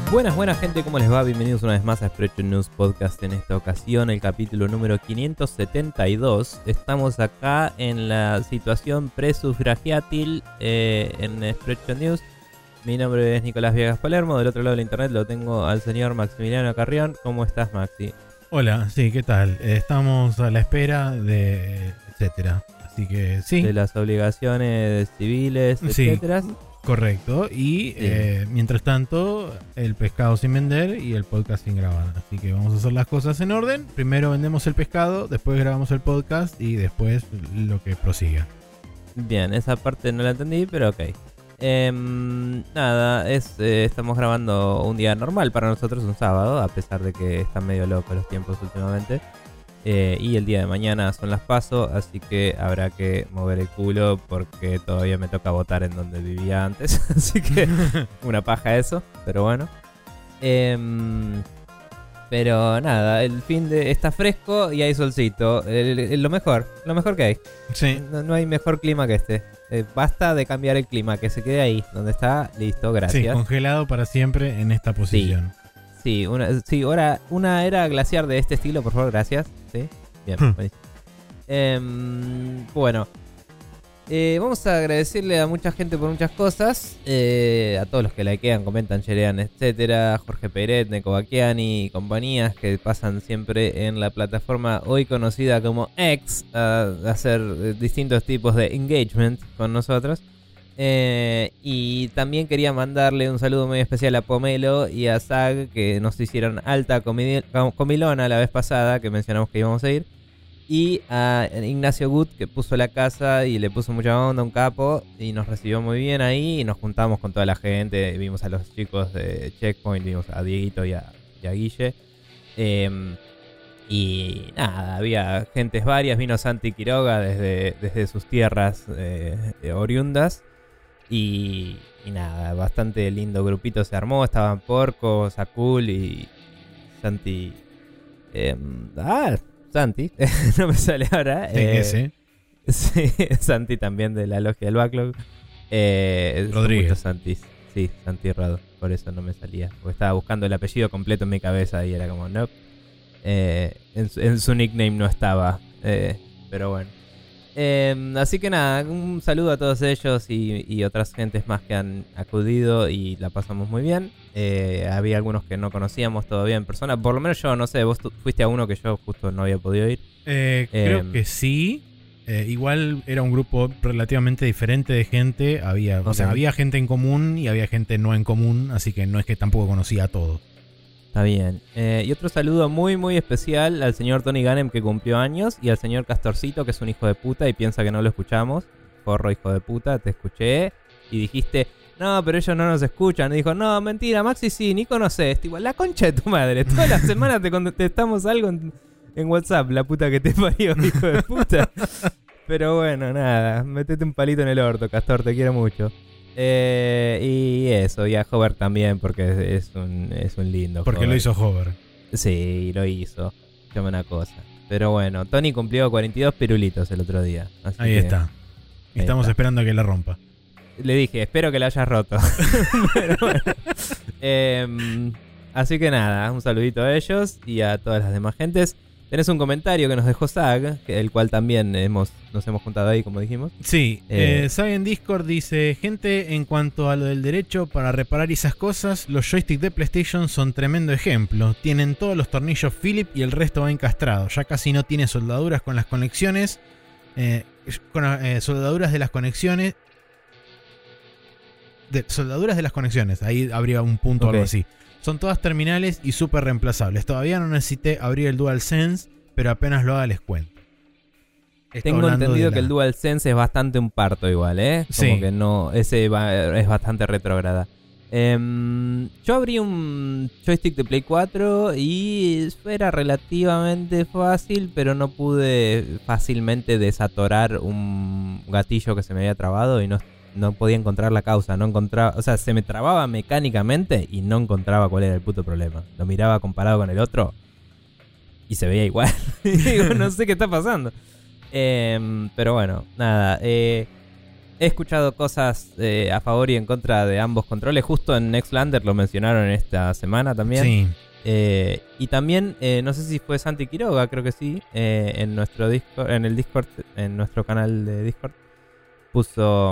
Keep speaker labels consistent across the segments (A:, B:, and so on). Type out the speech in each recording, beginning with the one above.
A: Buenas gente, ¿cómo les va? Bienvenidos una vez más a Expression News Podcast. En esta ocasión el capítulo número 572. Estamos acá en la situación pre-sufragiátil en Expression News. Mi nombre es Nicolás Viegas Palermo. Del otro lado de la internet lo tengo al señor Maximiliano Carrión. ¿Cómo estás, Maxi?
B: Hola, sí, ¿qué tal? Estamos a la espera de etcétera. Así que sí.
A: De las obligaciones civiles, etcétera.
B: Sí. Correcto, y
A: sí.
B: Mientras tanto, el pescado sin vender y el podcast sin grabar. Así que vamos a hacer las cosas en orden. Primero vendemos el pescado, después grabamos el podcast y después lo que prosiga.
A: Bien, esa parte no la entendí, pero ok. Nada, estamos grabando un día normal para nosotros, un sábado, a pesar de que están medio locos los tiempos últimamente. Y el día de mañana son las PASO, así que habrá que mover el culo porque todavía me toca votar en donde vivía antes. Así que una paja eso, pero bueno. Pero nada, el fin de está fresco y hay solcito. Lo mejor que hay.
B: Sí.
A: No hay mejor clima que este. Basta de cambiar el clima, que se quede ahí, donde está, listo, gracias.
B: Sí, congelado para siempre en esta posición.
A: Sí, una era glaciar de este estilo, por favor, gracias. Sí, bien, buenísimo. Bueno, vamos a agradecerle a mucha gente por muchas cosas. A todos los que likean, comentan, sharean, etcétera. Jorge Peret, Neko Baquiani y compañías que pasan siempre en la plataforma hoy conocida como X a hacer distintos tipos de engagement con nosotros. Y también quería mandarle un saludo muy especial a Pomelo y a Zag, que nos hicieron alta comilona la vez pasada, que mencionamos que íbamos a ir. Y a Ignacio Gut, que puso la casa y le puso mucha onda, un capo, y nos recibió muy bien ahí. Y nos juntamos con toda la gente, vimos a los chicos de Checkpoint, vimos a Dieguito y a Guille. Y nada, había gentes varias, vino Santi Quiroga desde sus tierras oriundas. Y nada, bastante lindo grupito se armó. Estaban Porco, Sakul y Santi. Santi, no me sale ahora.
B: Sí.
A: Sí, Santi también de la logia del Backlog.
B: Rodríguez.
A: Santis. Sí, Santi Rado. Por eso no me salía. Porque estaba buscando el apellido completo en mi cabeza y era como, no. En su nickname no estaba. Pero bueno. Así que nada, un saludo a todos ellos y otras gentes más que han acudido y la pasamos muy bien. Había algunos que no conocíamos todavía en persona, por lo menos yo, no sé, vos fuiste a uno que yo justo no había podido ir.
B: Creo que sí. Igual era un grupo relativamente diferente de gente. Había gente en común y había gente no en común, así que no es que tampoco conocía a todos.
A: Está bien. Y otro saludo muy muy especial al señor Tony Ganem, que cumplió años, y al señor Castorcito, que es un hijo de puta y piensa que no lo escuchamos. Forro, hijo de puta, te escuché y dijiste, no, pero ellos no nos escuchan. Y dijo, no, mentira, Maxi sí, ni conoces. Tipo, la concha de tu madre. Todas las semanas te contestamos algo en WhatsApp, la puta que te parió, hijo de puta. Pero bueno, nada, metete un palito en el orto, Castor, te quiero mucho. Y eso, y a Hover también, porque es un lindo.
B: Porque
A: Hover.
B: lo hizo Hover.
A: Sí, lo hizo. Llama una cosa. Pero bueno, Tony cumplió 42 pirulitos el otro día. Así
B: ahí está.
A: Ahí
B: estamos
A: está.
B: esperando a que la rompa.
A: Le dije, espero que la hayas roto. Pero bueno. Así que nada, un saludito a ellos y a todas las demás gentes. Tenés un comentario que nos dejó Zag, el cual también nos hemos juntado ahí, como dijimos.
B: Sí, Zag en Discord dice, gente, en cuanto a lo del derecho para reparar esas cosas, los joysticks de PlayStation son tremendo ejemplo. Tienen todos los tornillos Philip y el resto va encastrado. Ya casi no tiene soldaduras con las conexiones. Soldaduras de las conexiones. Soldaduras de las conexiones. Ahí habría un punto o algo así. Son todas terminales y súper reemplazables. Todavía no necesité abrir el DualSense, pero apenas lo haga les cuento.
A: Tengo entendido que el DualSense es bastante un parto igual, ¿eh? Como
B: sí.
A: que no, es bastante retrógrada. Yo abrí un joystick de Play 4 y era relativamente fácil, pero no pude fácilmente desatorar un gatillo que se me había trabado y no podía encontrar la causa. No encontraba, o sea, se me trababa mecánicamente y no encontraba cuál era el puto problema. Lo miraba comparado con el otro y se veía igual. Digo, no sé qué está pasando. Pero bueno, nada. he escuchado cosas a favor y en contra de ambos controles. Justo en Nextlander lo mencionaron esta semana también.
B: Sí.
A: Y también, no sé si fue Santi Quiroga, creo que sí, en nuestro Discord, en el Discord, en nuestro canal de Discord, puso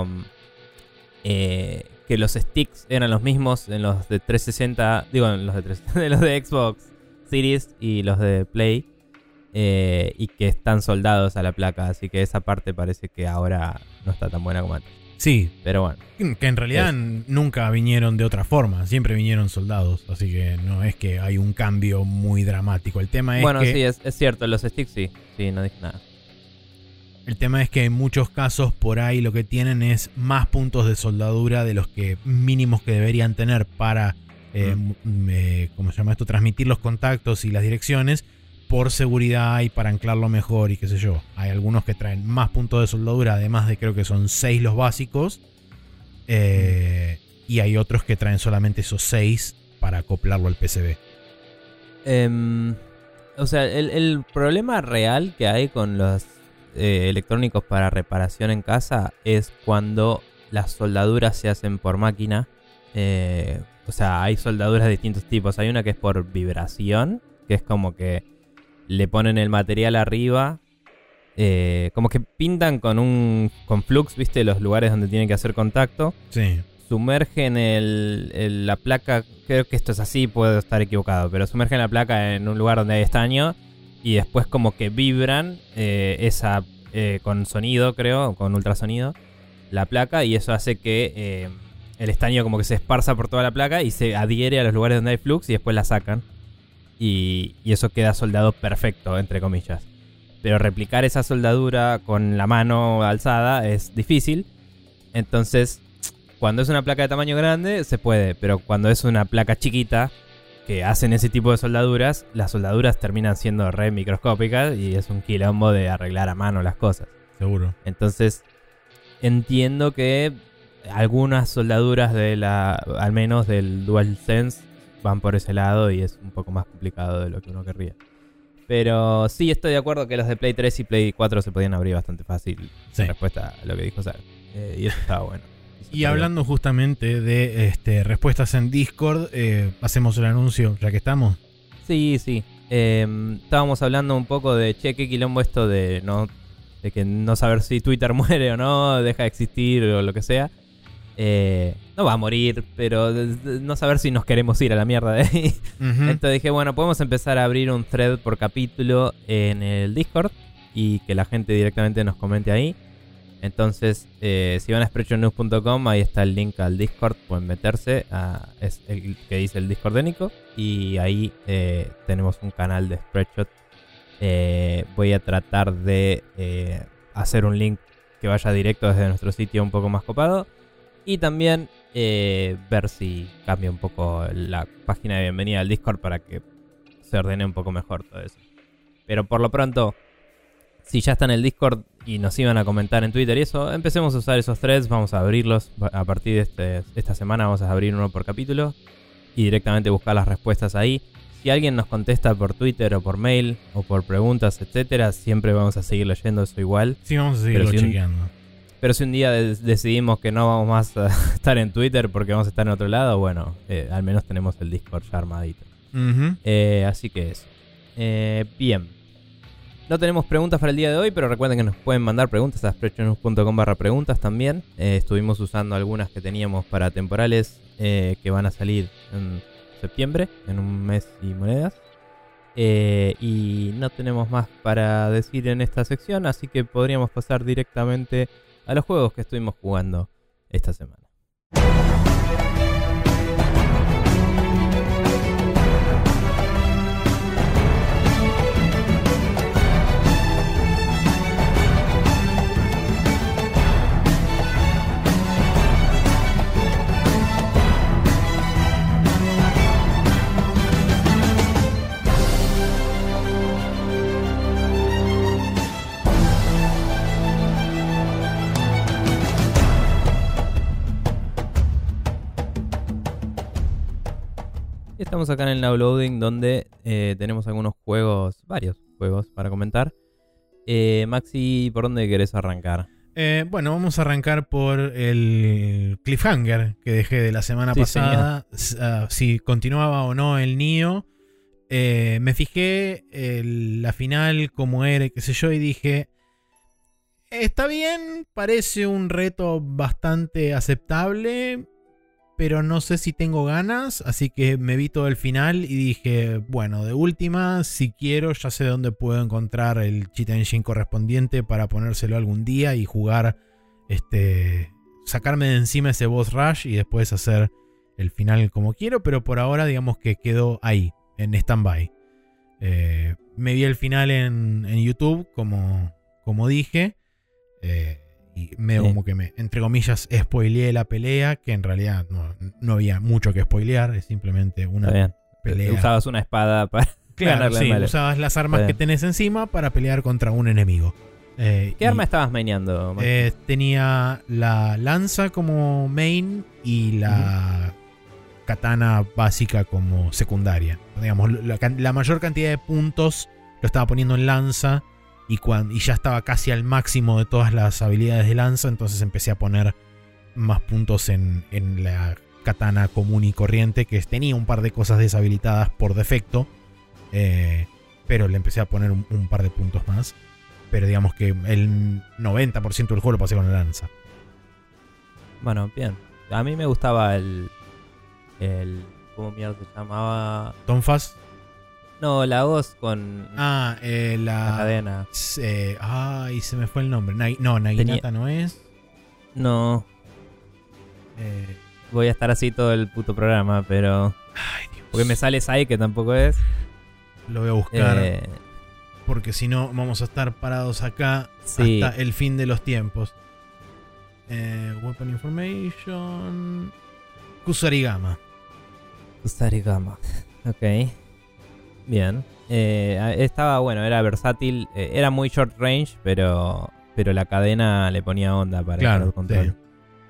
A: que los sticks eran los mismos en los de 360, digo, en los de 360, de los de Xbox Series y los de Play, y que están soldados a la placa, así que esa parte parece que ahora no está tan buena como antes.
B: Sí,
A: pero bueno.
B: Que en realidad nunca vinieron de otra forma, siempre vinieron soldados, así que no es que hay un cambio muy dramático. El tema es
A: bueno,
B: que...
A: sí, es cierto, los sticks sí, no dije nada.
B: El tema es que en muchos casos por ahí lo que tienen es más puntos de soldadura de los que mínimos que deberían tener para, ¿cómo se llama esto? Transmitir los contactos y las direcciones por seguridad y para anclarlo mejor y qué sé yo. Hay algunos que traen más puntos de soldadura, además de creo que son 6 los básicos. Y hay otros que traen solamente esos 6 para acoplarlo al PCB.
A: O sea, el problema real que hay con los electrónicos para reparación en casa es cuando las soldaduras se hacen por máquina. O sea, hay soldaduras de distintos tipos. Hay una que es por vibración, que es como que le ponen el material arriba, como que pintan con flux, ¿viste? Los lugares donde tienen que hacer contacto.
B: Sí.
A: Sumergen la placa, creo que esto es así, puedo estar equivocado, pero sumergen la placa en un lugar donde hay estaño y después como que vibran con sonido, creo, con ultrasonido, la placa, y eso hace que el estaño como que se esparza por toda la placa y se adhiere a los lugares donde hay flux y después la sacan. Y eso queda soldado perfecto, entre comillas. Pero replicar esa soldadura con la mano alzada es difícil. Entonces, cuando es una placa de tamaño grande, se puede. Pero cuando es una placa chiquita, que hacen ese tipo de soldaduras, las soldaduras terminan siendo re microscópicas y es un quilombo de arreglar a mano las cosas.
B: Seguro.
A: Entonces, entiendo que algunas soldaduras al menos del DualSense, van por ese lado y es un poco más complicado de lo que uno querría. Pero sí, estoy de acuerdo que los de Play 3 y Play 4 se podían abrir bastante fácil.
B: Sí.
A: En respuesta a lo que dijo Sara. Y eso estaba bueno.
B: Y hablando justamente de respuestas en Discord, hacemos el anuncio, ya que estamos.
A: Sí. Estábamos hablando un poco de, qué quilombo esto de que no saber si Twitter muere o no, deja de existir o lo que sea. No va a morir, pero no saber si nos queremos ir a la mierda de ahí. Uh-huh. Entonces dije, bueno, podemos empezar a abrir un thread por capítulo en el Discord y que la gente directamente nos comente ahí. Entonces, si van a spreadshotnews.com, ahí está el link al Discord, pueden meterse, es el que dice el Discord de Nico, y ahí tenemos un canal de Spreadshot. Voy a tratar de hacer un link que vaya directo desde nuestro sitio un poco más copado. Y también ver si cambia un poco la página de bienvenida al Discord para que se ordene un poco mejor todo eso. Pero por lo pronto, si ya está en el Discord y nos iban a comentar en Twitter y eso, empecemos a usar esos threads, vamos a abrirlos. A partir de esta semana vamos a abrir uno por capítulo y directamente buscar las respuestas ahí. Si alguien nos contesta por Twitter o por mail o por preguntas, etcétera, siempre vamos a seguir leyendo eso igual.
B: Sí, vamos a seguirlo chequeando.
A: Pero si un día decidimos que no vamos más a estar en Twitter porque vamos a estar en otro lado, bueno, al menos tenemos el Discord ya armadito.
B: Uh-huh.
A: Así que eso. Bien. No tenemos preguntas para el día de hoy, pero recuerden que nos pueden mandar preguntas a spreadshotnews.com/preguntas también. Estuvimos usando algunas que teníamos para temporales que van a salir en septiembre, en un mes y monedas. Y no tenemos más para decir en esta sección, así que podríamos pasar directamente a los juegos que estuvimos jugando esta semana. Estamos acá en el Now Loading donde tenemos varios juegos para comentar. Maxi, ¿por dónde querés arrancar?
B: Bueno, vamos a arrancar por el cliffhanger que dejé de la semana pasada. Si continuaba o no el Nioh. Me fijé la final, cómo era, qué sé yo, y dije... Está bien, parece un reto bastante aceptable, pero no sé si tengo ganas, así que me vi todo el final y dije, bueno, de última, si quiero, ya sé dónde puedo encontrar el cheat engine correspondiente para ponérselo algún día y jugar, sacarme de encima ese boss rush y después hacer el final como quiero, pero por ahora digamos que quedó ahí, en stand-by. Me vi el final en YouTube, como dije. Y medio como que me, entre comillas, spoileé la pelea, que en realidad no había mucho que spoilear, es simplemente una pelea.
A: Usabas una espada para
B: claro, sí, usabas las armas que tenés encima para pelear contra un enemigo.
A: ¿Qué arma estabas maineando?
B: Tenía la lanza como main y la katana básica como secundaria. Digamos, la mayor cantidad de puntos lo estaba poniendo en lanza. Y ya estaba casi al máximo de todas las habilidades de lanza, entonces empecé a poner más puntos en la katana común y corriente, que tenía un par de cosas deshabilitadas por defecto, pero le empecé a poner un par de puntos más. Pero digamos que el 90% del juego lo pasé con la lanza.
A: Bueno, bien. A mí me gustaba el ¿cómo mierda se llamaba?
B: ¿Tonfas?
A: No, la voz con
B: la
A: cadena.
B: Ay, se me fue el nombre. Naginata no es.
A: No. Voy a estar así todo el puto programa, pero...
B: Ay, Dios.
A: Porque me sale Sai, que tampoco es.
B: Lo voy a buscar. Porque si no, vamos a estar parados acá hasta el fin de los tiempos. Weapon Information. Kusarigama.
A: Ok. Bien. Estaba bueno, era versátil. Era muy short range, pero la cadena le ponía onda para el control.
B: Sí.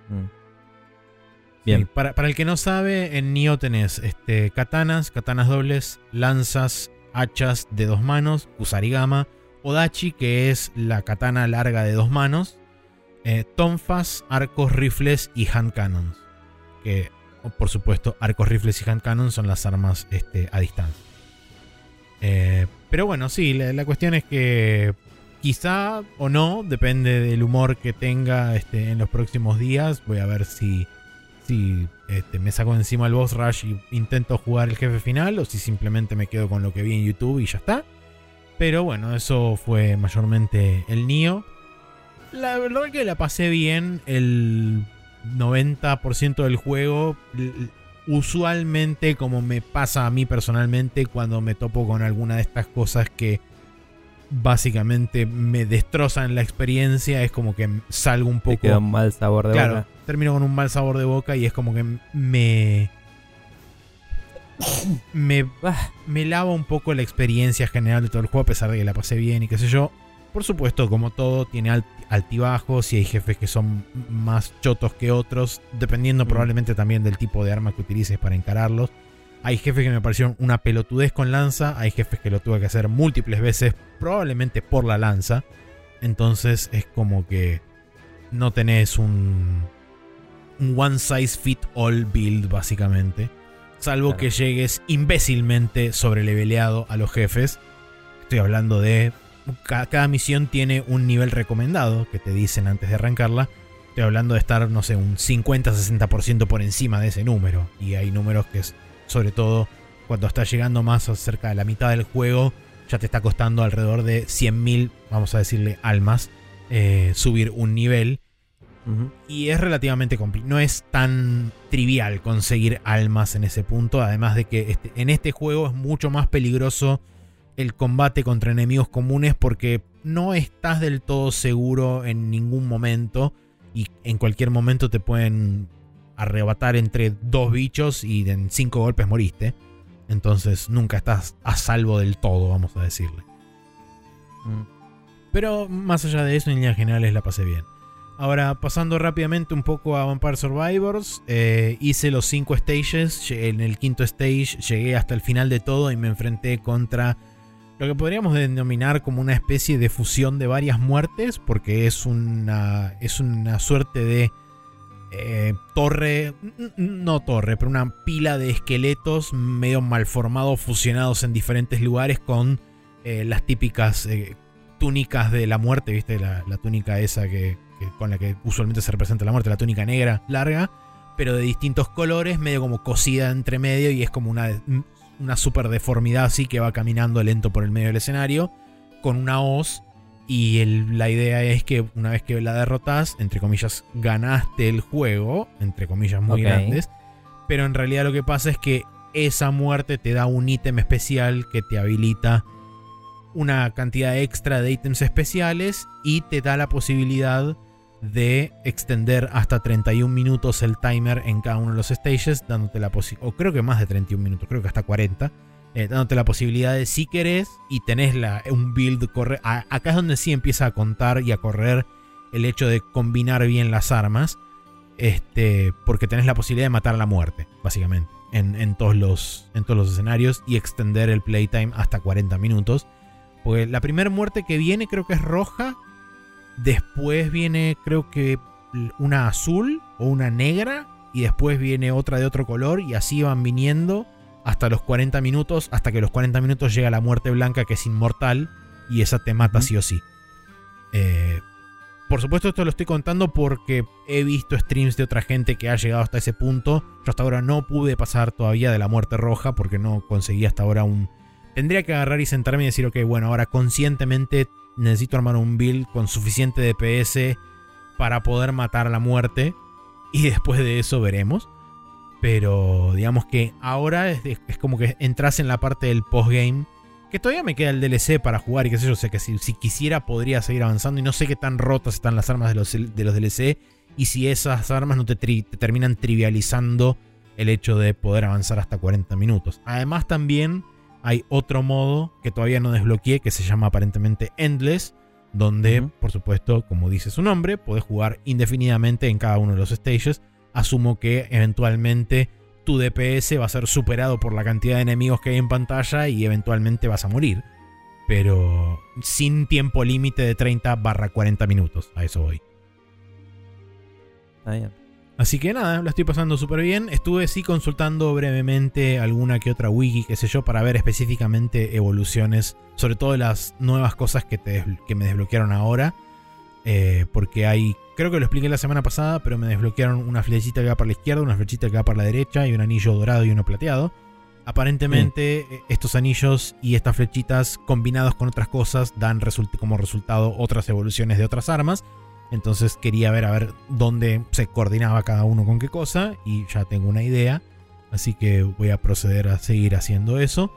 B: Bien. Sí, para el que no sabe, en Nioh tenés katanas dobles, lanzas, hachas de 2 manos, Kusarigama, Odachi, que es la katana larga de 2 manos, tonfas, arcos, rifles y hand cannons. Que, por supuesto, arcos, rifles y hand cannons son las armas a distancia. Pero bueno, sí, la cuestión es que quizá o no, depende del humor que tenga en los próximos días. Voy a ver si me saco encima el boss rush y intento jugar el jefe final, o si simplemente me quedo con lo que vi en YouTube y ya está. Pero bueno, eso fue mayormente el Nioh. La verdad que la pasé bien. El 90% del juego, usualmente, como me pasa a mí personalmente, cuando me topo con alguna de estas cosas que básicamente me destrozan la experiencia, es como que salgo un poco...
A: Te queda un mal sabor de boca.
B: Termino con un mal sabor de boca y es como que me lava un poco la experiencia general de todo el juego, a pesar de que la pasé bien y qué sé yo. Por supuesto, como todo, tiene altibajos y hay jefes que son más chotos que otros, dependiendo probablemente también del tipo de arma que utilices para encararlos. Hay jefes que me parecieron una pelotudez con lanza, hay jefes que lo tuve que hacer múltiples veces, probablemente por la lanza. Entonces es como que no tenés un one size fit all build, básicamente. Salvo que llegues imbécilmente sobreleveleado a los jefes. Estoy hablando de... Cada misión tiene un nivel recomendado que te dicen antes de arrancarla. Estoy hablando de estar, no sé, un 50-60% por encima de ese número. Y hay números que, sobre todo cuando estás llegando más cerca de la mitad del juego, ya te está costando alrededor de 100.000, vamos a decirle, almas, subir un nivel. Y es relativamente complicado. No es tan trivial conseguir almas en ese punto. Además de que en este juego es mucho más peligroso el combate contra enemigos comunes, porque no estás del todo seguro en ningún momento y en cualquier momento te pueden arrebatar entre 2 bichos y en 5 golpes moriste. Entonces nunca estás a salvo del todo, vamos a decirle. Pero más allá de eso, en líneas generales la pasé bien. Ahora, pasando rápidamente un poco a Vampire Survivors, hice los 5 stages. En el 5.º stage llegué hasta el final de todo y me enfrenté contra lo que podríamos denominar como una especie de fusión de varias muertes, porque es una suerte de pero una pila de esqueletos medio malformados, fusionados en diferentes lugares con las típicas túnicas de la muerte, ¿viste? La túnica esa con la que usualmente se representa la muerte, la túnica negra larga, pero de distintos colores, medio como cosida entre medio, y es como una super deformidad así que va caminando lento por el medio del escenario con una hoz. Y la idea es que una vez que la derrotas, entre comillas, ganaste el juego, entre comillas muy grandes. Pero en realidad lo que pasa es que esa muerte te da un ítem especial que te habilita una cantidad extra de ítems especiales y te da la posibilidad de extender hasta 31 minutos el timer en cada uno de los stages, dándote la posibilidad, o creo que más de 31 minutos, creo que hasta 40. Dándote la posibilidad de, si querés y tenés un build acá es donde sí empieza a contar y a correr el hecho de combinar bien las armas, porque tenés la posibilidad de matar a la muerte, básicamente, en todos los escenarios, y extender el playtime hasta 40 minutos. Porque la primera muerte que viene creo que es roja, después viene creo que una azul o una negra, y después viene otra de otro color, y así van viniendo hasta los 40 minutos, hasta que los 40 minutos llega la muerte blanca, que es inmortal, y esa te mata sí o sí. Por supuesto, esto lo estoy contando porque he visto streams de otra gente que ha llegado hasta ese punto. Yo hasta ahora no pude pasar todavía de la muerte roja porque no conseguí hasta ahora Tendría que agarrar y sentarme y decir, ok, bueno, ahora conscientemente necesito armar un build con suficiente DPS para poder matar a la muerte, y después de eso veremos. Pero digamos que ahora es como que entras en la parte del postgame, que todavía me queda el DLC para jugar y qué sé yo. O sea que si quisiera podría seguir avanzando, y no sé qué tan rotas están las armas de los DLC, y si esas armas no te terminan trivializando el hecho de poder avanzar hasta 40 minutos. Además también hay otro modo que todavía no desbloqueé, que se llama aparentemente Endless, donde por supuesto, como dice su nombre, podés jugar indefinidamente en cada uno de los stages. Asumo que eventualmente tu DPS va a ser superado por la cantidad de enemigos que hay en pantalla y eventualmente vas a morir. Pero sin tiempo límite de 30/40 minutos. A eso voy.
A: Está bien.
B: Así que nada, lo estoy pasando súper bien. Estuve sí consultando brevemente alguna que otra wiki, qué sé yo, para ver específicamente evoluciones. Sobre todo las nuevas cosas que me desbloquearon ahora. Porque hay, creo que lo expliqué la semana pasada, pero me desbloquearon una flechita que va para la izquierda, una flechita que va para la derecha, y un anillo dorado y uno plateado. Aparentemente estos anillos y estas flechitas combinados con otras cosas dan como resultado otras evoluciones de otras armas. Entonces quería ver a ver dónde se coordinaba cada uno con qué cosa, y ya tengo una idea, así que voy a proceder a seguir haciendo eso.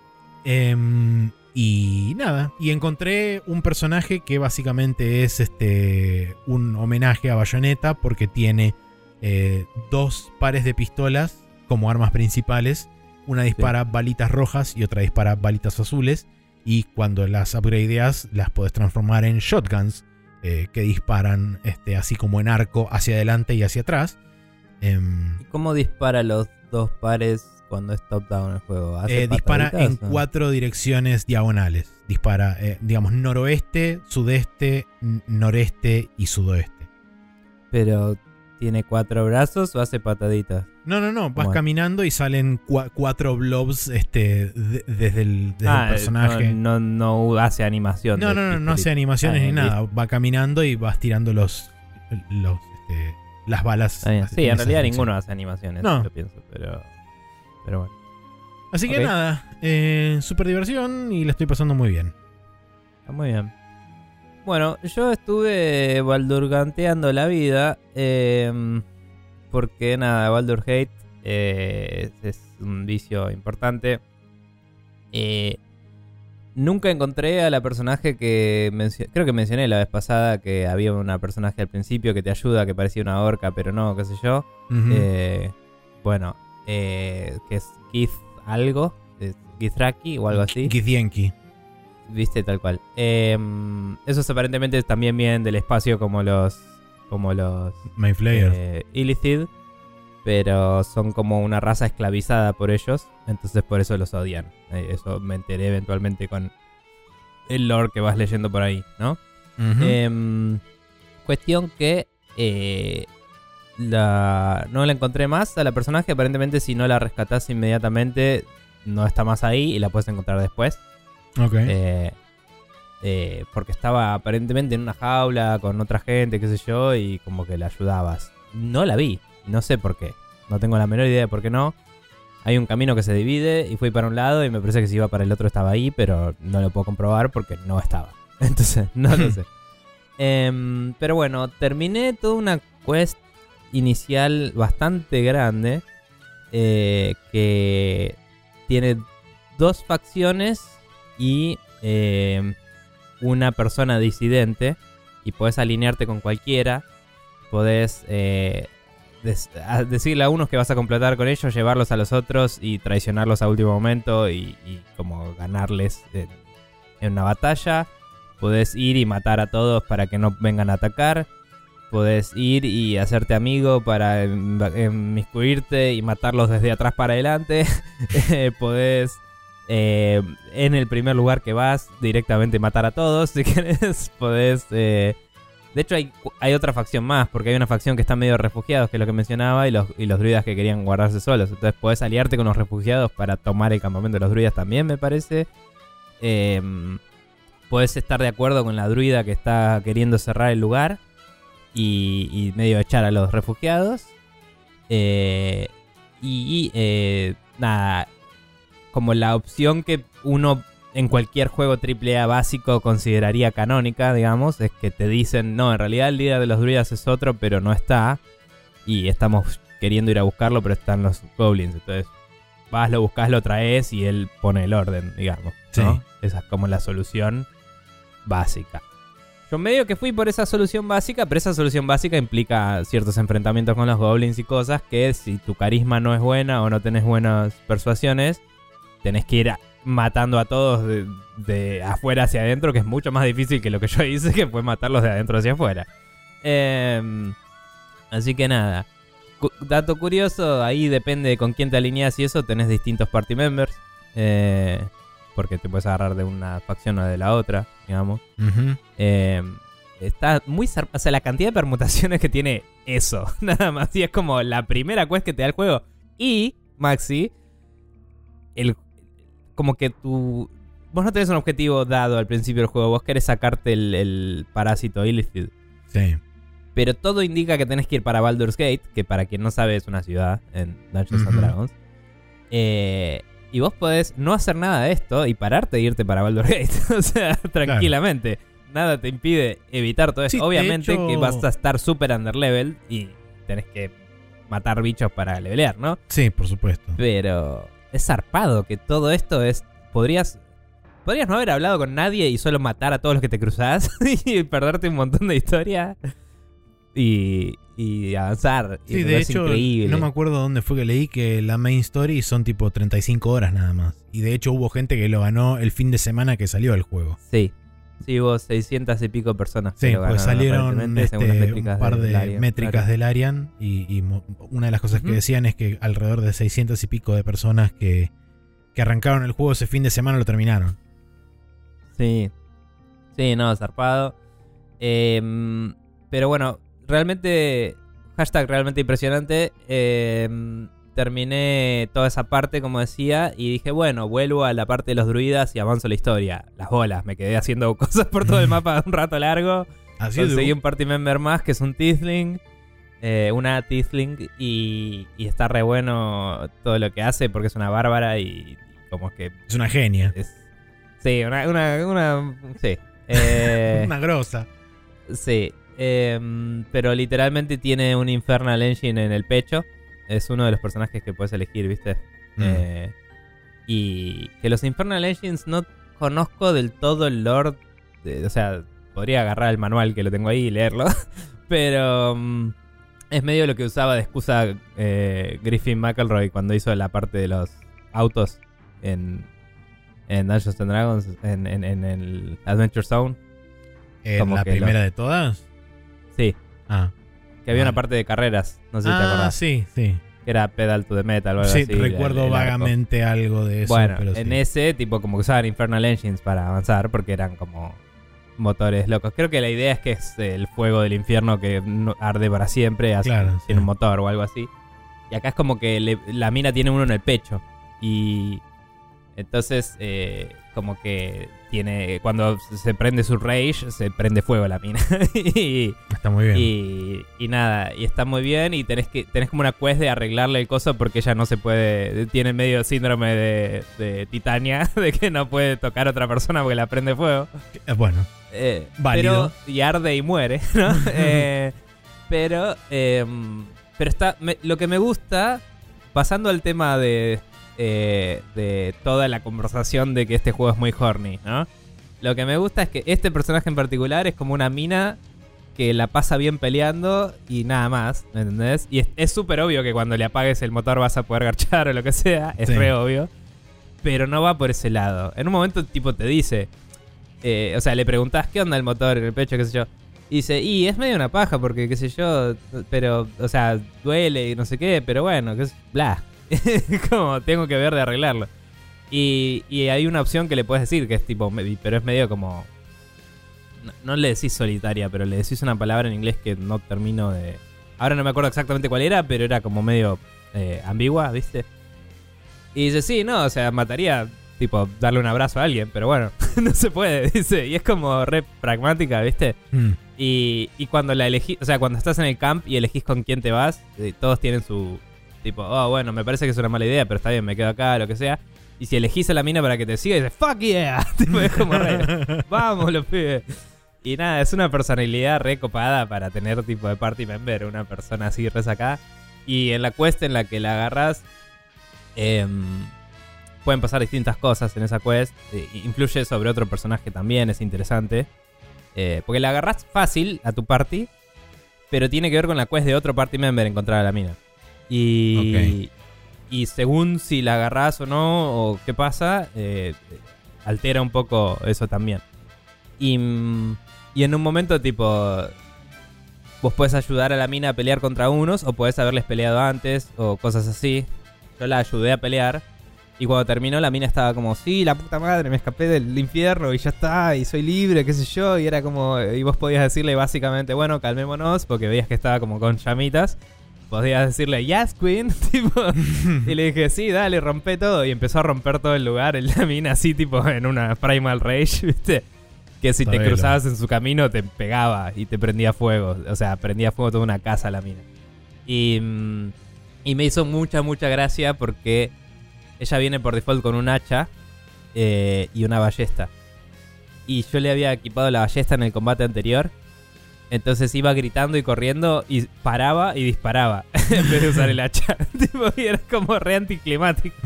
B: Y nada, y encontré un personaje que básicamente es un homenaje a Bayonetta, porque tiene 2 pares de pistolas como armas principales. Una dispara balitas rojas y otra dispara balitas azules, y cuando las upgradeas las podés transformar en shotguns, que disparan así como en arco hacia adelante y hacia atrás.
A: ¿Y cómo dispara los 2 pares cuando es top down el juego?
B: Dispara en 4 direcciones diagonales. Dispara, digamos, noroeste, sudeste, noreste y sudoeste.
A: Pero, ¿tiene 4 brazos o hace pataditas?
B: No. Vas caminando y salen 4 blobs desde el personaje.
A: No hace animación.
B: No hace animaciones ni nada. Va caminando y vas tirando las balas.
A: Sí, en realidad ninguno hace animaciones.
B: No.
A: Yo pienso, pero bueno.
B: Así que nada, super diversión y la estoy pasando muy bien.
A: Está muy bien. Bueno, yo estuve baldurganteando la vida. Porque nada, Baldur's Gate es un vicio importante. Nunca encontré a la personaje que creo que mencioné la vez pasada, que había una personaje al principio que te ayuda, que parecía una orca, pero no, qué sé yo. Bueno, que es Gith algo, Githraki o algo así.
B: Githyanki.
A: Viste, tal cual. Esos aparentemente también vienen del espacio como los
B: Mayflayer.
A: Illithid, pero son como una raza esclavizada por ellos, entonces por eso los odian. Eso me enteré eventualmente con el lore que vas leyendo por ahí, ¿no? Cuestión que no la encontré más a la personaje. Aparentemente si no la rescatás inmediatamente no está más ahí y la puedes encontrar después.
B: Ok.
A: Porque estaba aparentemente en una jaula con otra gente, qué sé yo, y como que la ayudabas. No la vi, no sé por qué. No tengo la menor idea de por qué no. Hay un camino que se divide y fui para un lado y me parece que si iba para el otro estaba ahí, pero no lo puedo comprobar porque no estaba. Entonces, no lo sé. Pero bueno, terminé toda una quest inicial bastante grande que tiene 2 facciones y una persona disidente, y podés alinearte con cualquiera. Podés decirle a unos que vas a completar con ellos, llevarlos a los otros y traicionarlos a último momento y como ganarles en una batalla. Podés ir y matar a todos para que no vengan a atacar. Podés ir y hacerte amigo para inmiscuirte y matarlos desde atrás para adelante. Podés, en el primer lugar que vas, directamente matar a todos. Si querés, podés... de hecho, hay otra facción más, porque hay una facción que está medio refugiados, que es lo que mencionaba, y los druidas que querían guardarse solos. Entonces podés aliarte con los refugiados para tomar el campamento de los druidas también, me parece. Podés estar de acuerdo con la druida que está queriendo cerrar el lugar y medio echar a los refugiados. Nada, como la opción que uno en cualquier juego AAA básico consideraría canónica, digamos, es que te dicen, no, en realidad el líder de los druidas es otro, pero no está, y estamos queriendo ir a buscarlo, pero están los goblins. Entonces vas, lo buscas, lo traes y él pone el orden, digamos, ¿no? Sí. Esa es como la solución básica. Yo medio que fui por esa solución básica, pero esa solución básica implica ciertos enfrentamientos con los goblins y cosas que si tu carisma no es buena o no tenés buenas persuasiones, tenés que ir matando a todos de afuera hacia adentro, que es mucho más difícil que lo que yo hice, que fue matarlos de adentro hacia afuera. Así que nada. Dato curioso, ahí depende con quién te alineas y eso, tenés distintos party members. Porque te puedes agarrar de una facción o de la otra, digamos. Está muy o sea, la cantidad de permutaciones que tiene eso, nada más. Y es como la primera quest que te da el juego. Y, Maxi, como que vos no tenés un objetivo dado al principio del juego. Vos querés sacarte el parásito Illithid.
B: Sí.
A: Pero todo indica que tenés que ir para Baldur's Gate, que para quien no sabe es una ciudad en Dungeons and Dragons. Y vos podés no hacer nada de esto y pararte e irte para Baldur's Gate. O sea, tranquilamente. Claro. Nada te impide evitar todo eso. Sí, obviamente que vas a estar súper underleveled y tenés que matar bichos para levelear, ¿no?
B: Sí, por supuesto.
A: Pero es zarpado que todo esto es... Podrías no haber hablado con nadie y solo matar a todos los que te cruzás y perderte un montón de historia y avanzar.
B: Sí, de hecho, increíble. No me acuerdo dónde fue que leí que la main story son tipo 35 horas nada más. Y de hecho hubo gente que lo ganó el fin de semana que salió el juego.
A: Sí. Sí, hubo 600 y pico personas.
B: Sí, pues salieron un par de métricas del Arian y una de las cosas que decían es que alrededor de 600 y pico de personas que arrancaron el juego ese fin de semana lo terminaron.
A: Sí. Sí, no, zarpado. Pero bueno, realmente, hashtag realmente impresionante. Terminé toda esa parte, como decía, y dije, bueno, vuelvo a la parte de los druidas y avanzo la historia. Las bolas, me quedé haciendo cosas por todo el mapa un rato largo. Conseguí un party member más, que es un tiefling, una tiefling, y está re bueno todo lo que hace, porque es una bárbara y como que...
B: Es una genia.
A: Sí, sí.
B: Una grosa.
A: Sí, pero literalmente tiene un Infernal Engine en el pecho. Es uno de los personajes que puedes elegir, ¿viste? Y que los Infernal Engines no conozco del todo el lore. O sea, podría agarrar el manual que lo tengo ahí y leerlo. Pero es medio lo que usaba de excusa Griffin McElroy cuando hizo la parte de los autos en Dungeons and Dragons, en el Adventure Zone.
B: ¿En la primera de todas?
A: Sí.
B: Ah.
A: Que había una parte de carreras, no sé si te acordás.
B: Sí, sí.
A: que era Pedal to the Metal o algo
B: Sí,
A: así.
B: recuerdo
A: el arco.
B: vagamente algo de eso.
A: Bueno,
B: pero
A: en
B: sí.
A: ese tipo como que usaban Infernal Engines para avanzar porque eran como motores locos. Creo que la idea es que es el fuego del infierno que arde para siempre, así,
B: Claro,
A: tiene
B: sí.
A: un motor o algo así. Y acá es como que la mina tiene uno en el pecho. Y entonces como que tiene, cuando se prende su rage, se prende fuego la mina. y,
B: Está muy bien.
A: y nada, y está muy bien. Y tenés como una quest de arreglarle el coso porque ella no se puede. Tiene medio síndrome de Titania, de que no puede tocar a otra persona porque la prende fuego.
B: Bueno, válido.
A: Y arde y muere, ¿no? Pero está. Lo que me gusta, pasando al tema de toda la conversación de que este juego es muy horny, ¿no? Lo que me gusta es que este personaje en particular es como una mina que la pasa bien peleando y nada más, ¿me entendés? Y es súper obvio que cuando le apagues el motor vas a poder garchar o lo que sea, es
B: Sí.
A: re obvio. Pero no va por ese lado. En un momento tipo te dice, o sea, le preguntás qué onda el motor en el pecho, qué sé yo. Y dice, y es medio una paja porque qué sé yo, pero, o sea, duele y no sé qué, pero bueno, que es bla. Como tengo que ver de arreglarlo. Y hay una opción que le puedes decir que es tipo, pero es medio como... No le decís solitaria, pero le decís una palabra en inglés que no termino de... Ahora no me acuerdo exactamente cuál era, pero era como medio ambigua, ¿viste? Y dice, sí, no, o sea, mataría, tipo, darle un abrazo a alguien, pero bueno, no se puede, dice. Y es como re pragmática, ¿viste? Y cuando la elegís, o sea, cuando estás en el camp y elegís con quién te vas, todos tienen su... Tipo, oh, bueno, me parece que es una mala idea, pero está bien, me quedo acá, lo que sea. Y si elegís a la mina para que te siga, dices, fuck yeah. Tipo, es como re, vamos, los pibes. Y nada, es una personalidad re copada para tener tipo de party member, una persona así resacada. Y en la quest en la que la agarras, pueden pasar distintas cosas en esa quest. Influye sobre otro personaje también, es interesante. Porque la agarras fácil a tu party, pero tiene que ver con la quest de otro party member encontrar a la mina. Y según si la agarrás o no, o qué pasa, altera un poco eso también. Y en un momento, tipo, vos podés ayudar a la mina a pelear contra unos, o podés haberles peleado antes, o cosas así. Yo la ayudé a pelear, y cuando terminó la mina estaba como, sí, la puta madre, me escapé del infierno y ya está, y soy libre, qué sé yo. Y era como, y vos podías decirle básicamente, bueno, calmémonos, porque veías que estaba como con llamitas. Podías decirle, yes, queen, tipo. Y le dije, sí, dale, rompe todo. Y empezó a romper todo el lugar. La mina así, tipo, en una primal rage, ¿viste? Que si te cruzabas en su camino te pegaba y te prendía fuego. O sea, prendía fuego toda una casa la mina. Y me hizo mucha gracia porque ella viene por default con un hacha y una ballesta. Y yo le había equipado la ballesta en el combate anterior. Entonces iba gritando y corriendo y paraba y disparaba en vez de usar el hacha. Tipo, y era como re anticlimático.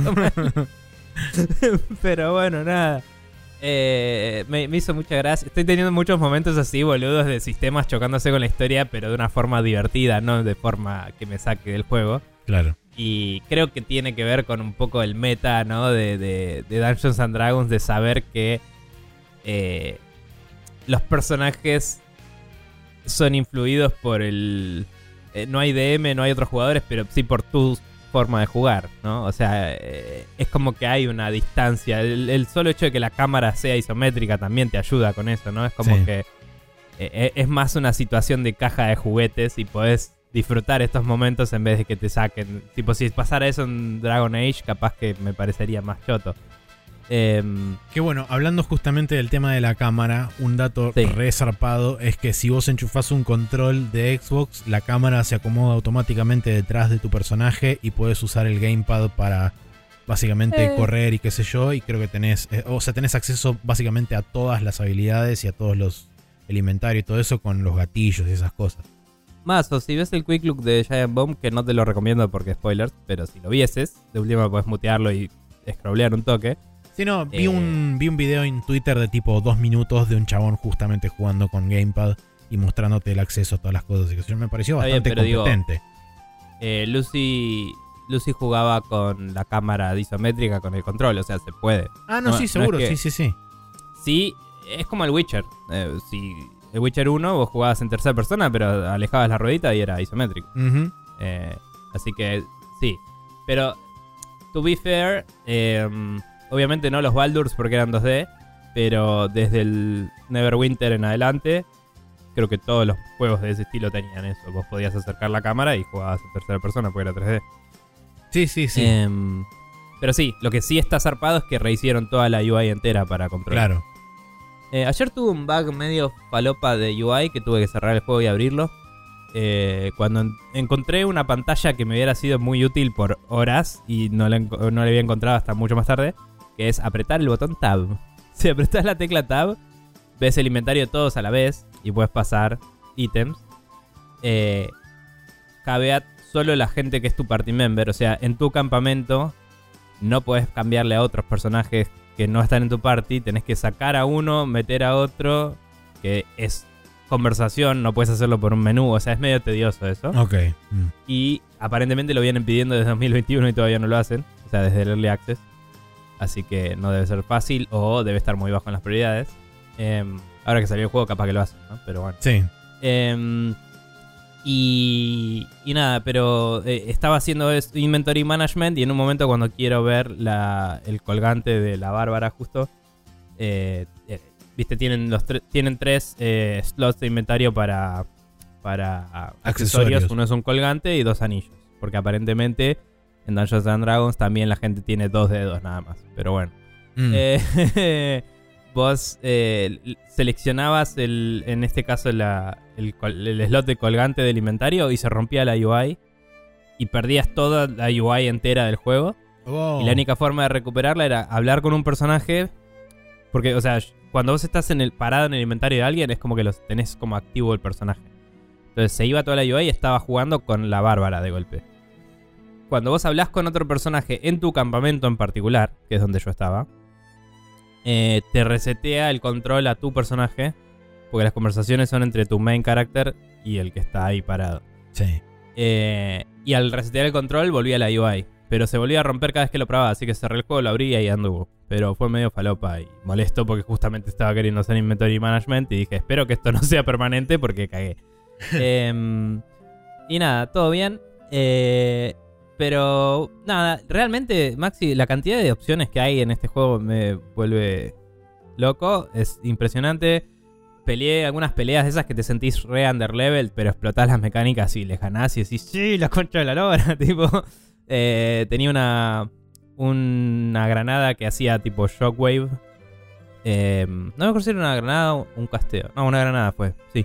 A: Pero bueno, nada. Me hizo mucha gracia. Estoy teniendo muchos momentos así, boludos, de sistemas chocándose con la historia, pero de una forma divertida, no de forma que me saque del juego.
B: Claro.
A: Y creo que tiene que ver con un poco el meta, ¿no? De Dungeons and Dragons, de saber que los personajes son influidos por el... no hay DM, no hay otros jugadores, pero sí por tu forma de jugar, ¿no? O sea, es como que hay una distancia. El solo hecho de que la cámara sea isométrica también te ayuda con eso, ¿no? Es como que es más una situación de caja de juguetes y podés disfrutar estos momentos en vez de que te saquen. Tipo, si pasara eso en Dragon Age, capaz que me parecería más choto.
B: Que bueno, hablando justamente del tema de la cámara, un dato re zarpado es que si vos enchufás un control de Xbox, la cámara se acomoda automáticamente detrás de tu personaje y puedes usar el gamepad para básicamente correr y qué sé yo, y creo que tenés acceso básicamente a todas las habilidades y a todos el inventario y todo eso con los gatillos y esas cosas.
A: Más, o si ves el Quick Look de Giant Bomb, que no te lo recomiendo porque spoilers, pero si lo vieses, de última podés mutearlo y scrollear un toque.
B: Sí, no, vi un video en Twitter de tipo 2 minutos de un chabón justamente jugando con gamepad y mostrándote el acceso a todas las cosas. Y que me pareció bastante competente.
A: Lucy jugaba con la cámara isométrica con el control, o sea, se puede.
B: Ah, no, sí, seguro,
A: no
B: sí.
A: Sí, es como el Witcher. Si el Witcher 1 vos jugabas en tercera persona, pero alejabas la ruedita y era isométrico.
B: Uh-huh.
A: Así que Sí. Pero, to be fair, obviamente no los Baldur's porque eran 2D, pero desde el Neverwinter en adelante, creo que todos los juegos de ese estilo tenían eso. Vos podías acercar la cámara y jugabas en tercera persona porque era 3D.
B: Sí.
A: Pero sí, lo que sí está zarpado es que rehicieron toda la UI entera para controlar.
B: Claro.
A: Ayer tuve un bug medio falopa de UI que tuve que cerrar el juego y abrirlo. Cuando encontré una pantalla que me hubiera sido muy útil por horas y no la había encontrado hasta mucho más tarde, que es apretar el botón Tab. Si apretás la tecla Tab, ves el inventario de todos a la vez y puedes pasar ítems. Caveat, solo la gente que es tu party member, o sea, en tu campamento no puedes cambiarle a otros personajes que no están en tu party. Tenés que sacar a uno, meter a otro, que es conversación, no puedes hacerlo por un menú, o sea, es medio tedioso eso.
B: Ok.
A: Y aparentemente lo vienen pidiendo desde 2021 y todavía no lo hacen, o sea, desde el Early Access. Así que no debe ser fácil o debe estar muy bajo en las prioridades. Ahora que salió el juego capaz que lo hacen, ¿no? Pero bueno.
B: Sí.
A: Y nada, pero estaba haciendo inventory management y en un momento cuando quiero ver el colgante de la Bárbara justo, viste, tienen 3 slots de inventario para accesorios. Uno es un colgante y 2 anillos, porque aparentemente en Dungeons and Dragons también la gente tiene 2 dedos nada más, pero bueno. Vos seleccionabas en este caso el slot de colgante del inventario y se rompía la UI y perdías toda la UI entera del juego. Y la única forma de recuperarla era hablar con un personaje, porque, o sea, cuando vos estás parado en el inventario de alguien es como que los tenés como activo el personaje. Entonces se iba toda la UI y estaba jugando con la Bárbara de golpe. Cuando vos hablás con otro personaje en tu campamento en particular, que es donde yo estaba, te resetea el control a tu personaje, porque las conversaciones son entre tu main character y el que está ahí parado.
B: Sí.
A: Y al resetear el control volvía la UI, pero se volvía a romper cada vez que lo probaba, así que cerré el juego, lo abrí y ahí anduvo. Pero fue medio falopa y molesto porque justamente estaba queriendo hacer inventory management y dije, espero que esto no sea permanente porque cagué. Y nada, todo bien. Pero nada, realmente, Maxi, la cantidad de opciones que hay en este juego me vuelve loco. Es impresionante. Peleé algunas peleas de esas que te sentís re underleveled, pero explotás las mecánicas y les ganás y decís, sí, la concha de la lora. Tipo, tenía una granada que hacía tipo shockwave. No me acuerdo si era una granada o un casteo. No, una granada fue, sí.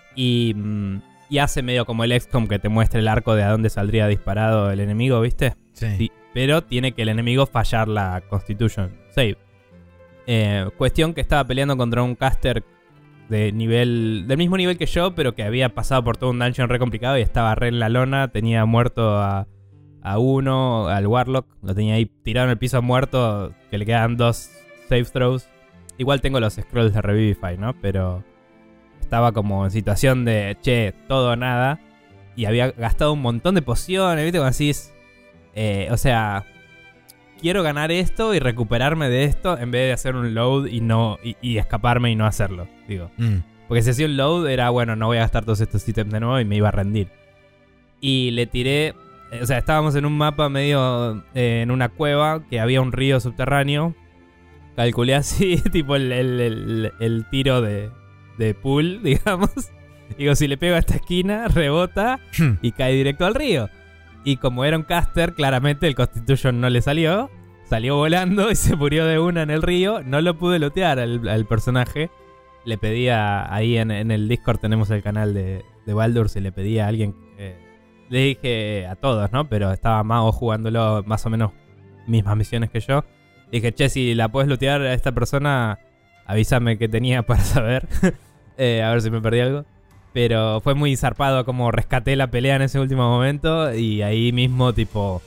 A: Y hace medio como el XCOM que te muestra el arco de a dónde saldría disparado el enemigo, ¿viste?
B: Sí.
A: Pero tiene que el enemigo fallar la Constitution Save. Cuestión que estaba peleando contra un caster del mismo nivel que yo, pero que había pasado por todo un dungeon re complicado y estaba re en la lona. Tenía muerto a uno, al Warlock. Lo tenía ahí tirado en el piso muerto, que le quedan 2 save throws. Igual tengo los scrolls de Revivify, ¿no? Pero estaba como en situación de, che, todo o nada. Y había gastado un montón de pociones, ¿viste? Como decís, o sea, quiero ganar esto y recuperarme de esto en vez de hacer un load y escaparme y no hacerlo, digo. Porque si hacía un load era, bueno, no voy a gastar todos estos ítems de nuevo y me iba a rendir. Y le tiré, o sea, estábamos en un mapa medio en una cueva que había un río subterráneo. Calculé así, tipo el tiro de pool, digamos. Digo, si le pego a esta esquina, rebota y cae directo al río. Y como era un caster, claramente el Constitution no le salió. Salió volando y se murió de una en el río. No lo pude lootear al personaje. Le pedía, ahí en el Discord tenemos el canal de Baldur's, y le pedía a alguien, le dije a todos, ¿no? Pero estaba Mago jugándolo más o menos mismas misiones que yo. Dije, che, si la puedes lootear a esta persona, avísame qué tenía para saber. A ver si me perdí algo. Pero fue muy zarpado como rescaté la pelea en ese último momento. Y ahí mismo, tipo,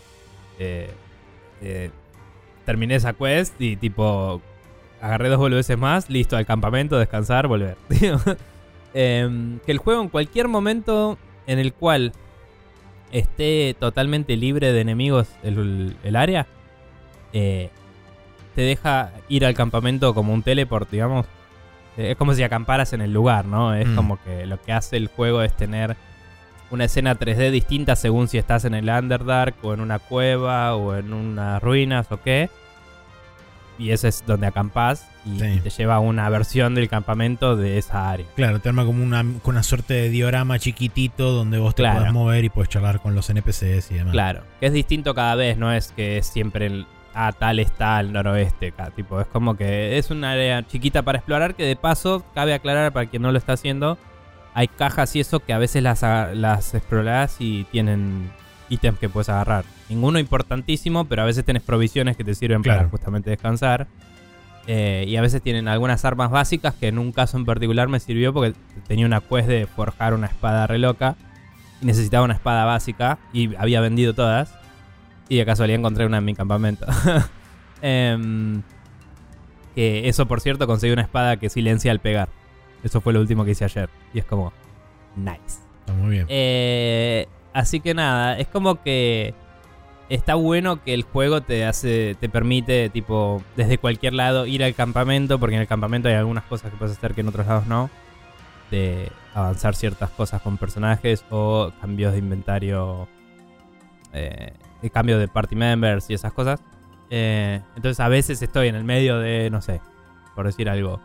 A: terminé esa quest y, tipo, agarré 2 boludeces más. Listo, al campamento, descansar, volver. Que el juego en cualquier momento en el cual esté totalmente libre de enemigos el área, te deja ir al campamento como un teleport, digamos. Es como si acamparas en el lugar, ¿no? Es como que lo que hace el juego es tener una escena 3D distinta según si estás en el Underdark o en una cueva o en unas ruinas o qué. Y ese es donde acampás y te lleva a una versión del campamento de esa área.
B: Claro, te arma como una suerte de diorama chiquitito donde vos te podés mover y podés charlar con los NPCs y demás.
A: Claro, que es distinto cada vez, no es que es siempre tal está al noroeste. Tipo, es como que es un área chiquita para explorar que de paso, cabe aclarar para quien no lo está haciendo, hay cajas y eso que a veces las explorás y tienen ítems que puedes agarrar. Ninguno importantísimo, pero a veces tenés provisiones que te sirven para justamente descansar. Y a veces tienen algunas armas básicas que en un caso en particular me sirvió porque tenía una quest de forjar una espada re loca y necesitaba una espada básica y había vendido todas. Y de casualidad encontré una en mi campamento. Que eso, por cierto, conseguí una espada que silencia al pegar. Eso fue lo último que hice ayer. Y es como... nice.
B: Está muy bien.
A: Así que nada, es como que está bueno que el juego te permite, tipo, desde cualquier lado ir al campamento, porque en el campamento hay algunas cosas que puedes hacer que en otros lados no. De avanzar ciertas cosas con personajes o cambios de inventario, cambio de party members y esas cosas. Entonces a veces estoy en el medio de, no sé, por decir algo.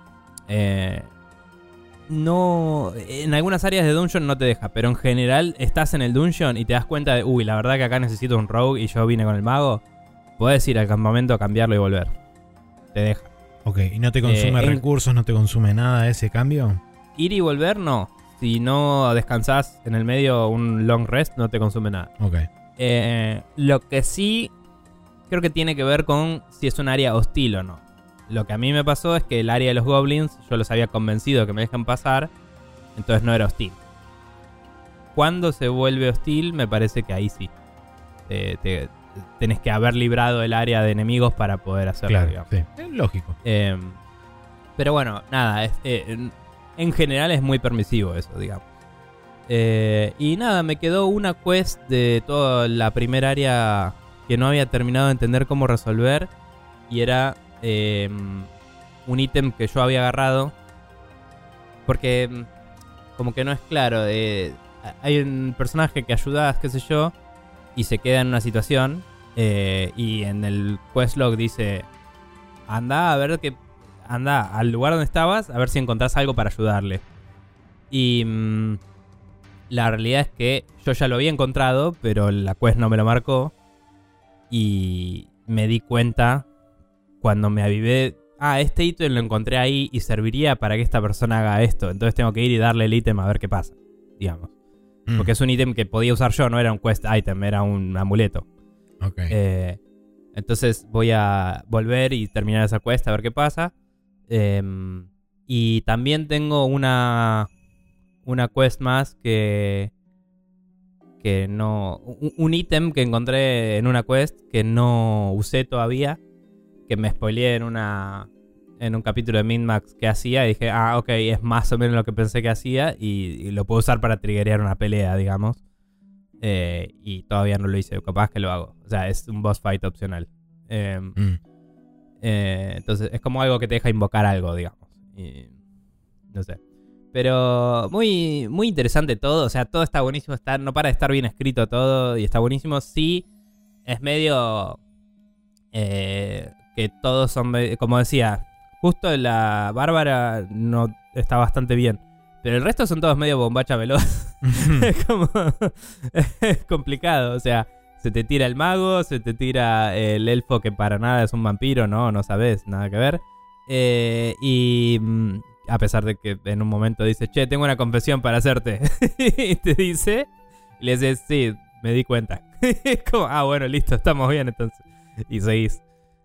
A: No, en algunas áreas de dungeon no te deja, pero en general estás en el dungeon y te das cuenta de, la verdad que acá necesito un rogue y yo vine con el mago. Podés ir al campamento a cambiarlo y volver. Te deja.
B: Ok, ¿y no te consume recursos, no te consume nada ese cambio?
A: Ir y volver no. Si no descansás en el medio un long rest no te consume nada.
B: Ok.
A: Lo que sí creo que tiene que ver con si es un área hostil o no. Lo que a mí me pasó es que el área de los goblins yo los había convencido que me dejan pasar, entonces no era hostil. Cuando se vuelve hostil, me parece que ahí sí. Tenés que haber librado el área de enemigos para poder hacerlo,
B: claro,
A: digamos.
B: Sí. Es lógico.
A: Pero bueno, nada, en general es muy permisivo eso, digamos. Y nada, me quedó una quest de toda la primera área que no había terminado de entender cómo resolver. Y era un ítem que yo había agarrado. Porque como que no es claro. Hay un personaje que ayudas, qué sé yo, y se queda en una situación. Y en el questlog dice: anda al lugar donde estabas a ver si encontrás algo para ayudarle. Y la realidad es que yo ya lo había encontrado, pero la quest no me lo marcó. Y me di cuenta cuando me avivé: este ítem lo encontré ahí y serviría para que esta persona haga esto. Entonces tengo que ir y darle el ítem a ver qué pasa, digamos. Porque es un ítem que podía usar yo, no era un quest item, era un amuleto.
B: Ok.
A: Entonces voy a volver y terminar esa quest a ver qué pasa. Y también tengo una quest más que no... Un ítem que encontré en una quest que no usé todavía, que me spoileé en un capítulo de Min-Max que hacía, y dije, ok, es más o menos lo que pensé que hacía, y lo puedo usar para triggerear una pelea, digamos. Y todavía no lo hice, capaz que lo hago. O sea, es un boss fight opcional. Entonces es como algo que te deja invocar algo, digamos. Y, no sé. Pero muy, muy interesante todo. O sea, todo está buenísimo. No para de estar bien escrito todo. Y está buenísimo. Sí, es medio... que todos son... Como decía, justo la Bárbara no está bastante bien. Pero el resto son todos medio bombacha veloz. Es como... es complicado. O sea, se te tira el mago, se te tira el elfo que para nada es un vampiro. No sabes, nada que ver. Y... a pesar de que en un momento dice: che, tengo una confesión para hacerte. Y te dice... Y le dices: sí, me di cuenta. Es como, bueno, listo, estamos bien entonces. Y seguís.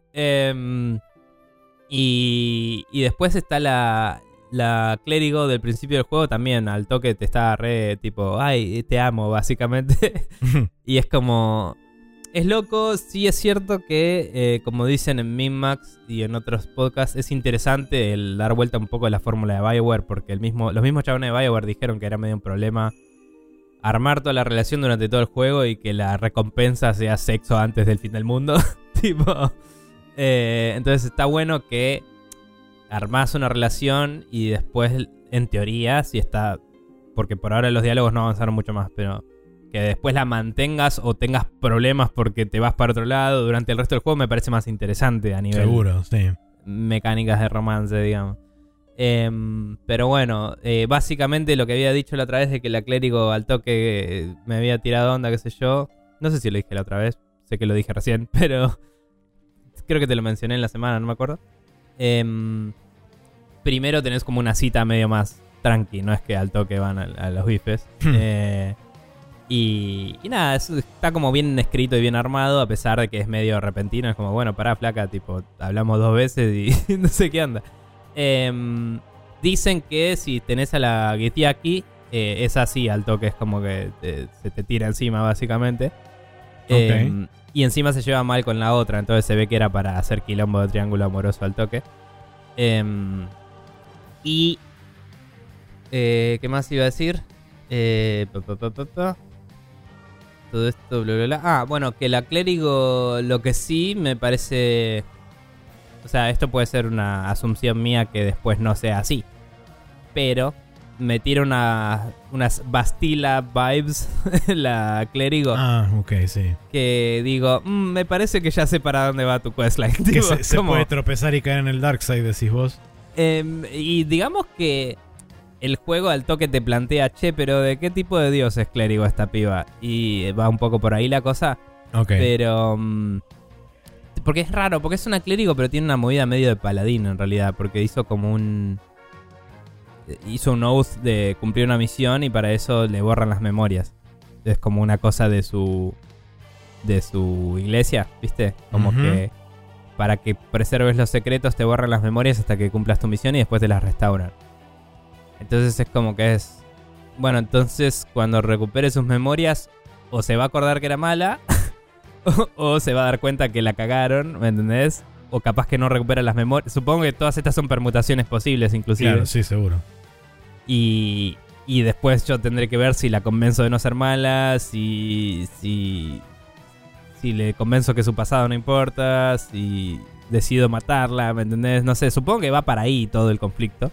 A: Y después está la clérigo del principio del juego también. Al toque te está re tipo: ay, te amo, básicamente. Y es como... es loco. Sí es cierto que, como dicen en Min-Max y en otros podcasts, es interesante el dar vuelta un poco a la fórmula de BioWare, porque los mismos chabones de BioWare dijeron que era medio un problema armar toda la relación durante todo el juego y que la recompensa sea sexo antes del fin del mundo. Tipo, entonces está bueno que armás una relación y después, en teoría, si está porque por ahora los diálogos no avanzaron mucho más, pero que después la mantengas o tengas problemas porque te vas para otro lado durante el resto del juego me parece más interesante a nivel
B: seguro, sí.
A: mecánicas de romance, digamos. Pero bueno, básicamente lo que había dicho la otra vez de que la clérigo al toque me había tirado onda, qué sé yo. No sé si lo dije la otra vez, sé que lo dije recién, pero creo que te lo mencioné en la semana, no me acuerdo. Primero tenés como una cita medio más tranqui, no es que al toque van a los bifes. Y nada, eso está como bien escrito y bien armado, a pesar de que es medio repentino. Es como, bueno, pará, flaca, tipo, hablamos 2 veces y no sé qué onda. Dicen que si tenés a la Githyanki, es así al toque, es como que se te tira encima, básicamente.
B: Okay.
A: Y encima se lleva mal con la otra, entonces se ve que era para hacer quilombo de triángulo amoroso al toque. Y... ¿qué más iba a decir? Todo esto, bla, bla, bla. Ah, bueno, que la clérigo, lo que sí me parece... O sea, esto puede ser una asunción mía que después no sea así. Pero me tira unas Bastila vibes la clérigo.
B: Ah, ok, sí.
A: Que digo, me parece que ya sé para dónde va tu questline.
B: Que
A: Digo,
B: se puede tropezar y caer en el dark side, decís vos.
A: Y digamos que el juego al toque te plantea, che, pero ¿de qué tipo de dios es clérigo esta piba? Y va un poco por ahí la cosa.
B: Ok.
A: Pero... porque es raro, porque es una clérigo, pero tiene una movida medio de paladín en realidad. Porque hizo como hizo un oath de cumplir una misión y para eso le borran las memorias. Es como una cosa de su iglesia, ¿viste? Como que para que preserves los secretos te borran las memorias hasta que cumplas tu misión y después te las restauran. Entonces es como que es... Bueno, entonces cuando recupere sus memorias o se va a acordar que era mala o se va a dar cuenta que la cagaron, ¿me entendés? O capaz que no recupera las memorias. Supongo que todas estas son permutaciones posibles, inclusive.
B: Claro, sí, seguro.
A: Y después yo tendré que ver si la convenzo de no ser mala, si le convenzo que su pasado no importa, si decido matarla, ¿me entendés? No sé, supongo que va para ahí todo el conflicto.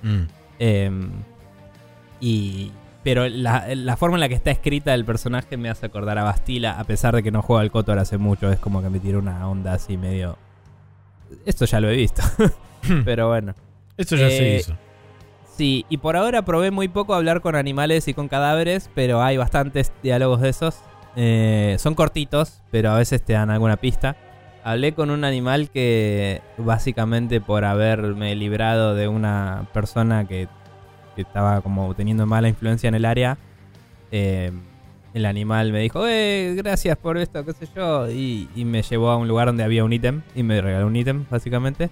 A: Pero la forma en la que está escrita el personaje me hace acordar a Bastila, a pesar de que no juego al KOTOR hace mucho. Es como que me tira una onda así medio... Esto ya lo he visto. Pero bueno.
B: Esto ya se hizo.
A: Sí, y por ahora probé muy poco hablar con animales y con cadáveres, pero hay bastantes diálogos de esos. Son cortitos, pero a veces te dan alguna pista. Hablé con un animal que básicamente por haberme librado de una persona que estaba como teniendo mala influencia en el área, el animal me dijo, gracias por esto, qué sé yo, y me llevó a un lugar donde había un ítem y me regaló un ítem básicamente.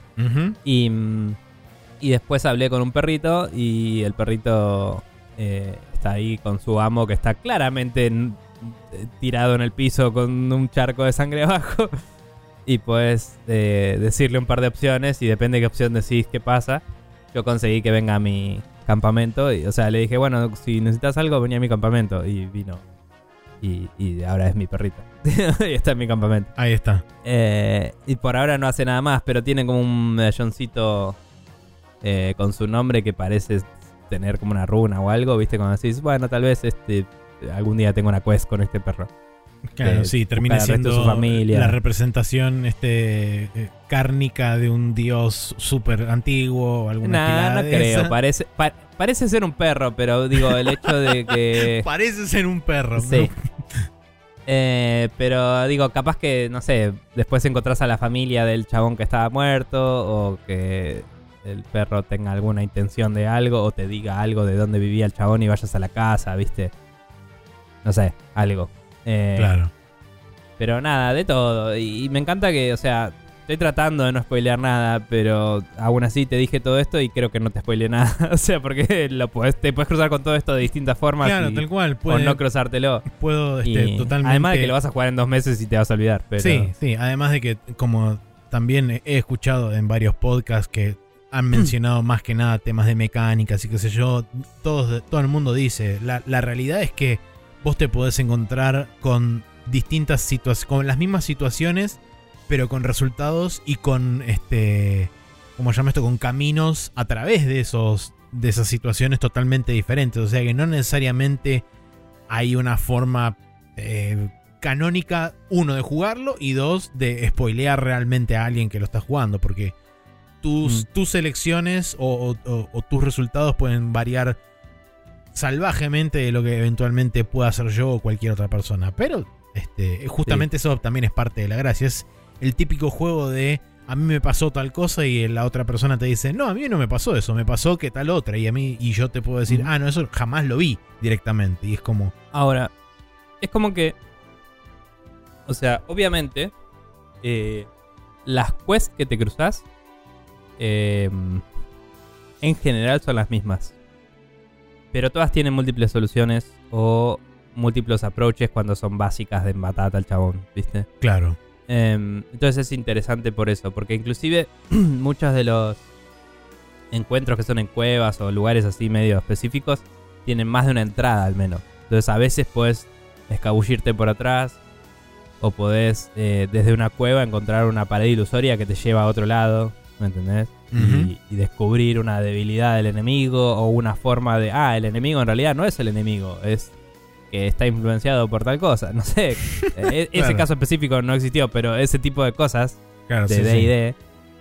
A: Y después hablé con un perrito y el perrito está ahí con su amo que está claramente tirado en el piso con un charco de sangre abajo. Y puedes decirle un par de opciones y depende de qué opción decís qué pasa. Yo conseguí que venga a mi campamento. O sea, le dije, bueno, si necesitas algo, vení a mi campamento. Y vino. Y ahora es mi perrito. Y está en mi campamento.
B: Ahí está.
A: Y por ahora no hace nada más, pero tiene como un medalloncito con su nombre que parece tener como una runa o algo, ¿viste? Cuando decís, bueno, tal vez algún día tengo una quest con este perro.
B: Claro, sí, termina siendo
A: su familia.
B: La representación cárnica de un dios súper antiguo o alguna
A: no creo, parece ser un perro, pero digo, el hecho de que...
B: Parece ser un perro.
A: Sí. Pero digo, capaz que, no sé, después encontrás a la familia del chabón que estaba muerto o que el perro tenga alguna intención de algo o te diga algo de dónde vivía el chabón y vayas a la casa, ¿viste? No sé, algo.
B: Claro.
A: Pero nada, de todo. Y me encanta que, o sea, estoy tratando de no spoilear nada, pero aún así te dije todo esto y creo que no te spoileé nada. O sea, porque te puedes cruzar con todo esto de distintas formas.
B: Claro, tal cual.
A: O no cruzártelo.
B: Puedo totalmente...
A: Además de que lo vas a jugar en 2 meses y te vas a olvidar. Pero...
B: Sí. Además de que, como también he escuchado en varios podcasts que han mencionado más que nada temas de mecánicas y qué sé yo, todo el mundo dice, la realidad es que vos te podés encontrar con distintas situaciones, con las mismas situaciones, pero con resultados y con ¿cómo se llama esto? Con caminos a través de esos de esas situaciones totalmente diferentes. O sea que no necesariamente hay una forma canónica, uno, de jugarlo, y dos, de spoilear realmente a alguien que lo está jugando, porque tus elecciones o tus resultados pueden variar salvajemente de lo que eventualmente pueda hacer yo o cualquier otra persona. Pero justamente eso también es parte de la gracia. Es el típico juego de a mí me pasó tal cosa y la otra persona te dice, no, a mí no me pasó eso, me pasó que tal otra, y yo te puedo decir, no, eso jamás lo vi directamente. Y es como...
A: Ahora, es como que, o sea, obviamente las quests que te cruzas en general son las mismas, pero todas tienen múltiples soluciones o múltiples approaches cuando son básicas de batata al chabón, ¿viste?
B: Claro.
A: Entonces es interesante por eso, porque inclusive muchos de los encuentros que son en cuevas o lugares así medio específicos tienen más de una entrada al menos. Entonces a veces puedes escabullirte por atrás o podés desde una cueva encontrar una pared ilusoria que te lleva a otro lado, ¿me entendés? Y descubrir una debilidad del enemigo o una forma de, el enemigo en realidad no es el enemigo, es que está influenciado por tal cosa, no sé. Ese caso específico no existió, pero ese tipo de cosas de D&D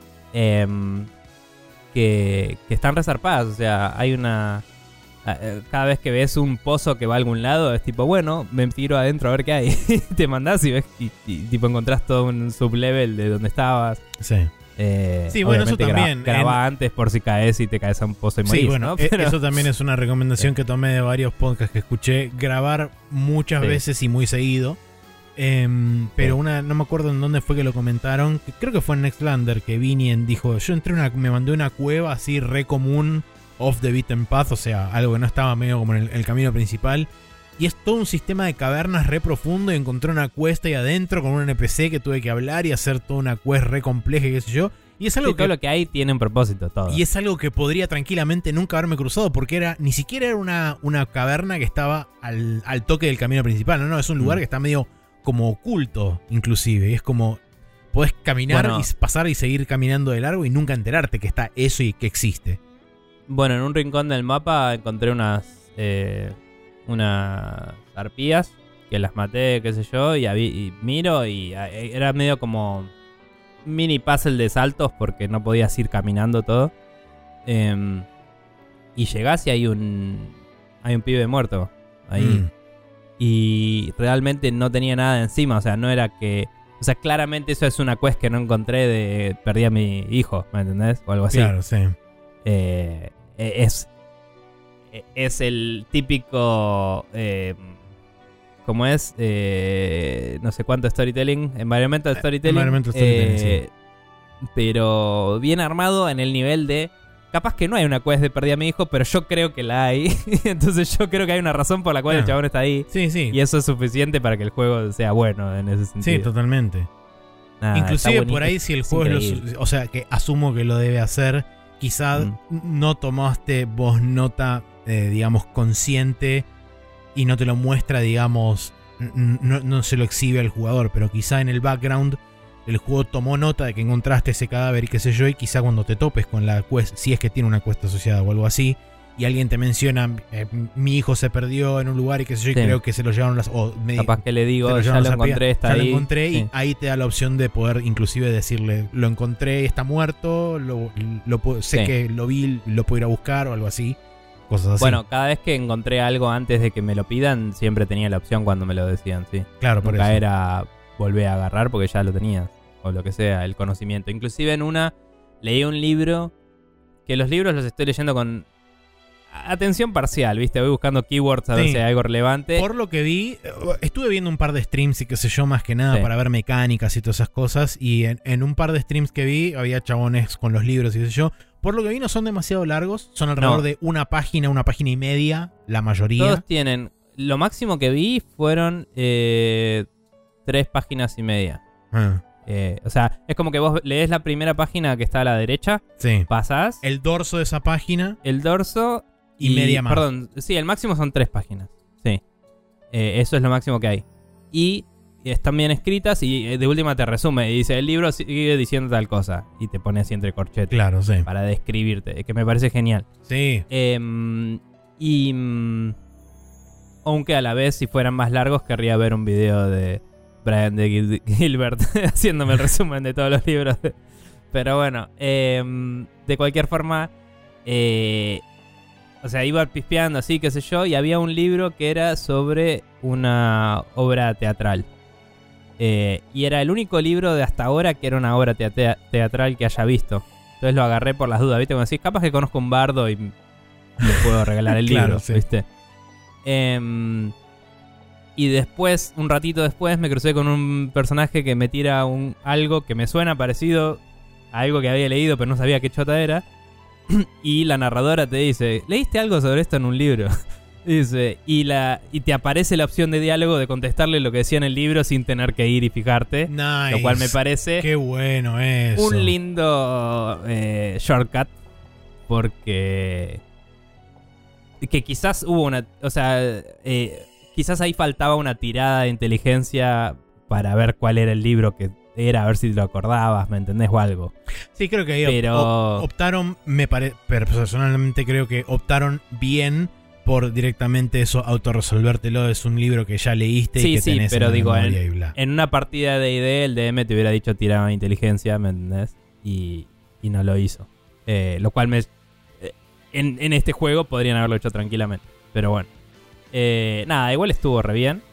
A: que están resarpadas. O sea, hay una... Cada vez que ves un pozo que va a algún lado, es tipo, bueno, me tiro adentro a ver qué hay. Te mandás y ves y tipo encontrás todo un sublevel de donde estabas.
B: Sí. Sí, bueno, eso también.
A: Graba antes por si caes y te caes a un pozo y morís,
B: bueno,
A: ¿no? Pero...
B: eso también es una recomendación que tomé de varios podcasts que escuché. Grabar muchas veces y muy seguido. Pero no me acuerdo en dónde fue que lo comentaron. Creo que fue en Nextlander que Vinien dijo, yo me mandé una cueva así re común, off the beaten path, o sea, algo que no estaba medio como en el camino principal. Y es todo un sistema de cavernas re profundo y encontré una quest ahí adentro con un NPC que tuve que hablar y hacer toda una quest re compleja y qué sé yo. Y es algo que
A: todo lo que hay tiene un propósito, todo.
B: Y es algo que podría tranquilamente nunca haberme cruzado porque ni siquiera era una caverna que estaba al toque del camino principal. No, es un lugar que está medio como oculto inclusive. Y es como, podés caminar y pasar y seguir caminando de largo y nunca enterarte que está eso y que existe.
A: Bueno, en un rincón del mapa encontré unas arpías que las maté, qué sé yo, y miro y era medio como mini puzzle de saltos porque no podías ir caminando todo. Y llegás y hay un pibe muerto ahí. Y realmente no tenía nada encima, o sea, no era que... O sea, claramente eso es una quest que no encontré de perdí a mi hijo, ¿me entendés? O algo así.
B: Claro, sí.
A: Es el típico ¿cómo es? No sé cuánto storytelling, environmental storytelling,
B: sí.
A: Pero bien armado en el nivel de capaz que no hay una quest de perdí a mi hijo, pero yo creo que la hay. Entonces yo creo que hay una razón por la cual el chabón está ahí.
B: Sí.
A: Y eso es suficiente para que el juego sea bueno en ese sentido.
B: Sí, totalmente. Inclusive por ahí si el juego o sea, que asumo que lo debe hacer, quizás no tomaste vos nota, digamos, consciente y no te lo muestra, digamos, no se lo exhibe al jugador, pero quizá en el background el juego tomó nota de que encontraste ese cadáver y qué sé yo, y quizá cuando te topes con la quest, si es que tiene una quest asociada o algo así, y alguien te menciona, mi hijo se perdió en un lugar y qué sé yo, y creo que se lo llevaron
A: capaz que le digo, ya lo encontré, está ahí.
B: Ya lo encontré, y ahí te da la opción de poder inclusive decirle, lo encontré, está muerto, sé que lo vi, lo puedo ir a buscar o algo así. Cosas así.
A: Bueno, cada vez que encontré algo antes de que me lo pidan, siempre tenía la opción cuando me lo decían, sí.
B: Claro, por eso.
A: Nunca era volver a agarrar porque ya lo tenías, o lo que sea, el conocimiento. Inclusive en una leí un libro, que los libros los estoy leyendo con atención parcial, ¿viste? Voy buscando keywords a ver si hay algo relevante.
B: Por lo que vi, estuve viendo un par de streams y qué sé yo, más que nada para ver mecánicas y todas esas cosas, y en un par de streams que vi había chabones con los libros y qué sé yo. Por lo que vi no son demasiado largos, son alrededor de una página y media, la mayoría.
A: Todos tienen, lo máximo que vi fueron 3 páginas y media. O sea, es como que vos lees la primera página que está a la derecha, pasás
B: el dorso de esa página,
A: el dorso
B: y media más.
A: Perdón, sí, el máximo son 3 páginas. Sí. Eso es lo máximo que hay. Y
C: están bien escritas y de última te resume y dice, el libro sigue diciendo tal cosa y te pone así entre corchetes.
B: Claro, sí.
C: Para describirte, que me parece genial.
B: Sí.
C: Aunque a la vez, si fueran más largos, querría ver un video de Brian de Gilbert haciéndome el resumen de todos los libros. Pero bueno, de cualquier forma, o sea, iba pispeando así, qué sé yo, y había un libro que era sobre una obra teatral. Y era el único libro de hasta ahora que era una obra teatral que haya visto. Entonces lo agarré por las dudas, ¿viste? Como decís, capaz que conozco un bardo y le puedo regalar el libro,
B: Claro, sí.
C: ¿viste? Y después, un ratito después, me crucé con un personaje que me tira algo que me suena parecido a algo que había leído, pero no sabía qué chota era. Y la narradora te dice, ¿leíste algo sobre esto en un libro? Dice, y te aparece la opción de diálogo de contestarle lo que decía en el libro sin tener que ir y fijarte.
B: Nice.
C: Lo cual me parece
B: Qué bueno eso.
C: un lindo shortcut. Porque que quizás hubo una... O sea, quizás ahí faltaba una tirada de inteligencia para ver cuál era el libro que era, a ver si lo acordabas, ¿me entendés? O algo.
B: Sí, creo que ahí
C: Pero...
B: optaron, pero personalmente creo que optaron bien por directamente eso, autorresolvértelo. Es un libro que ya leíste y
C: Sí,
B: que
C: sí,
B: tenés
C: pero
B: en la
C: digo,
B: memoria y bla.
C: en una partida de D&D el DM te hubiera dicho tirada de inteligencia, ¿me entendés? Y no lo hizo. Lo cual en este juego podrían haberlo hecho tranquilamente. Pero bueno. Nada, igual estuvo re bien.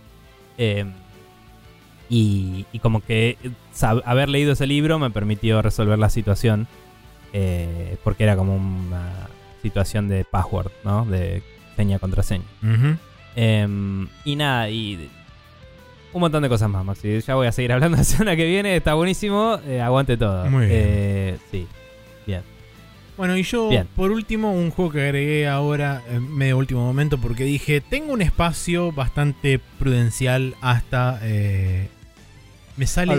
C: Y como que haber leído ese libro me permitió resolver la situación. Porque era como una situación de password, ¿no? De seña-contraseña.
B: Ujú.
C: Y nada, y un montón de cosas más, Maxi. Ya voy a seguir hablando la semana que viene. Está buenísimo. Aguante todo.
B: Muy bien.
C: Sí, bien.
B: Bueno, y yo,
C: Bien.
B: por último, un juego que agregué ahora en medio último momento porque dije, tengo un espacio bastante prudencial hasta... me sale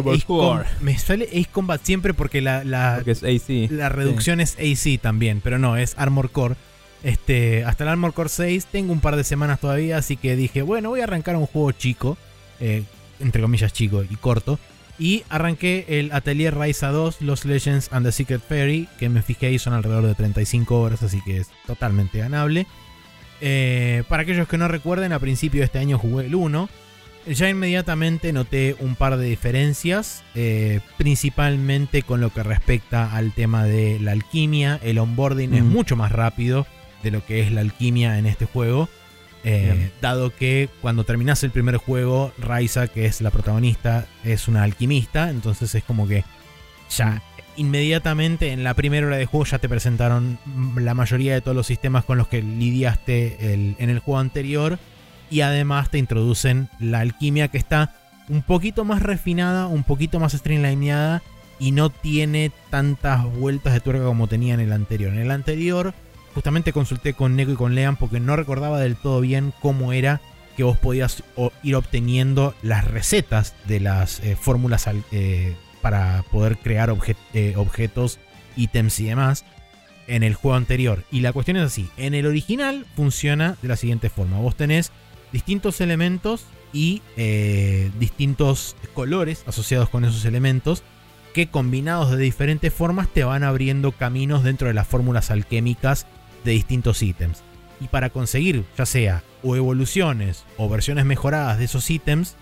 B: Ace Combat siempre porque
C: Porque es AC.
B: la reducción es AC también, pero no, es Armor Core. Hasta el Armor Core 6 tengo un par de semanas todavía, así que dije, bueno, voy a arrancar un juego chico, entre comillas chico y corto. Y arranqué el Atelier Ryza 2, Lost Legends and the Secret Fairy, que me fijé ahí son alrededor de 35 horas, así que es totalmente ganable. Para aquellos que no recuerden, a principio de este año jugué el 1. Ya inmediatamente noté un par de diferencias, principalmente con lo que respecta al tema de la alquimia. El onboarding es mucho más rápido de lo que es la alquimia en este juego. Dado que cuando terminas el primer juego, Ryza, que es la protagonista, es una alquimista. Entonces es como que ya inmediatamente en la primera hora de juego ya te presentaron la mayoría de todos los sistemas con los que lidiaste en el juego anterior. Y además te introducen la alquimia, que está un poquito más refinada, un poquito más streamlineada y no tiene tantas vueltas de tuerca como tenía en el anterior. En el anterior justamente consulté con Neko y con Lean porque no recordaba del todo bien cómo era que vos podías ir obteniendo las recetas de las fórmulas para poder crear objetos, ítems y demás en el juego anterior. Y la cuestión es así, en el original funciona de la siguiente forma. Vos tenés distintos elementos y distintos colores asociados con esos elementos que combinados de diferentes formas te van abriendo caminos dentro de las fórmulas alquímicas de distintos ítems. Y para conseguir ya sea o evoluciones o versiones mejoradas de esos ítems,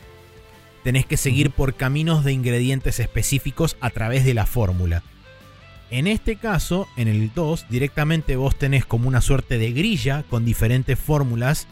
B: tenés que seguir por caminos de ingredientes específicos a través de la fórmula. En este caso, en el 2, directamente vos tenés como una suerte de grilla con diferentes fórmulas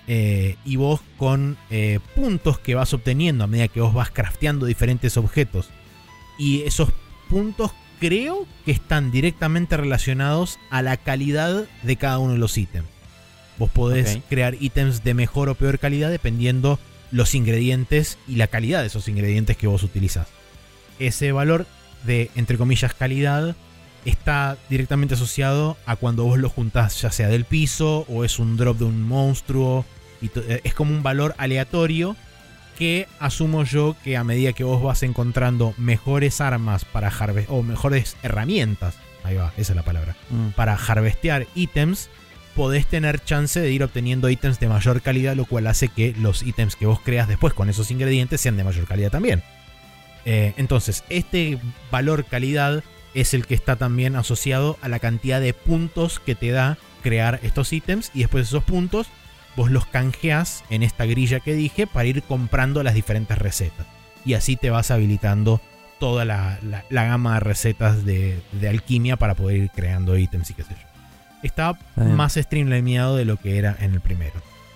B: y vos con puntos que vas obteniendo a medida que vos vas crafteando diferentes objetos. Y esos puntos creo que están directamente relacionados a la calidad de cada uno de los ítems. Vos podés crear ítems de mejor o peor calidad dependiendo los ingredientes y la calidad de esos ingredientes que vos utilizás. Ese valor de, entre comillas, calidad está directamente asociado a cuando vos lo juntás, ya sea del piso o es un drop de un monstruo. Y es como un valor aleatorio que asumo yo que a medida que vos vas encontrando mejores armas para harvestear, o mejores herramientas, ahí va, esa es la palabra, para harvestear ítems, podés tener chance de ir obteniendo ítems de mayor calidad, lo cual hace que los ítems que vos creas después con esos ingredientes sean de mayor calidad también. Entonces, este valor calidad es el que está también asociado a la cantidad de puntos que te da crear estos ítems, y después esos puntos vos los canjeás en esta grilla que dije para ir comprando las diferentes recetas. Y así te vas habilitando toda la gama de recetas de alquimia para poder ir creando ítems y qué sé yo. Está más streamlineado de lo que era en el primero.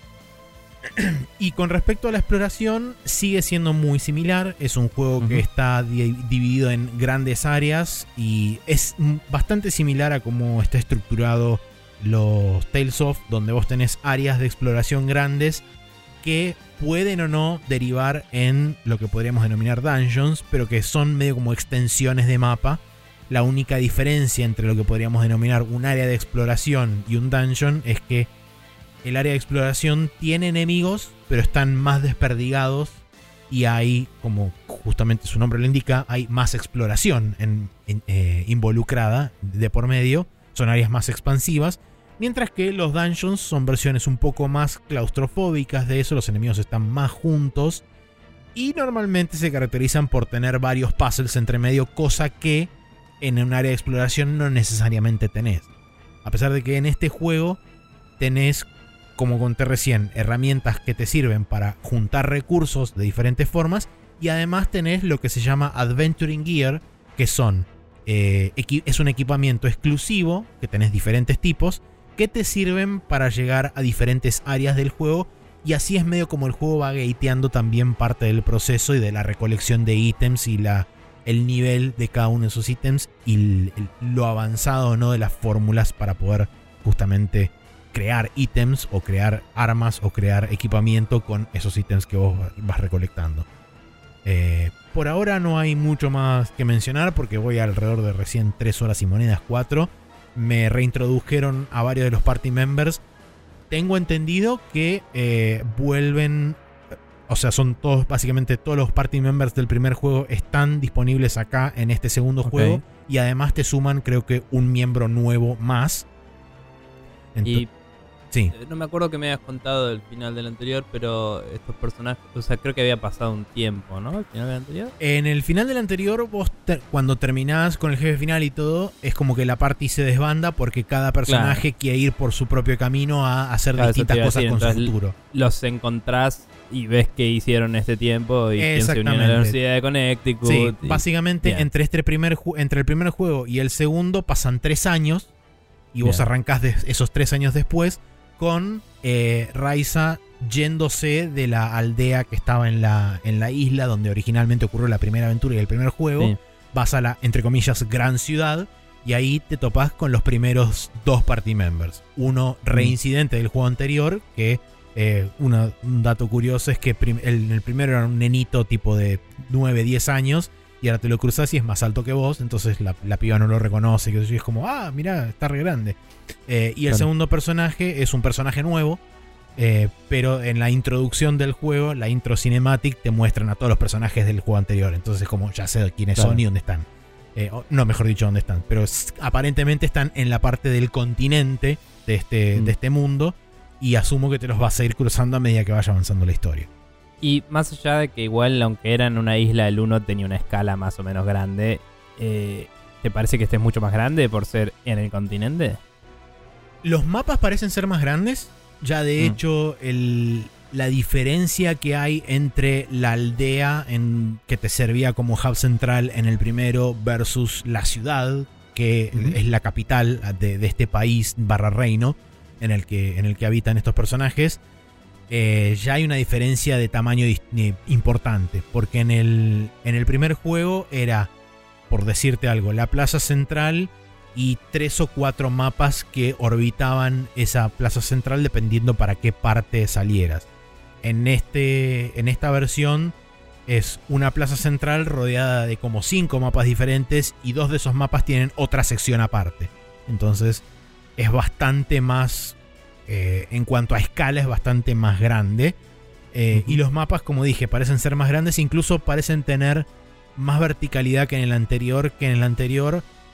B: Y con respecto a la exploración, sigue siendo muy similar. Es un juego que está dividido en grandes áreas y es bastante similar a cómo está estructurado los Tales of, donde vos tenés áreas de exploración grandes que pueden o no derivar en lo que podríamos denominar dungeons, pero que son medio como extensiones de mapa. La única diferencia entre lo que podríamos denominar un área de exploración y un dungeon es que el área de exploración tiene enemigos, pero están más desperdigados y hay, como justamente su nombre lo indica, hay más exploración involucrada de por medio. Son áreas más expansivas, mientras que los dungeons son versiones un poco más claustrofóbicas de eso. Los enemigos están más juntos y normalmente se caracterizan por tener varios puzzles entre medio, cosa que en un área de exploración no necesariamente tenés. A pesar de que en este juego tenés, como conté recién, herramientas que te sirven para juntar recursos de diferentes formas, y además tenés lo que se llama Adventuring Gear, que son es un equipamiento exclusivo, que tenés diferentes tipos, que te sirven para llegar a diferentes áreas del juego, y así es medio como el juego va gateando también parte del proceso y de la recolección de ítems y el nivel de cada uno de esos ítems y lo avanzado o no de las fórmulas para poder justamente crear ítems o crear armas o crear equipamiento con esos ítems que vos vas recolectando. Por ahora no hay mucho más que mencionar porque voy alrededor de recién 3 horas y monedas, 4. Me reintrodujeron a varios de los party members. Tengo entendido que vuelven, o sea, son todos, básicamente todos los party members del primer juego están disponibles acá en este segundo juego, y además te suman, creo que, un miembro nuevo más.
C: Y
B: sí.
C: No me acuerdo que me hayas contado del final del anterior, pero estos personajes, o sea, creo que había pasado un tiempo, ¿no? ¿El final del anterior?
B: En el final del anterior, vos cuando terminás con el jefe final y todo, es como que la party se desbanda porque cada personaje quiere ir por su propio camino a hacer distintas cosas con su futuro.
C: Los encontrás y ves qué hicieron este tiempo y quién se unió a la Universidad de Connecticut.
B: Sí, básicamente entre el primer juego y el segundo pasan 3 años y vos arrancás de esos 3 años después con Raiza yéndose de la aldea que estaba en la isla donde originalmente ocurrió la primera aventura y el primer juego. Sí. Vas a la, entre comillas, gran ciudad, y ahí te topás con los primeros 2 party members. Uno reincidente del juego anterior, que un dato curioso es que el primero era un nenito tipo de 9, 10 años, y ahora te lo cruzas y es más alto que vos, entonces la piba no lo reconoce, que es como, mirá, está re grande. Y el segundo personaje es un personaje nuevo, pero en la introducción del juego, la intro cinematic, te muestran a todos los personajes del juego anterior, entonces como ya sé quiénes son y dónde están. No, mejor dicho, dónde están, pero aparentemente están en la parte del continente de este mundo, y asumo que te los vas a ir cruzando a medida que vaya avanzando la historia.
C: Y más allá de que igual, aunque era en una isla, el 1 tenía una escala más o menos grande, ¿te parece que este es mucho más grande por ser en el continente?
B: Los mapas parecen ser más grandes. Ya de hecho, la diferencia que hay entre la aldea que te servía como hub central en el primero versus la ciudad, que es la capital de este país /reino en el que habitan estos personajes, ya hay una diferencia de tamaño importante, porque en el primer juego era, por decirte algo, la plaza central y 3 o 4 mapas que orbitaban esa plaza central dependiendo para qué parte salieras. En esta versión es una plaza central rodeada de como 5 mapas diferentes, y 2 de esos mapas tienen otra sección aparte. Entonces es bastante más, en cuanto a escala, es bastante más grande. Y los mapas, como dije, parecen ser más grandes, incluso parecen tener más verticalidad que en el anterior,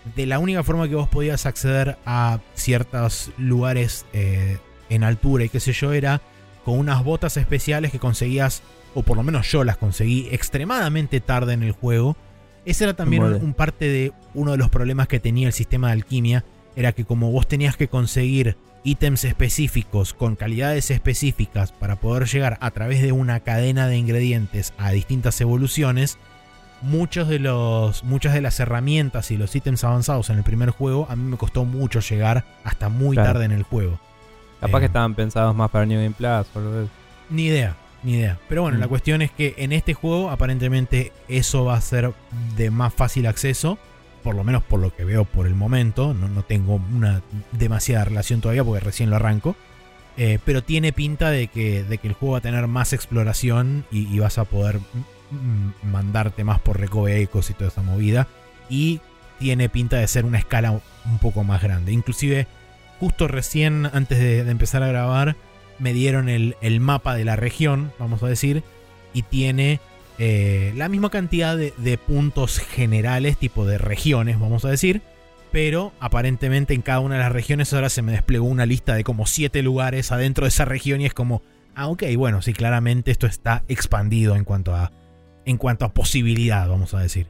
B: de la única forma que vos podías acceder a ciertos lugares en altura y qué sé yo, era con unas botas especiales que conseguías, o por lo menos yo las conseguí extremadamente tarde en el juego. Ese era también un parte de uno de los problemas que tenía el sistema de alquimia, era que como vos tenías que conseguir ítems específicos con calidades específicas para poder llegar a través de una cadena de ingredientes a distintas evoluciones, muchas de las herramientas y los ítems avanzados en el primer juego a mí me costó mucho llegar hasta muy tarde en el juego.
C: Capaz que estaban pensados más para New Game Plus o algo de eso.
B: Ni idea. Pero bueno, la cuestión es que en este juego aparentemente eso va a ser de más fácil acceso, por lo menos por lo que veo por el momento. No tengo una demasiada relación todavía porque recién lo arranco. Pero tiene pinta de que el juego va a tener más exploración y vas a poder mandarte más por recovecos y toda esa movida. Y tiene pinta de ser una escala un poco más grande. Inclusive, justo recién antes de empezar a grabar, me dieron el mapa de la región, vamos a decir, y tiene la misma cantidad de puntos generales, tipo de regiones, vamos a decir, pero aparentemente en cada una de las regiones ahora se me desplegó una lista de como 7 lugares adentro de esa región y es como, ok, bueno, sí, claramente esto está expandido en cuanto a posibilidad, vamos a decir.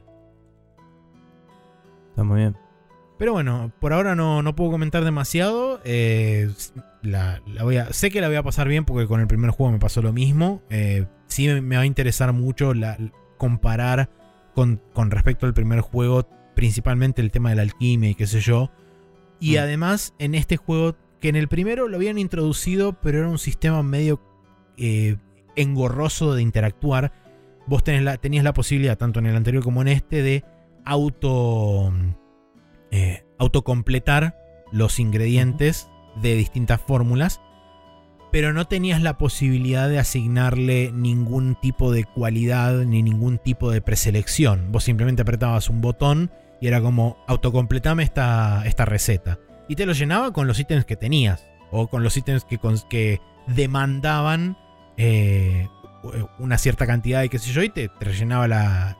C: Está muy bien.
B: Pero bueno, por ahora no puedo comentar demasiado. Sé que la voy a pasar bien porque con el primer juego me pasó lo mismo. Sí me va a interesar mucho comparar con respecto al primer juego, principalmente el tema de la alquimia y qué sé yo. Y además en este juego, que en el primero lo habían introducido, pero era un sistema medio engorroso de interactuar. Vos tenías la posibilidad, tanto en el anterior como en este, de autocompletar los ingredientes de distintas fórmulas, pero no tenías la posibilidad de asignarle ningún tipo de cualidad ni ningún tipo de preselección. Vos simplemente apretabas un botón y era como autocompletame esta receta y te lo llenaba con los ítems que tenías o con los ítems que demandaban una cierta cantidad y qué sé yo, y te rellenaba la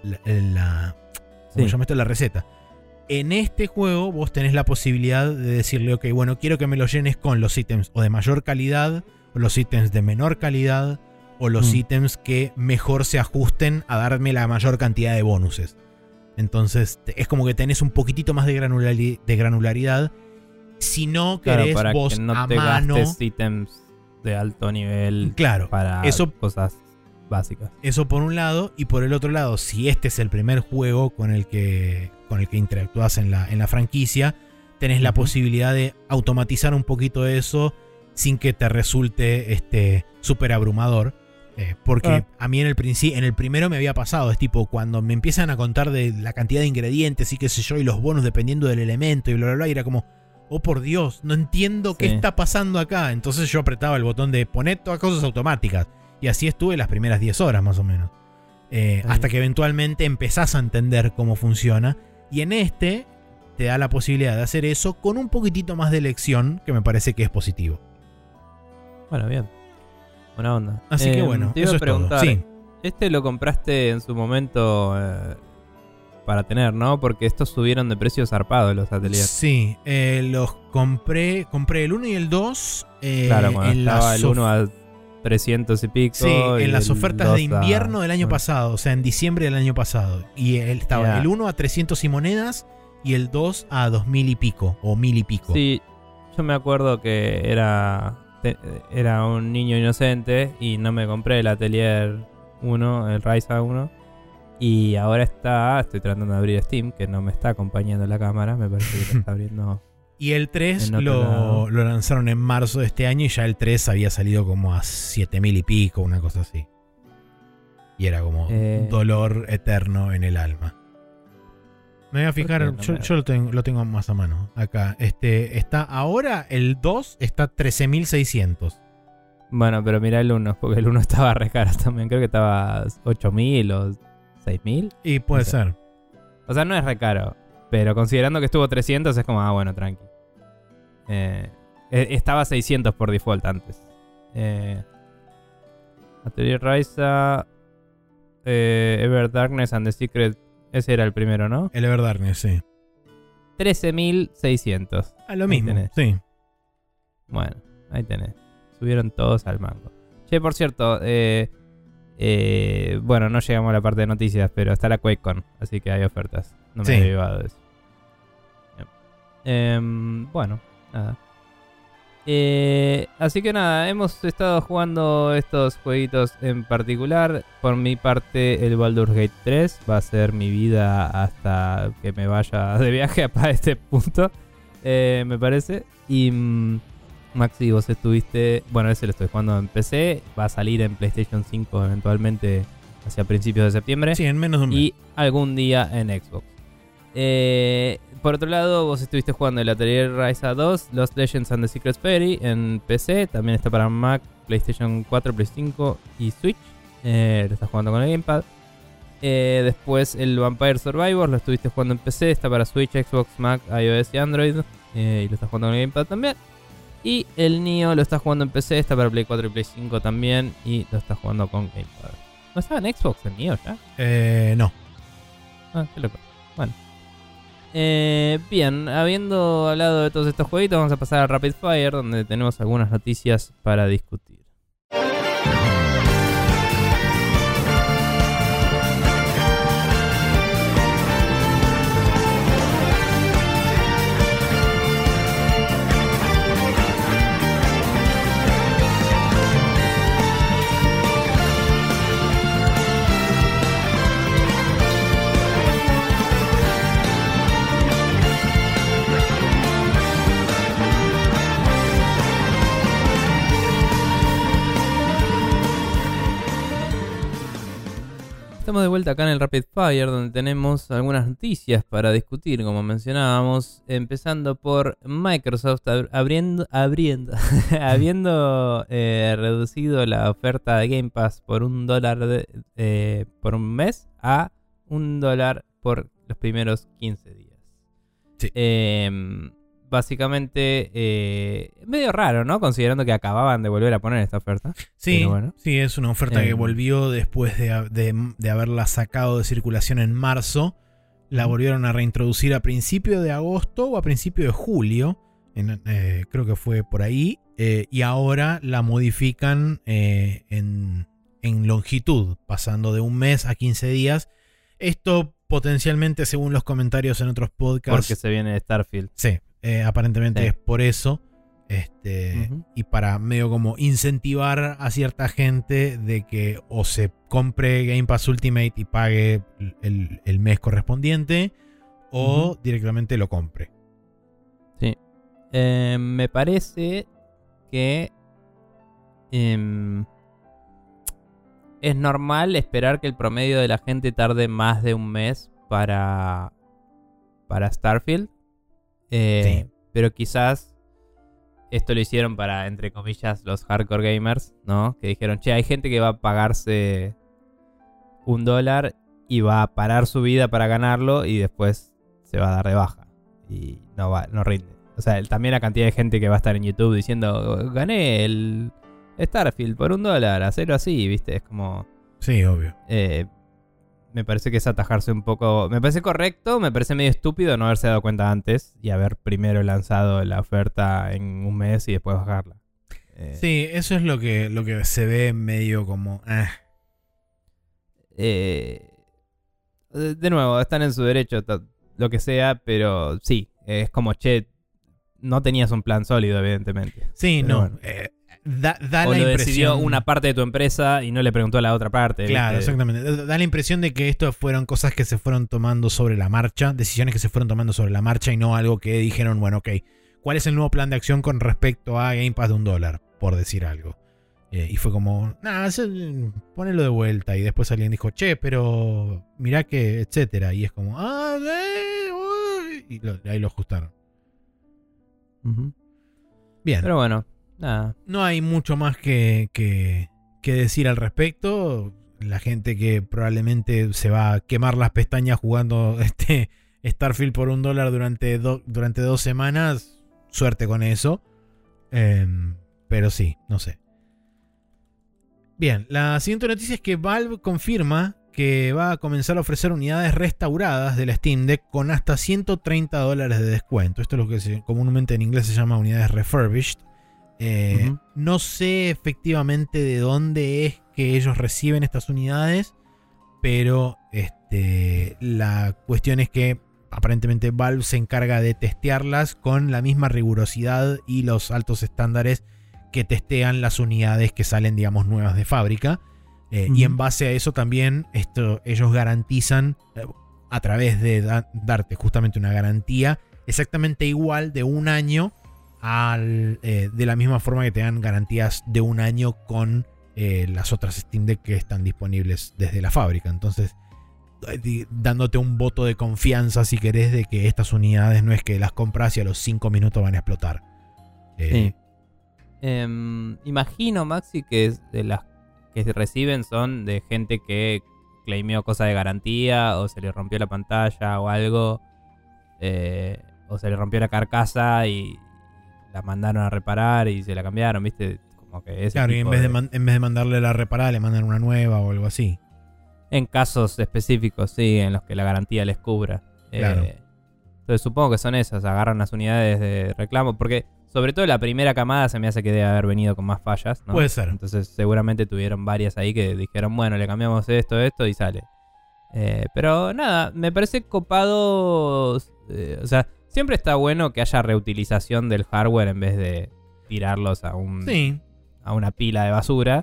B: receta. En este juego vos tenés la posibilidad de decirle, ok, bueno, quiero que me lo llenes con los ítems o de mayor calidad, o los ítems de menor calidad, o los ítems que mejor se ajusten a darme la mayor cantidad de bonuses. Entonces es como que tenés un poquitito más de granularidad. Si no querés
C: para
B: vos
C: que no
B: a
C: te
B: mano...
C: gastes ítems de alto nivel,
B: claro,
C: para cosas básicas.
B: Eso por un lado, y por el otro lado, si este es el primer juego con el que interactúas en la franquicia, tenés la posibilidad de automatizar un poquito eso sin que te resulte súper abrumador. Porque a mí en el primero me había pasado, es tipo cuando me empiezan a contar de la cantidad de ingredientes y qué sé yo, y los bonos dependiendo del elemento y bla bla bla, y era como, oh por Dios, no entiendo qué está pasando acá. Entonces yo apretaba el botón de poner todas cosas automáticas. Y así estuve las primeras 10 horas más o menos. Hasta que eventualmente empezás a entender cómo funciona. Y en este te da la posibilidad de hacer eso con un poquitito más de elección, que me parece que es positivo.
C: Bueno, bien. Buena onda.
B: Así que bueno,
C: te iba
B: eso
C: a preguntar,
B: es todo. Sí.
C: Este lo compraste en su momento para tener, ¿no? Porque estos subieron de precio zarpado los ateliers.
B: Sí, los compré el 1 y el 2.
C: Claro, cuando estaba el 1 a 300 y pico.
B: Sí, en las ofertas de invierno del año
C: bueno,
B: pasado, o sea, en diciembre del año pasado. Y estaba el 1 a 300 y monedas y el 2 a 2000 y pico, o 1000 y pico.
C: Sí, yo me acuerdo que era un niño inocente y no me compré el Atelier 1, el Ryza 1. Y ahora estoy tratando de abrir Steam, que no me está acompañando la cámara, me parece que lo está abriendo.
B: Y el 3 lo lanzaron en marzo de este año y ya el 3 había salido como a 7000 y pico, una cosa así. Y era como dolor eterno en el alma. Me voy a fijar, yo lo tengo más a mano. Acá, está ahora, el 2 está 13600.
C: Bueno, pero mira el 1, porque el 1 estaba re caro también. Creo que estaba 8000 o 6000.
B: Y puede ser.
C: O sea, no es re caro, pero considerando que estuvo 300 es como, bueno, tranqui. Estaba 600 por default antes. Atelier Ryza, Ever Darkness and the Secret. Ese era el primero, ¿no?
B: El Ever Darkness, sí.
C: 13.600.
B: A lo
C: Ahí
B: mismo,
C: tenés.
B: sí.
C: Bueno, ahí tenés. Subieron todos al mango. Che, por cierto, bueno, no llegamos a la parte de noticias, pero está la QuakeCon, así que hay ofertas. No me
B: Sí.
C: he llevado de eso. Bueno, nada. Así que nada, hemos estado jugando estos jueguitos en particular. Por mi parte, el Baldur's Gate 3 va a ser mi vida hasta que me vaya de viaje para este punto, me parece. Y Maxi, vos estuviste... Bueno, ese lo estoy jugando en PC. Va a salir en PlayStation 5 eventualmente hacia principios de septiembre.
B: Sí, en menos de un mes.
C: Y algún día en Xbox. Por otro lado, vos estuviste jugando el Atelier Ryza 2, Lost Legends and the Secret Fairy en PC. También está para Mac, PlayStation 4, PlayStation 5 y Switch. Lo estás jugando con el Gamepad. Después el Vampire Survivors lo estuviste jugando en PC. Está para Switch, Xbox, Mac, iOS y Android. Y lo estás jugando con el Gamepad también. Y el Nioh lo estás jugando en PC. Está para Play 4 y Play 5 también. Y lo estás jugando con Gamepad. ¿No estaba en Xbox el Nioh ya?
B: No.
C: Ah, qué loco. Bueno. Bien, habiendo hablado de todos estos jueguitos, vamos a pasar a Rapid Fire, donde tenemos algunas noticias para discutir. Estamos de vuelta acá en el Rapid Fire, donde tenemos algunas noticias para discutir, como mencionábamos, empezando por Microsoft habiendo reducido la oferta de Game Pass por $1 por un mes a $1 por los primeros 15 días.
B: Sí.
C: Básicamente, medio raro, ¿no? Considerando que acababan de volver a poner esta oferta.
B: Sí,
C: Pero bueno.
B: sí, es una oferta que volvió después de haberla sacado de circulación en marzo. La volvieron a reintroducir a principio de agosto o a principio de julio. Creo que fue por ahí. Y ahora la modifican en longitud, pasando de un mes a 15 días. Esto potencialmente, según los comentarios en otros podcasts...
C: Porque se viene Starfield.
B: Sí. Aparentemente
C: sí.
B: Es por eso. Y para medio como incentivar a cierta gente de que o se compre Game Pass Ultimate y pague el mes correspondiente o directamente lo compre.
C: Sí. Me parece que es normal esperar que el promedio de la gente tarde más de un mes para Starfield.
B: Sí.
C: Pero quizás esto lo hicieron para, entre comillas, los hardcore gamers, ¿no? Que dijeron, che, hay gente que va a pagarse $1 y va a parar su vida para ganarlo y después se va a dar de baja. Y no rinde. O sea, también la cantidad de gente que va a estar en YouTube diciendo, gané el Starfield por $1, hacerlo así, ¿viste? Es como...
B: Sí, obvio.
C: Me parece que es atajarse un poco. Me parece correcto, me parece medio estúpido no haberse dado cuenta antes y haber primero lanzado la oferta en un mes y después bajarla.
B: Sí, eso es lo que se ve medio como...
C: De nuevo, están en su derecho, lo que sea, pero sí, es como, che, no tenías un plan sólido, evidentemente.
B: Sí,
C: pero
B: no.
C: Bueno.
B: Da
C: o
B: la
C: lo
B: impresión...
C: decidió una parte de tu empresa y no le preguntó a la otra parte.
B: Claro,
C: ¿viste?
B: exactamente. Da la impresión de que esto fueron cosas que se fueron tomando sobre la marcha, decisiones que se fueron tomando sobre la marcha y no algo que dijeron, bueno, ok, ¿cuál es el nuevo plan de acción con respecto a Game Pass de $1? Por decir algo. Y fue como, nada, ponelo de vuelta. Y después alguien dijo, che, pero mirá que, etcétera. Y es como, y ahí lo ajustaron. Bien.
C: Pero bueno, nada.
B: No hay mucho más que decir al respecto. La gente que probablemente se va a quemar las pestañas jugando Starfield por $1 durante 2 semanas, suerte con eso. Pero sí, no sé. Bien, la siguiente noticia es que Valve confirma que va a comenzar a ofrecer unidades restauradas de la Steam Deck con hasta $130 de descuento. Esto es lo que comúnmente en inglés se llama unidades refurbished. No sé efectivamente de dónde es que ellos reciben estas unidades, pero la cuestión es que aparentemente Valve se encarga de testearlas con la misma rigurosidad y los altos estándares que testean las unidades que salen, digamos, nuevas de fábrica. Y en base a eso también ellos garantizan, a través de darte justamente una garantía exactamente igual de un año, de la misma forma que te dan garantías de un año con las otras Steam Deck que están disponibles desde la fábrica. Entonces, dándote un voto de confianza, si querés, de que estas unidades no es que las compras y a los 5 minutos van a explotar.
C: Sí. Imagino, Maxi, que de las que se reciben son de gente que claimeó cosa de garantía, o se le rompió la pantalla o algo, o se le rompió la carcasa y la mandaron a reparar y se la cambiaron, ¿viste? Como que ese
B: claro, y en vez de mandarle la reparada, le mandan una nueva o algo así.
C: En casos específicos, sí, en los que la garantía les cubra.
B: Claro.
C: Entonces supongo que son esas, agarran las unidades de reclamo, porque sobre todo la primera camada se me hace que debe haber venido con más fallas, ¿no?
B: Puede ser.
C: Entonces seguramente tuvieron varias ahí que dijeron, bueno, le cambiamos esto y sale. Pero nada, me parece copado. O sea, siempre está bueno que haya reutilización del hardware en vez de tirarlos a una pila de basura.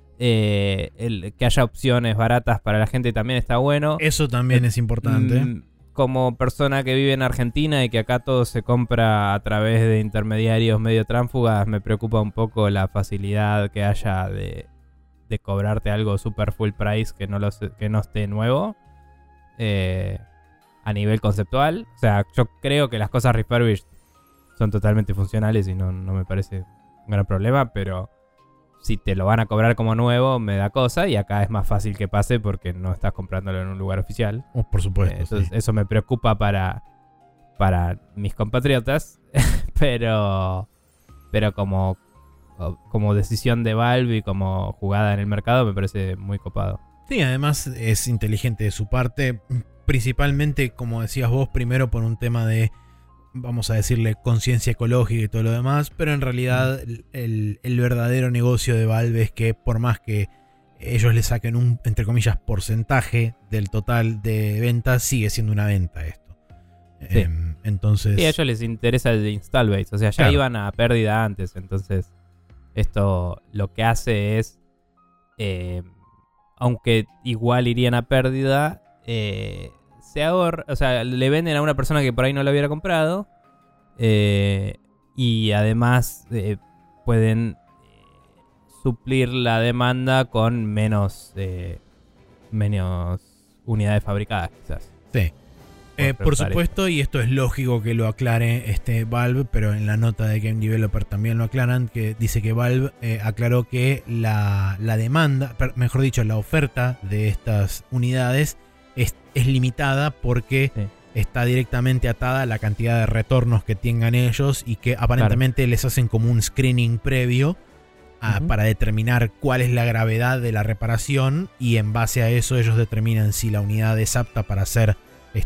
C: Que haya opciones baratas para la gente también está bueno.
B: Eso también es importante.
C: Como persona que vive en Argentina y que acá todo se compra a través de intermediarios medio tránfugas, me preocupa un poco la facilidad que haya de cobrarte algo super full price que no esté nuevo a nivel conceptual. O sea, yo creo que las cosas refurbished son totalmente funcionales y no me parece un gran problema, pero si te lo van a cobrar como nuevo, me da cosa, y acá es más fácil que pase porque no estás comprándolo en un lugar oficial.
B: Oh, por supuesto.
C: Entonces, eso me preocupa para mis compatriotas, pero como decisión de Valve y como jugada en el mercado me parece muy copado.
B: Sí, además es inteligente de su parte, principalmente, como decías vos, primero por un tema de, vamos a decirle, conciencia ecológica y todo lo demás, pero en realidad el verdadero negocio de Valve es que por más que ellos le saquen un, entre comillas, porcentaje del total de ventas, sigue siendo una venta esto.
C: Sí.
B: Entonces...
C: Sí, a ellos les interesa el install base, o sea, ya iban a pérdida antes, entonces esto lo que hace es, aunque igual irían a pérdida, se ahorra, o sea, le venden a una persona que por ahí no lo hubiera comprado, y además pueden suplir la demanda con menos unidades fabricadas, quizás.
B: Sí. Por supuesto, y esto es lógico que lo aclare Valve, pero en la nota de Game Developer también lo aclaran, que dice que Valve aclaró que la demanda, mejor dicho, la oferta de estas unidades es limitada porque está directamente atada a la cantidad de retornos que tengan ellos, y que aparentemente les hacen como un screening previo para determinar cuál es la gravedad de la reparación, y en base a eso ellos determinan si la unidad es apta para ser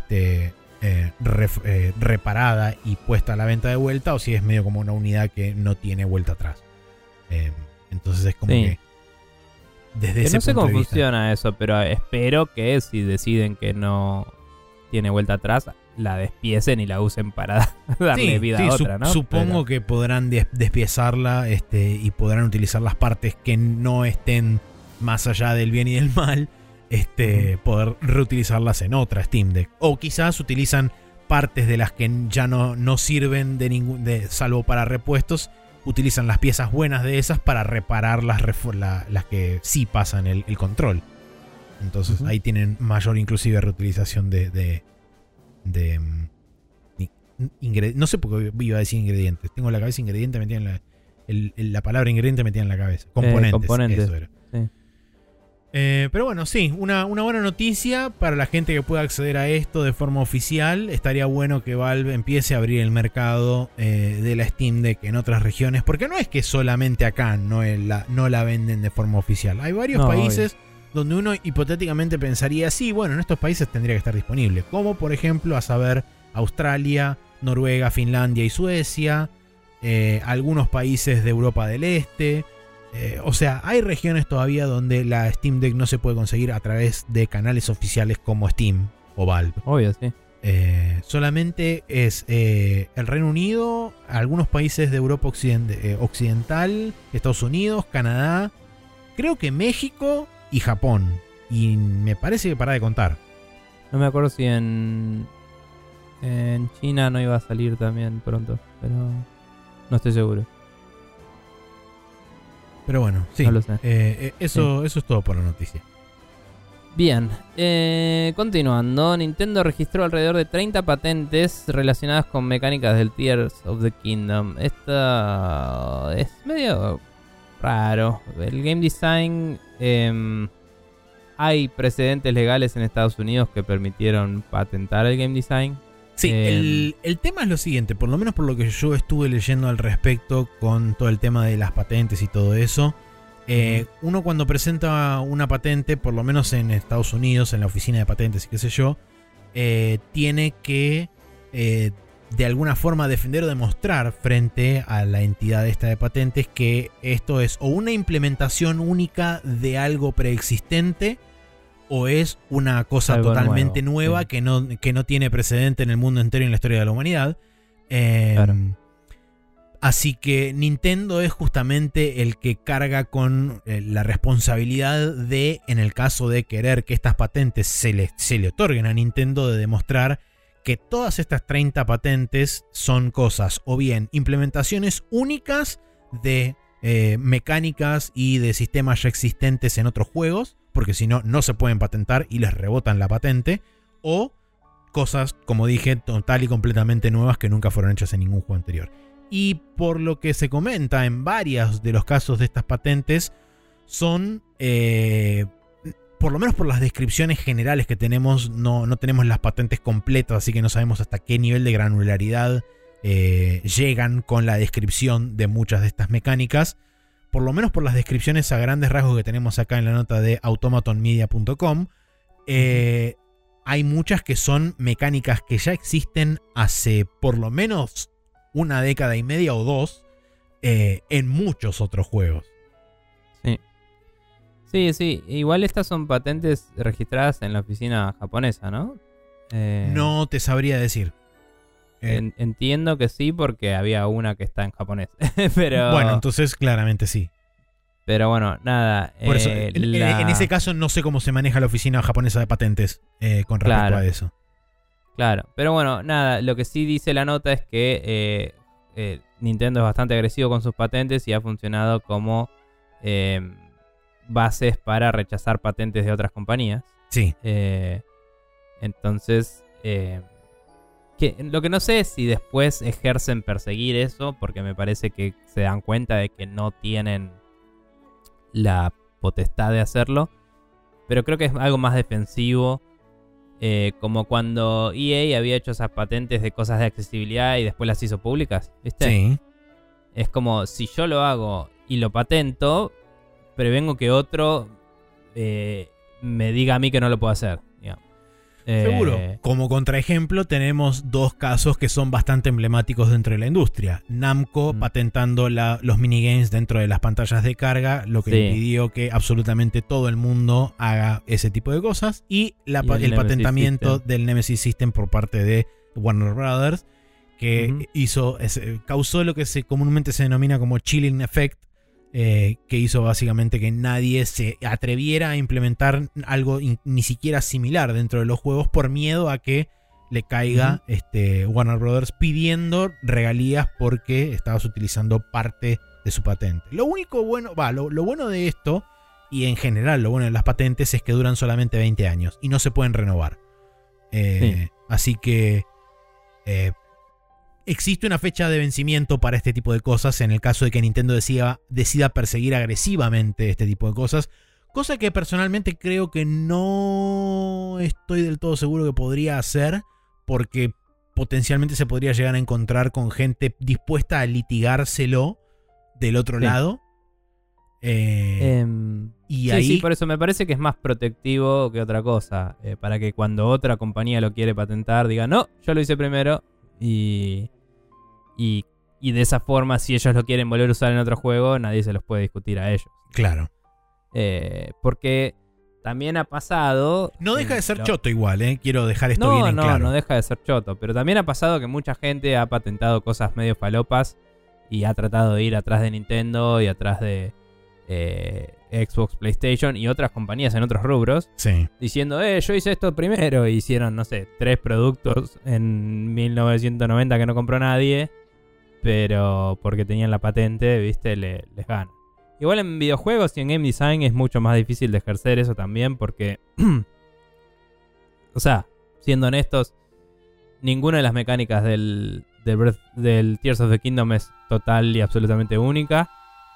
B: reparada y puesta a la venta de vuelta, o si es medio como una unidad que no tiene vuelta atrás. Entonces es como que desde ese
C: no sé
B: punto
C: cómo
B: de vista,
C: funciona eso, pero espero que si deciden que no tiene vuelta atrás, la despiecen y la usen para darle vida a otra, ¿no?
B: Supongo que podrán despiezarla y podrán utilizar las partes que no estén más allá del bien y del mal, poder reutilizarlas en otra Steam Deck. O quizás utilizan partes de las que ya no sirven salvo para repuestos, utilizan las piezas buenas de esas para reparar las que sí pasan el control. Entonces ahí tienen mayor inclusive reutilización de no sé por qué iba a decir ingredientes. Tengo en la cabeza ingrediente, me tiene la palabra ingrediente me tiene en la cabeza. Componentes. Eso era.
C: Sí.
B: Pero bueno, sí, una buena noticia para la gente que pueda acceder a esto de forma oficial. Estaría bueno que Valve empiece a abrir el mercado de la Steam Deck en otras regiones, porque no es que solamente acá no la venden de forma oficial. Hay varios países donde uno hipotéticamente pensaría, sí, bueno, en estos países tendría que estar disponible, como por ejemplo a saber Australia, Noruega, Finlandia y Suecia, algunos países de Europa del Este. O sea, hay regiones todavía donde la Steam Deck no se puede conseguir a través de canales oficiales como Steam o Valve.
C: Obvio, sí.
B: Solamente es el Reino Unido, algunos países de Europa occidental, Estados Unidos, Canadá, creo que México y Japón. Y me parece que para de contar.
C: No me acuerdo si en China no iba a salir también pronto, pero no estoy seguro.
B: Pero bueno, sí.
C: No lo sé.
B: Eso es todo por la noticia.
C: Bien, continuando, Nintendo registró alrededor de 30 patentes relacionadas con mecánicas del Tears of the Kingdom. Esto es medio raro. El game design, hay precedentes legales en Estados Unidos que permitieron patentar el game design.
B: Sí, el tema es lo siguiente, por lo menos por lo que yo estuve leyendo al respecto con todo el tema de las patentes y todo eso. Uno cuando presenta una patente, por lo menos en Estados Unidos, en la oficina de patentes y qué sé yo, tiene que de alguna forma defender o demostrar frente a la entidad esta de patentes que esto es o una implementación única de algo preexistente o es una cosa
C: algo
B: totalmente
C: nuevo,
B: nueva,
C: sí.
B: que no tiene precedente en el mundo entero y en la historia de la humanidad.
C: Claro.
B: Así que Nintendo es justamente el que carga con la responsabilidad de, en el caso de querer que estas patentes se le otorguen a Nintendo, de demostrar que todas estas 30 patentes son cosas o bien implementaciones únicas de mecánicas y de sistemas ya existentes en otros juegos, porque si no, no se pueden patentar y les rebotan la patente, o cosas, como dije, total y completamente nuevas que nunca fueron hechas en ningún juego anterior. Y por lo que se comenta en varios de los casos de estas patentes, son, por lo menos por las descripciones generales que tenemos, no tenemos las patentes completas, así que no sabemos hasta qué nivel de granularidad llegan con la descripción de muchas de estas mecánicas. Por lo menos por las descripciones a grandes rasgos que tenemos acá en la nota de automatonmedia.com, hay muchas que son mecánicas que ya existen hace por lo menos una década y media o dos en muchos otros juegos.
C: Sí. Igual estas son patentes registradas en la oficina japonesa, ¿no?
B: No te sabría decir.
C: Entiendo que sí, porque había una que está en japonés. Pero
B: bueno, entonces claramente sí.
C: Pero bueno, nada.
B: Por eso, en ese caso no sé cómo se maneja la oficina japonesa de patentes con respecto a eso.
C: Claro, pero bueno, nada, lo que sí dice la nota es que Nintendo es bastante agresivo con sus patentes y ha funcionado como bases para rechazar patentes de otras compañías.
B: Sí.
C: Entonces, lo que no sé es si después ejercen perseguir eso, porque me parece que se dan cuenta de que no tienen la potestad de hacerlo, pero creo que es algo más defensivo. Como cuando EA había hecho esas patentes de cosas de accesibilidad y después las hizo públicas, ¿viste?
B: Sí.
C: Es como si yo lo hago y lo patento, prevengo que otro me diga a mí que no lo puedo hacer, digamos.
B: Seguro. Como contraejemplo tenemos dos casos que son bastante emblemáticos dentro de la industria. Namco patentando los minigames dentro de las pantallas de carga, lo que impidió que absolutamente todo el mundo haga ese tipo de cosas. Y el patentamiento del Nemesis System por parte de Warner Brothers, que causó lo que comúnmente se denomina como chilling effect, que hizo básicamente que nadie se atreviera a implementar algo ni siquiera similar dentro de los juegos por miedo a que le caiga Warner Brothers pidiendo regalías porque estabas utilizando parte de su patente. Lo único bueno, lo bueno de esto, y en general lo bueno de las patentes, es que duran solamente 20 años y no se pueden renovar. Así que existe una fecha de vencimiento para este tipo de cosas en el caso de que Nintendo decida perseguir agresivamente este tipo de cosas. Cosa que personalmente creo que no estoy del todo seguro que podría hacer, porque potencialmente se podría llegar a encontrar con gente dispuesta a litigárselo del otro lado. Y
C: Sí,
B: ahí,
C: sí, por eso me parece que es más protectivo que otra cosa. Para que cuando otra compañía lo quiere patentar, diga, no, yo lo hice primero. Y de esa forma, si ellos lo quieren volver a usar en otro juego, nadie se los puede discutir a ellos.
B: claro.
C: Porque también ha pasado...
B: No deja de ser
C: lo-
B: choto igual, quiero dejar esto bien en claro.
C: No deja de ser choto. Pero también ha pasado que mucha gente ha patentado cosas medio falopas y ha tratado de ir atrás de Nintendo y atrás de Xbox, PlayStation y otras compañías en otros rubros,
B: Sí.
C: diciendo, yo hice esto primero. E hicieron, no sé, 3 productos en 1990 que no compró nadie, pero porque tenían la patente, viste, les ganan. Igual en videojuegos y en game design es mucho más difícil de ejercer eso también, porque o sea, siendo honestos, ninguna de las mecánicas del Tears of the Kingdom es total y absolutamente única.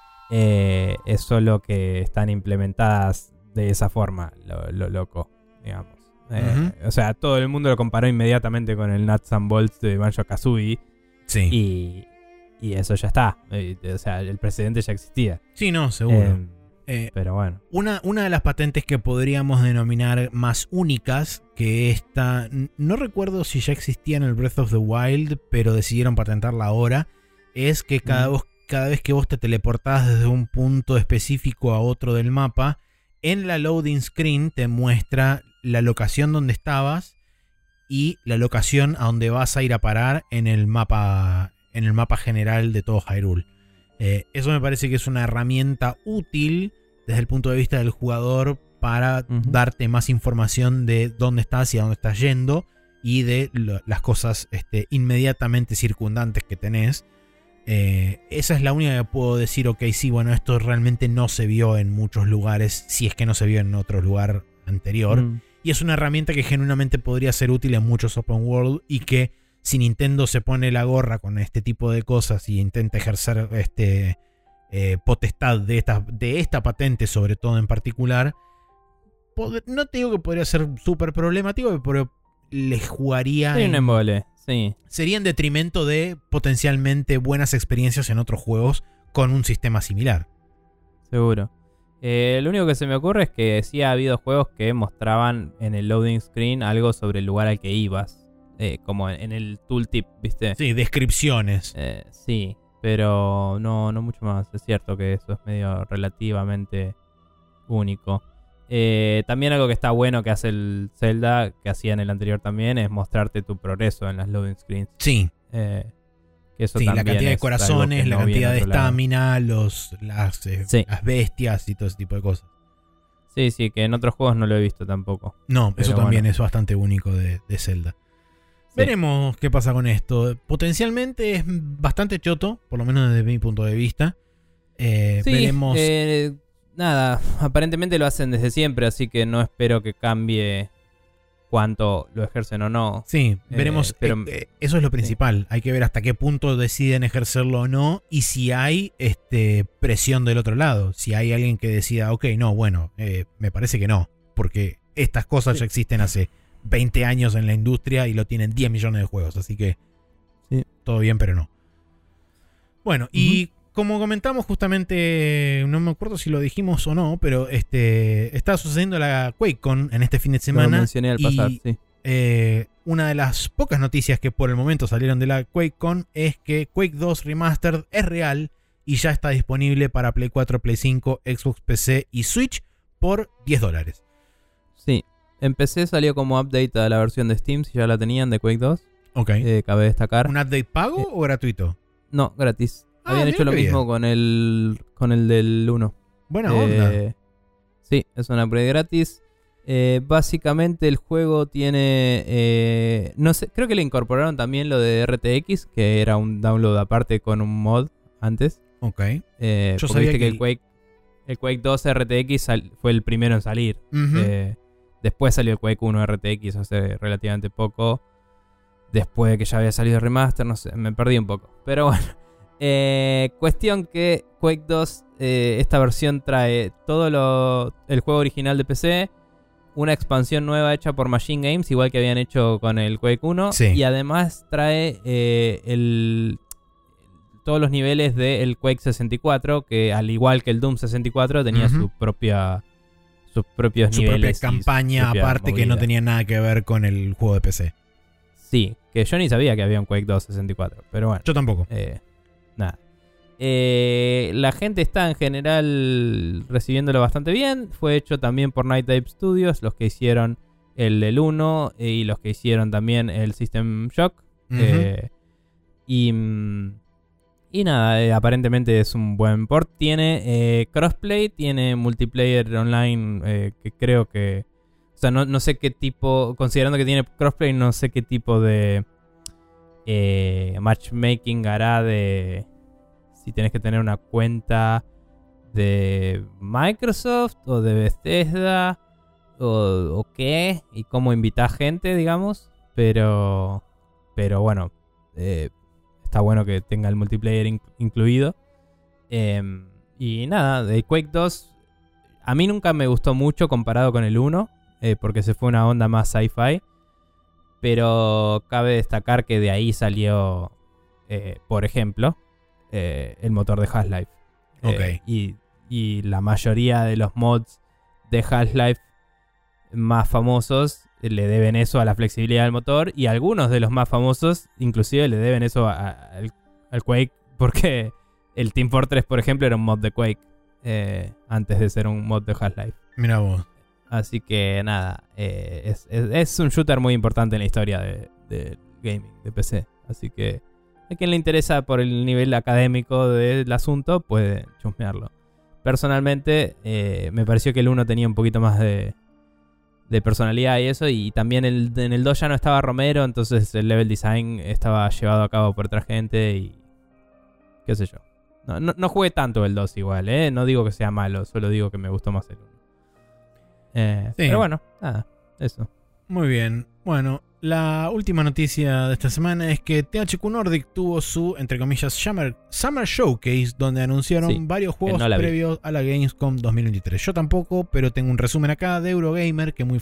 C: Es solo que están implementadas de esa forma, lo loco, digamos. O sea, todo el mundo lo comparó inmediatamente con el Nuts and Bolts de Banjo-Kazooie.
B: Sí.
C: Y eso ya está. O sea, el precedente ya existía.
B: Sí, no, seguro.
C: Pero bueno.
B: Una de las patentes que podríamos denominar más únicas, que esta, no recuerdo si ya existía en el Breath of the Wild, pero decidieron patentarla ahora, es que cada vez que vos te teleportás desde un punto específico a otro del mapa, en la loading screen te muestra la locación donde estabas y la locación a donde vas a ir a parar en el mapa general de todo Hyrule. Eso me parece que es una herramienta útil desde el punto de vista del jugador para darte más información de dónde estás y a dónde estás yendo y de las cosas inmediatamente circundantes que tenés. Esa es la única que puedo decir, ok, sí, bueno, esto realmente no se vio en muchos lugares, si es que no se vio en otro lugar anterior. Y es una herramienta que genuinamente podría ser útil en muchos open world y que si Nintendo se pone la gorra con este tipo de cosas y intenta ejercer potestad de esta patente, sobre todo en particular, no te digo que podría ser súper problemático, pero les jugaría
C: Sí, un embole, sí.
B: sería en detrimento de potencialmente buenas experiencias en otros juegos con un sistema similar.
C: Seguro. Lo único que se me ocurre es que sí ha habido juegos que mostraban en el loading screen algo sobre el lugar al que ibas. Como en el tooltip, ¿viste?
B: Sí, descripciones.
C: Sí, pero no mucho más. Es cierto que eso es medio relativamente único. También algo que está bueno que hace el Zelda, que hacía en el anterior también, es mostrarte tu progreso en las loading screens.
B: Sí.
C: Que eso
B: Sí, la
C: también
B: cantidad de
C: es
B: corazones,
C: algo que
B: la
C: no vi en
B: cantidad de
C: otro lado.
B: estamina, las bestias y todo ese tipo de cosas.
C: Sí, que en otros juegos no lo he visto tampoco.
B: No,
C: Pero
B: eso también
C: bueno.
B: es bastante único de Zelda.
C: Sí.
B: Veremos qué pasa con esto. Potencialmente es bastante choto, por lo menos desde mi punto de vista.
C: Sí,
B: Veremos.
C: Nada, aparentemente lo hacen desde siempre, así que no espero que cambie cuánto lo ejercen o no.
B: Sí, veremos.
C: pero-
B: Eso es lo principal. Hay que ver hasta qué punto deciden ejercerlo o no. Y si hay presión del otro lado. Si hay alguien que decida, ok, no, bueno, me parece que no. Porque estas cosas ya existen hace 20 años en la industria y lo tienen 10 millones de juegos. Así que
C: Sí.
B: todo bien, pero no. Bueno, y como comentamos justamente, no me acuerdo si lo dijimos o no, pero está sucediendo la QuakeCon en este fin de
C: Lo
B: semana.
C: mencioné al pasar,
B: y
C: sí.
B: una de las pocas noticias que por el momento salieron de la QuakeCon es que Quake 2 Remastered es real y ya está disponible para Play 4, Play 5, Xbox PC y Switch por $10.
C: Sí, en PC salió como update a la versión de Steam, si ya la tenían de Quake 2.
B: Ok.
C: Cabe destacar.
B: ¿Un update pago o gratuito?
C: No, gratis.
B: Ah,
C: Habían
B: mira
C: hecho lo
B: qué
C: mismo con el del 1.
B: Buena onda.
C: Sí, es un upgrade gratis. Básicamente el juego tiene... no sé, creo que le incorporaron también lo de RTX, que era un download aparte con un mod antes.
B: Ok.
C: Porque
B: sabía
C: viste
B: que-
C: que el Quake 2 RTX fue el primero en salir.
B: Ujú.
C: Después salió el Quake 1 RTX hace relativamente poco. Después de que ya había salido el remaster, no sé, me perdí un poco. Pero bueno. Cuestión que Quake 2, esta versión trae el juego original de PC, una expansión nueva hecha por Machine Games, igual que habían hecho con el Quake 1.
B: Sí.
C: Y además trae todos los niveles del Quake 64, que al igual que el Doom 64 tenía sus propios niveles.
B: Su propia campaña aparte movida, que no tenía nada que ver con el juego de PC.
C: Sí, que yo ni sabía que había un Quake 2 64, pero bueno.
B: Yo tampoco.
C: Nada. La gente está en general recibiéndolo bastante bien. Fue hecho también por Night Dive Studios, los que hicieron el 1 y los que hicieron también el System Shock. Y nada, aparentemente es un buen port. Tiene crossplay, tiene multiplayer online, que creo que... O sea, no sé qué tipo... Considerando que tiene crossplay, no sé qué tipo de matchmaking hará de... Si tenés que tener una cuenta de Microsoft o de Bethesda o qué, y cómo invitar gente, digamos. Pero bueno, está bueno que tenga el multiplayer incluido. Y nada, de Quake 2 a mí nunca me gustó mucho comparado con el 1, porque se fue una onda más sci-fi. Pero cabe destacar que de ahí salió, por ejemplo, el motor de Half-Life.
B: Okay.
C: Y la mayoría de los mods de Half-Life más famosos le deben eso a la flexibilidad del motor, y algunos de los más famosos inclusive le deben eso al Quake, porque el Team Fortress, por ejemplo, era un mod de Quake antes de ser un mod de Half-Life.
B: Mira vos.
C: Así que nada, es un shooter muy importante en la historia de gaming, de PC. Así que a quien le interesa por el nivel académico del asunto puede chusmearlo. Personalmente me pareció que el 1 tenía un poquito más de personalidad y eso, y también en el 2 ya no estaba Romero, entonces el level design estaba llevado a cabo por otra gente y qué sé yo. No jugué tanto el 2 igual, no digo que sea malo, solo digo que me gustó más el 1. Sí. Pero bueno, nada, eso.
B: Muy bien. Bueno, la última noticia de esta semana es que THQ Nordic tuvo su, entre comillas, Summer Showcase, donde anunciaron varios juegos previos a la Gamescom 2023. Yo tampoco, pero tengo un resumen acá de Eurogamer que muy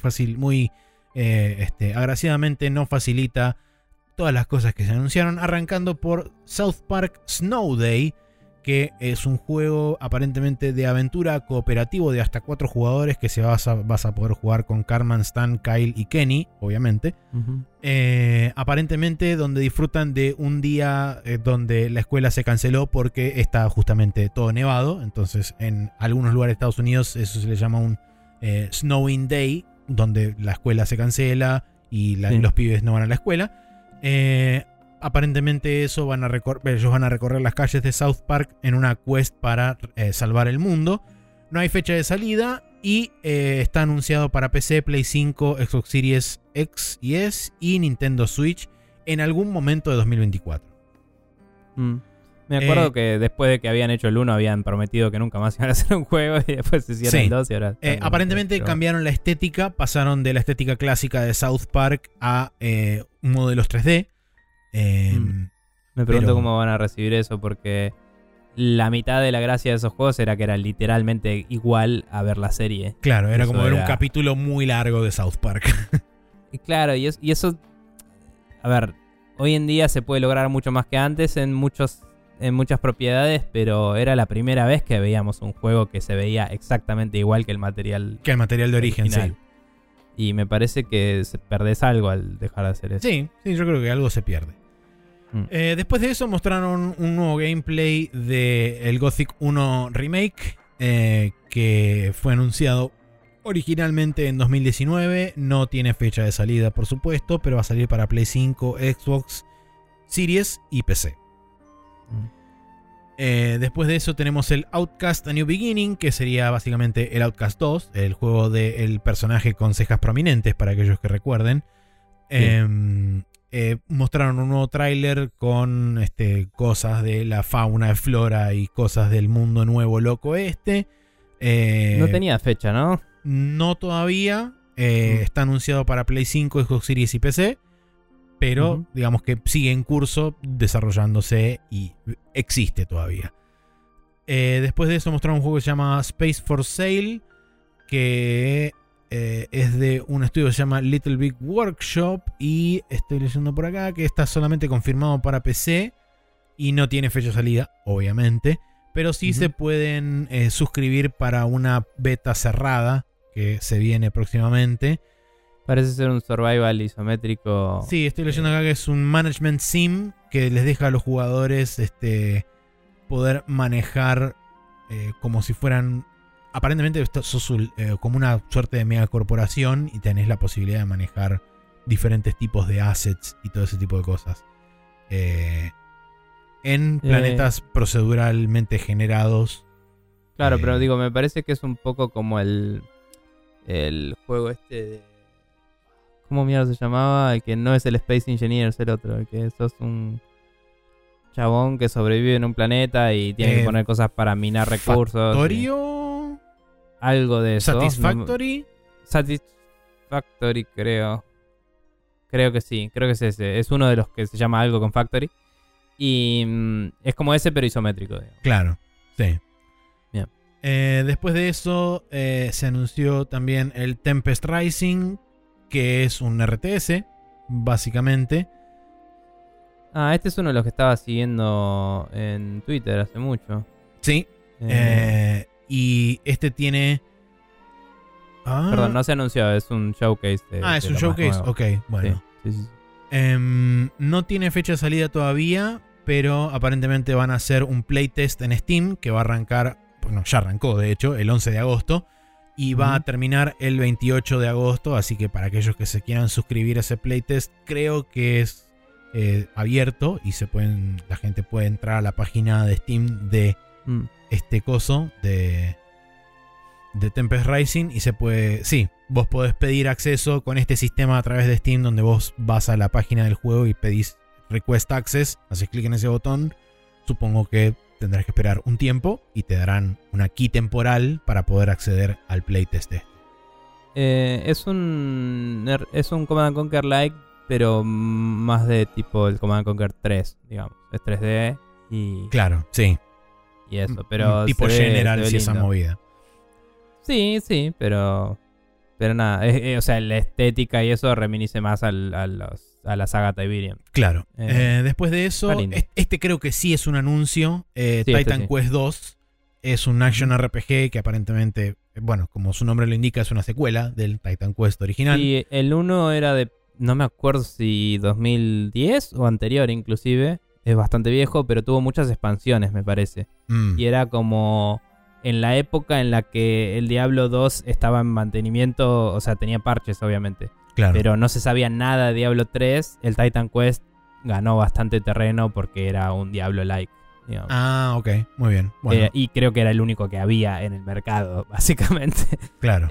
B: agraciadamente no facilita todas las cosas que se anunciaron, arrancando por South Park Snow Day, que es un juego aparentemente de aventura cooperativo de hasta 4 jugadores que vas a poder jugar con Cartman, Stan, Kyle y Kenny, obviamente. Aparentemente donde disfrutan de un día donde la escuela se canceló porque está justamente todo nevado. Entonces en algunos lugares de Estados Unidos eso se le llama un Snowing Day, donde la escuela se cancela y los pibes no van a la escuela. Aparentemente ellos van a recorrer las calles de South Park en una quest para salvar el mundo. No hay fecha de salida y está anunciado para PC, Play 5, Xbox Series X y S y Nintendo Switch en algún momento de 2024.
C: Me acuerdo que después de que habían hecho el 1 habían prometido que nunca más iban a hacer un juego y después se hicieron el 2 y ahora...
B: aparentemente cambiaron la estética, pasaron de la estética clásica de South Park a modelos 3D.
C: Me pregunto cómo van a recibir eso, porque la mitad de la gracia de esos juegos era que era literalmente igual a ver la serie.
B: Claro, era como ver un capítulo muy largo de South Park.
C: Y claro, y eso, a ver, hoy en día se puede lograr mucho más que antes en muchas propiedades, pero era la primera vez que veíamos un juego que se veía exactamente igual que el material
B: de origen,
C: original. Sí. Y me parece que perdés algo al dejar de hacer eso.
B: Sí, yo creo que algo se pierde. Después de eso mostraron un nuevo gameplay de el Gothic 1 Remake, que fue anunciado originalmente en 2019. No tiene fecha de salida, por supuesto, pero va a salir para Play 5, Xbox Series y PC. Después de eso tenemos el Outcast A New Beginning, que sería básicamente el Outcast 2, el juego del personaje con cejas prominentes, para aquellos que recuerden. Mostraron un nuevo tráiler con cosas de la fauna, flora y cosas del mundo nuevo loco
C: no tenía fecha, ¿no?
B: No todavía. Está anunciado para Play 5, Xbox Series y PC. Pero digamos que sigue en curso, desarrollándose y existe todavía. Después de eso mostraron un juego que se llama Space for Sale, que es de un estudio que se llama Little Big Workshop, y estoy leyendo por acá que está solamente confirmado para PC y no tiene fecha de salida, obviamente, pero sí
C: Ujú.
B: se pueden suscribir para una beta cerrada que se viene próximamente.
C: Parece ser un survival isométrico.
B: Sí, estoy leyendo acá que es un management sim que les deja a los jugadores poder manejar como si fueran... Aparentemente sos como una suerte de megacorporación y tenés la posibilidad de manejar diferentes tipos de assets y todo ese tipo de cosas. En planetas proceduralmente generados.
C: Claro, pero digo, me parece que es un poco como el juego este de... ¿Cómo mierda se llamaba? El que no es el Space Engineer, es el otro. El que sos un chabón que sobrevive en un planeta y tiene que poner cosas para minar recursos.
B: Factorio.
C: Algo de eso.
B: Satisfactory.
C: Satisfactory, creo. Creo que sí, creo que es ese. Es uno de los que se llama algo con Factory. Y es como ese, pero isométrico, digamos.
B: Claro, sí.
C: Bien.
B: Después de eso, se anunció también el Tempest Rising, que es un RTS, básicamente.
C: Ah, este es uno de los que estaba siguiendo en Twitter hace mucho.
B: Sí. Y este tiene...
C: Perdón, no se anunció, es un showcase.
B: Es un showcase. Ok, bueno.
C: Sí.
B: No tiene fecha de salida todavía, pero aparentemente van a hacer un playtest en Steam que va a arrancar, bueno, ya arrancó de hecho, el 11 de agosto y va a terminar el 28 de agosto, así que para aquellos que se quieran suscribir a ese playtest, creo que es abierto y la gente puede entrar a la página de Steam de este coso de Tempest Rising y se puede... Sí, vos podés pedir acceso con este sistema a través de Steam donde vos vas a la página del juego y pedís Request Access, haces clic en ese botón, supongo que tendrás que esperar un tiempo y te darán una key temporal para poder acceder al playtest
C: es un Command & Conquer like, pero más de tipo el Command & Conquer 3, digamos. Es 3D y...
B: Claro, sí.
C: Y eso, pero...
B: Tipo general si esa movida.
C: Sí, pero nada, o sea, la estética y eso reminisce más a la saga Tiberium.
B: Claro. Después de eso, este creo que sí es un anuncio. Titan Quest 2 es un action RPG que aparentemente, bueno, como su nombre lo indica, es una secuela del Titan Quest original.
C: Sí, el 1 era de, no me acuerdo si 2010 o anterior inclusive. Es bastante viejo, pero tuvo muchas expansiones, me parece. Y era como... En la época en la que el Diablo 2 estaba en mantenimiento, o sea, tenía parches, obviamente.
B: Claro.
C: Pero no se sabía nada de Diablo 3. El Titan Quest ganó bastante terreno porque era un Diablo-like. Digamos.
B: Ah, ok. Muy bien. Bueno.
C: Y creo que era el único que había en el mercado, básicamente.
B: Claro.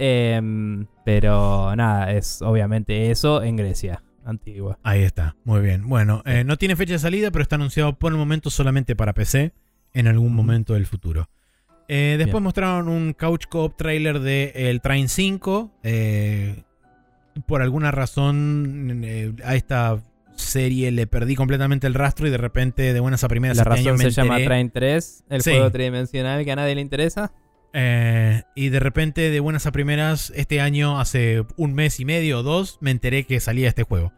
C: Pero nada, es obviamente eso en Grecia antigua.
B: Ahí está. Muy bien. Bueno, no tiene fecha de salida, pero está anunciado por el momento solamente para PC en algún momento del futuro. Después mostraron un Couch Co-op trailer de el Train 5. Por alguna razón a esta serie le perdí completamente el rastro y de repente de buenas a primeras
C: la razón se llama Train 3, el juego tridimensional que a nadie le interesa.
B: Y de repente de buenas a primeras este año, hace un mes y medio o dos, me enteré que salía este juego.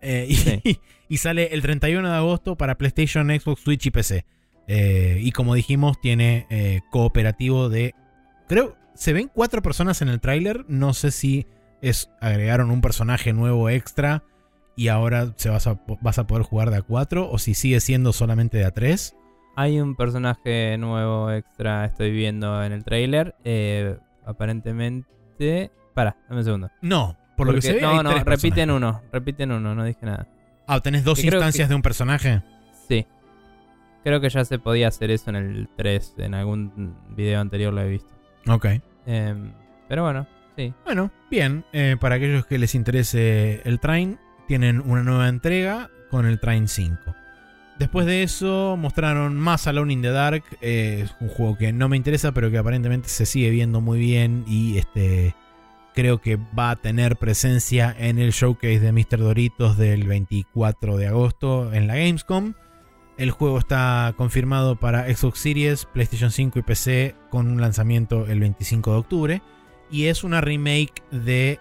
B: Y sale el 31 de agosto para PlayStation, Xbox, Switch y PC. Y como dijimos, tiene cooperativo de... Creo, se ven 4 personas en el tráiler. No sé si agregaron un personaje nuevo extra y ahora vas a poder jugar de a 4 o si sigue siendo solamente de a 3.
C: Hay un personaje nuevo extra, estoy viendo en el tráiler. Aparentemente... Dame un segundo.
B: No, por lo que se ve
C: No, repiten uno, no dije nada.
B: ¿Tenés 2 instancias de un personaje?
C: Sí. Creo que ya se podía hacer eso en el 3. En algún video anterior lo he visto.
B: Ok.
C: Pero bueno, sí.
B: Bueno, bien. Para aquellos que les interese el Train, tienen una nueva entrega con el Train 5. Después de eso, mostraron más Alone in the Dark. Es un juego que no me interesa, pero que aparentemente se sigue viendo muy bien. Y creo que va a tener presencia en el showcase de Mr. Doritos del 24 de agosto en la Gamescom. El juego está confirmado para Xbox Series, PlayStation 5 y PC con un lanzamiento el 25 de octubre. Y es una remake de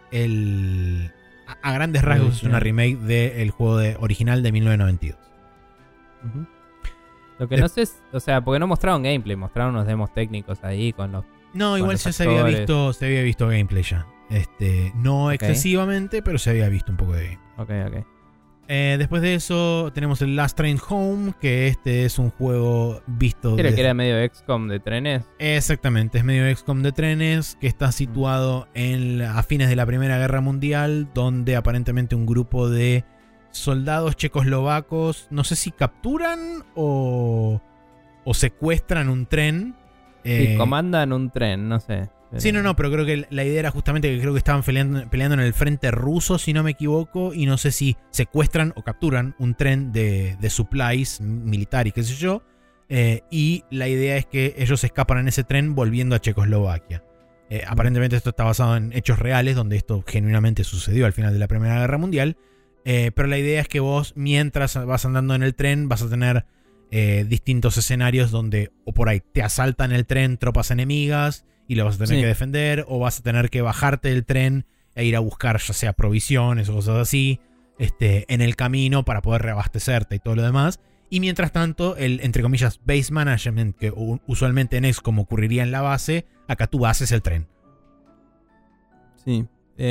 B: a grandes rasgos es una remake del juego original de 1992.
C: Lo que no sé es, o sea, porque no mostraron gameplay, mostraron unos demos técnicos ahí con los...
B: No, igual
C: los
B: ya se había visto gameplay ya. No excesivamente, pero se había visto un poco de gameplay.
C: Ok.
B: Después de eso tenemos el Last Train Home, que es un juego visto...
C: ¿Creo que era medio XCOM de trenes?
B: Exactamente, es medio XCOM de trenes, que está situado a fines de la Primera Guerra Mundial, donde aparentemente un grupo de soldados checoslovacos, no sé si capturan o secuestran un tren.
C: Sí, comandan un tren, no sé.
B: Sí, pero creo que la idea era justamente que creo que estaban peleando en el frente ruso, si no me equivoco, y no sé si secuestran o capturan un tren de supplies militar y qué sé yo, y la idea es que ellos escapan en ese tren volviendo a Checoslovaquia. Aparentemente esto está basado en hechos reales, donde esto genuinamente sucedió al final de la Primera Guerra Mundial, pero la idea es que vos, mientras vas andando en el tren, vas a tener distintos escenarios donde o por ahí te asaltan el tren tropas enemigas y lo vas a tener que defender, o vas a tener que bajarte del tren e ir a buscar ya sea provisiones o cosas así en el camino para poder reabastecerte y todo lo demás. Y mientras tanto, el, entre comillas, base management, que usualmente en XCOM ocurriría en la base, acá tú haces el tren.
C: Sí.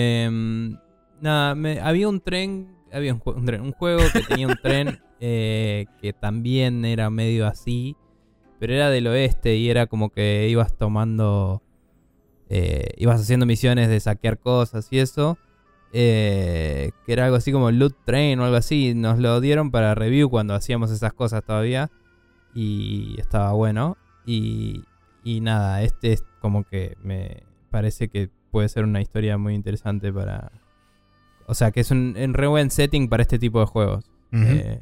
C: Había un tren, un juego que tenía un tren que también era medio así, pero era del oeste y era como que ibas tomando... ibas haciendo misiones de saquear cosas y eso, que era algo así como Loot Train o algo así. Nos lo dieron para review cuando hacíamos esas cosas todavía y estaba bueno. Y nada, es como que me parece que puede ser una historia muy interesante para... O sea, que es un re buen setting para este tipo de juegos.
B: Uh-huh.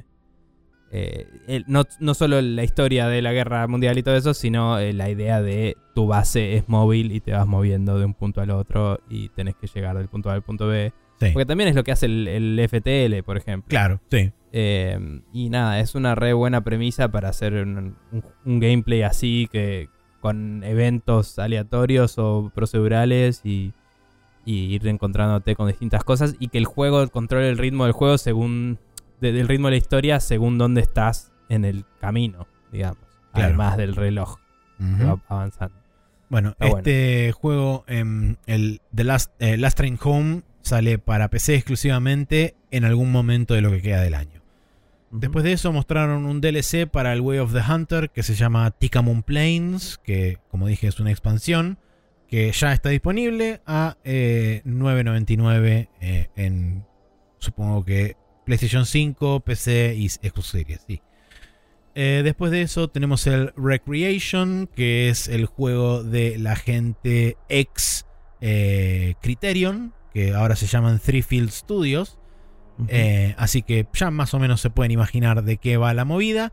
C: No solo la historia de la guerra mundial y todo eso, sino la idea de tu base es móvil y te vas moviendo de un punto al otro y tenés que llegar del punto A al punto B.
B: Sí.
C: Porque también es lo que hace el FTL, por ejemplo.
B: Claro, sí.
C: Y nada, es una re buena premisa para hacer un gameplay así, que con eventos aleatorios o procedurales y ir encontrándote con distintas cosas, y que el juego controle el ritmo del juego según... del ritmo de la historia según dónde estás en el camino, digamos. Claro. Además del reloj que va avanzando.
B: Bueno, juego, el The Last Train Home, sale para PC exclusivamente en algún momento de lo que queda del año. Uh-huh. Después de eso mostraron un DLC para el Way of the Hunter que se llama Tikamun Plains, que como dije es una expansión que ya está disponible a $9.99 en, supongo que PlayStation 5, PC y Xbox Series, sí. Después de eso tenemos el Recreation, que es el juego de la gente ex Criterion, que ahora se llaman Three Field Studios. Uh-huh. Así que ya más o menos se pueden imaginar de qué va la movida.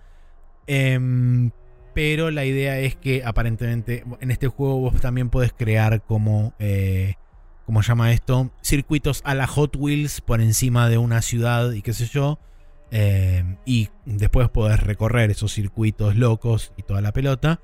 B: Pero la idea es que aparentemente en este juego vos también podés crear como... ¿cómo se llama esto? Circuitos a la Hot Wheels por encima de una ciudad y qué sé yo. Y después podés recorrer esos circuitos locos y toda la pelota.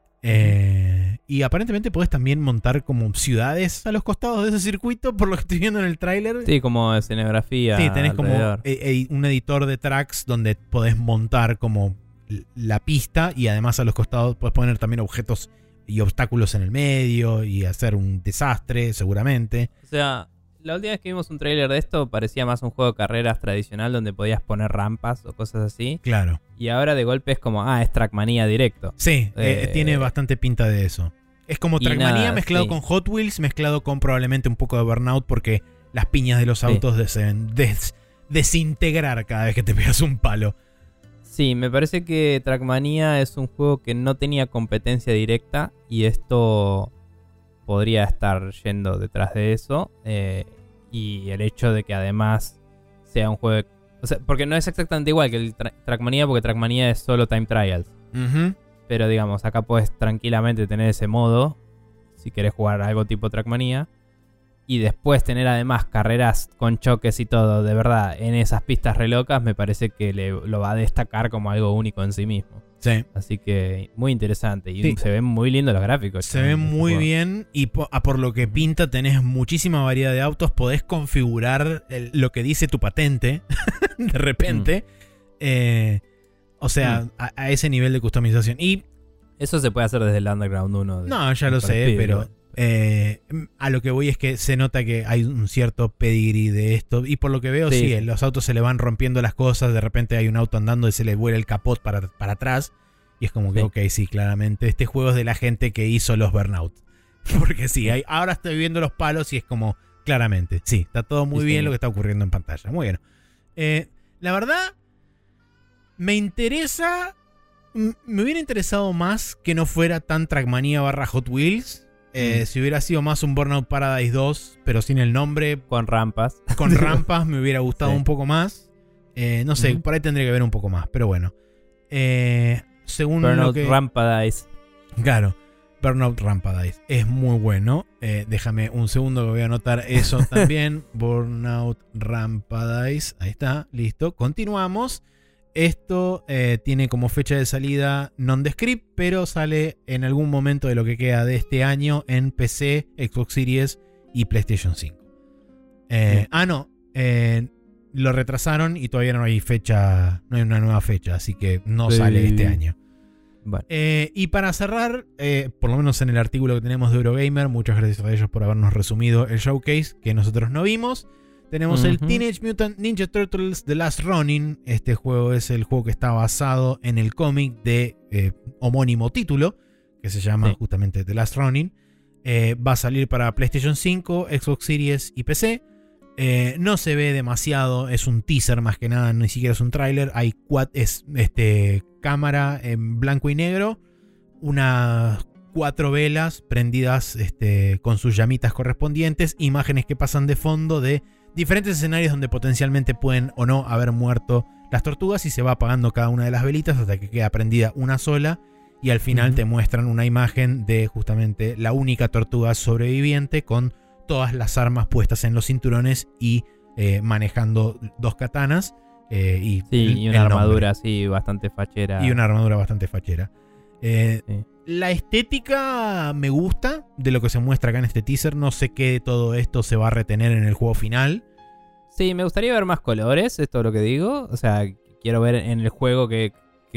B: Y aparentemente podés también montar como ciudades a los costados de ese circuito, por lo que estoy viendo en el tráiler.
C: Sí, como escenografía.
B: Sí, tenés
C: alrededor.
B: como un editor de tracks donde podés montar como la pista, y además a los costados podés poner también objetos y obstáculos en el medio y hacer un desastre seguramente.
C: O sea, la última vez que vimos un tráiler de esto parecía más un juego de carreras tradicional donde podías poner rampas o cosas así.
B: Claro.
C: Y ahora de golpe es como, es Trackmania directo.
B: Sí, tiene bastante pinta de eso. Es como Trackmania mezclado con Hot Wheels, mezclado con probablemente un poco de Burnout, porque las piñas de los autos se deben desintegrar cada vez que te pegas un palo.
C: Sí, me parece que Trackmania es un juego que no tenía competencia directa y esto podría estar yendo detrás de eso. Y el hecho de que además sea un juego... O sea, porque no es exactamente igual que el Trackmania, porque Trackmania es solo Time Trials.
B: Uh-huh.
C: Pero digamos, acá puedes tranquilamente tener ese modo si querés jugar algo tipo Trackmania. Y después tener además carreras con choques y todo, de verdad, en esas pistas re locas, me parece que lo va a destacar como algo único en sí mismo.
B: Sí.
C: Así que muy interesante. Y se ven muy lindos los gráficos.
B: Se ven muy bien. Y por lo que pinta, tenés muchísima variedad de autos. Podés configurar lo que dice tu patente de repente. O sea, a ese nivel de customización. Y
C: Eso se puede hacer desde el Underground 1.
B: no, ya lo sé, pero a lo que voy es que se nota que hay un cierto pedigree de esto. Y por lo que veo, sí, los autos se le van rompiendo las cosas. De repente hay un auto andando y se le vuela el capot para atrás. Y es como que, ok, sí, claramente. Este juego es de la gente que hizo los Burnout. Porque sí, ahora estoy viendo los palos y es como, claramente, sí, está todo muy bien lo que está ocurriendo en pantalla. Muy bien. La verdad, me interesa. Me hubiera interesado más que no fuera tan Trackmania / Hot Wheels. Si hubiera sido más un Burnout Paradise 2, pero sin el nombre.
C: Con rampas.
B: Con rampas me hubiera gustado un poco más. No sé, por ahí tendría que ver un poco más, pero bueno. Según
C: Burnout
B: lo que...
C: Rampadice.
B: Claro, Burnout Rampadice. Es muy bueno. Déjame un segundo que voy a anotar eso también. Burnout Rampadice. Ahí está, listo. Continuamos. Esto tiene como fecha de salida nondescript, pero sale en algún momento de lo que queda de este año en PC, Xbox Series y PlayStation 5. Lo retrasaron y todavía no hay fecha, no hay una nueva fecha, así que no sale este año.
C: Vale.
B: Y para cerrar, por lo menos en el artículo que tenemos de Eurogamer, muchas gracias a ellos por habernos resumido el showcase que nosotros no vimos. Tenemos el Teenage Mutant Ninja Turtles The Last Ronin. Este juego es el juego que está basado en el cómic de homónimo título, que se llama justamente The Last Ronin. Va a salir para PlayStation 5, Xbox Series y PC. No se ve demasiado, es un teaser más que nada, ni siquiera es un tráiler. Hay cámara en blanco y negro, unas 4 velas prendidas con sus llamitas correspondientes, imágenes que pasan de fondo de diferentes escenarios donde potencialmente pueden o no haber muerto las tortugas, y se va apagando cada una de las velitas hasta que queda prendida una sola, y al final te muestran una imagen de justamente la única tortuga sobreviviente con todas las armas puestas en los cinturones y manejando 2 katanas y
C: una armadura así bastante fachera.
B: Y una armadura bastante fachera. La estética me gusta de lo que se muestra acá en este teaser. No sé qué de todo esto se va a retener en el juego final.
C: Sí, me gustaría ver más colores, es todo lo que digo. O sea, quiero ver en el juego qué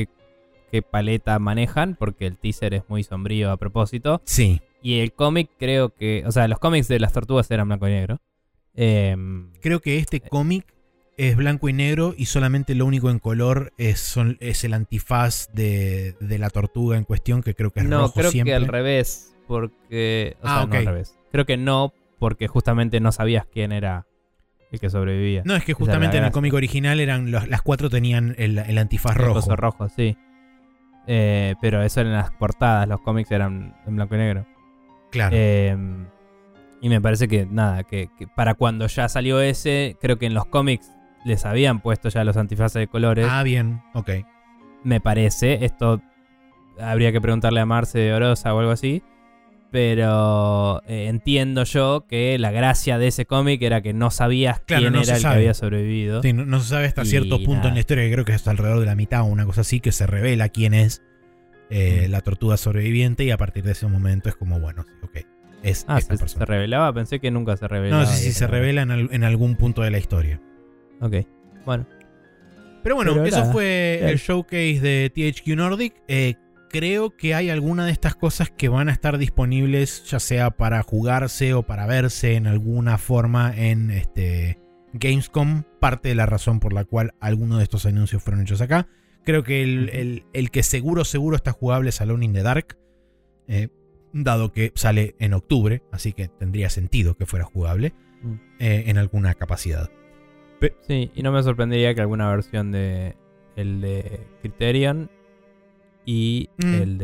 C: paleta manejan, porque el teaser es muy sombrío a propósito.
B: Sí.
C: Y el cómic creo que... O sea, los cómics de las tortugas eran blanco y negro.
B: Creo que este cómic es blanco y negro y solamente lo único en color es el antifaz de la tortuga en cuestión, que creo que es rojo siempre.
C: No, creo que al revés, porque... O sea, no al revés. Creo que no, porque justamente no sabías quién era el que sobrevivía.
B: No, es que justamente en el cómic original eran las 4 tenían el antifaz rojo.
C: El coso rojo, sí. Pero eso eran las portadas, los cómics eran en blanco y negro.
B: Claro.
C: Y me parece que nada, que para cuando ya salió ese, creo que en los cómics les habían puesto ya los antifaces de colores.
B: Ah, bien, ok.
C: Me parece, esto habría que preguntarle a Marce de Orosa o algo así. Pero entiendo yo que la gracia de ese cómic era que no sabías quién era el que había sobrevivido.
B: Sí, no se sabe hasta cierto punto en la historia, que creo que es hasta alrededor de la mitad o una cosa así, que se revela quién es la tortuga sobreviviente, y a partir de ese momento es como, bueno, ok, es esta persona.
C: ¿Se revelaba? Pensé que nunca se revelaba.
B: No, sí, se revela en algún punto de la historia.
C: Ok, bueno.
B: Pero bueno, eso fue el showcase de THQ Nordic. Creo que hay alguna de estas cosas que van a estar disponibles, ya sea para jugarse o para verse en alguna forma en Gamescom. Parte de la razón por la cual algunos de estos anuncios fueron hechos acá. Creo que el que seguro está jugable es Alone in the Dark, dado que sale en octubre, así que tendría sentido que fuera jugable en alguna capacidad.
C: Sí, y no me sorprendería que alguna versión de el de Criterion y el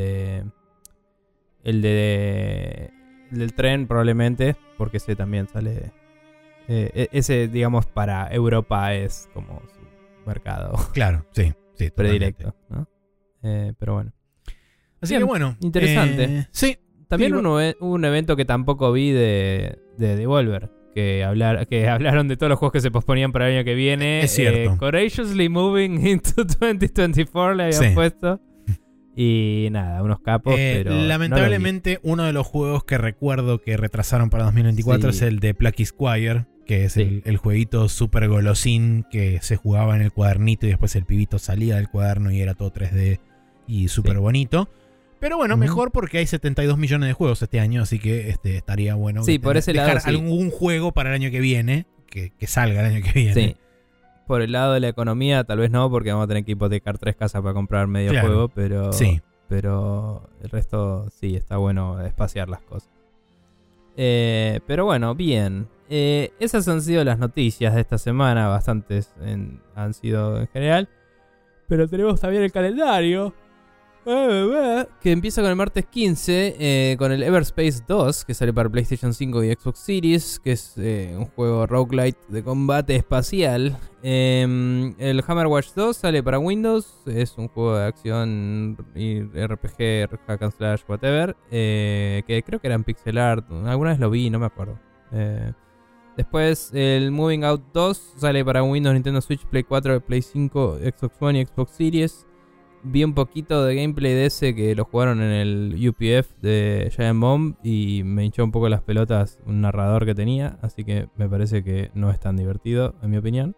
C: del tren probablemente, porque ese también sale, ese digamos para Europa es como su mercado.
B: Claro, sí,
C: predilecto, ¿no? Pero bueno.
B: Así
C: bien,
B: que bueno,
C: interesante.
B: Sí.
C: También hubo un evento que tampoco vi de Devolver, que hablaron de todos los juegos que se posponían para el año que viene.
B: Es cierto.
C: Courageously Moving into 2024 le habían puesto. Y nada, unos capos, pero...
B: Lamentablemente, uno de los juegos que recuerdo que retrasaron para 2024 es el de Plucky Squire, que es
C: Sí.
B: el jueguito super golosín que se jugaba en el cuadernito y después el pibito salía del cuaderno y era todo 3D y súper
C: Sí.
B: bonito. Pero bueno,
C: Ujú.
B: mejor porque hay 72 millones de juegos este año, así que estaría bueno
C: Sí, por ese lado,
B: dejar
C: sí.
B: algún juego para el año que viene, que salga el año que viene.
C: Sí. Por el lado de la economía, tal vez no, porque vamos a tener que hipotecar 3 casas para comprar medio
B: Claro.
C: juego, pero,
B: Sí.
C: pero el resto sí, está bueno espaciar las cosas. Pero bueno, bien. Esas han sido las noticias de esta semana, bastantes han sido en general. Pero tenemos también el calendario. Que empieza con el martes 15 con el Everspace 2, que sale para PlayStation 5 y Xbox Series, que es un juego roguelite de combate espacial. El Hammer Watch 2 sale para Windows, es un juego de acción y RPG, hack and slash, whatever, que creo que era en pixel art, alguna vez lo vi, no me acuerdo. Después el Moving Out 2 sale para Windows, Nintendo Switch, Play 4, Play 5, Xbox One y Xbox Series. Vi un poquito de gameplay de ese que lo jugaron en el UPF de Giant Bomb y me hinchó un poco las pelotas un narrador que tenía, así que me parece que no es tan divertido, en mi opinión.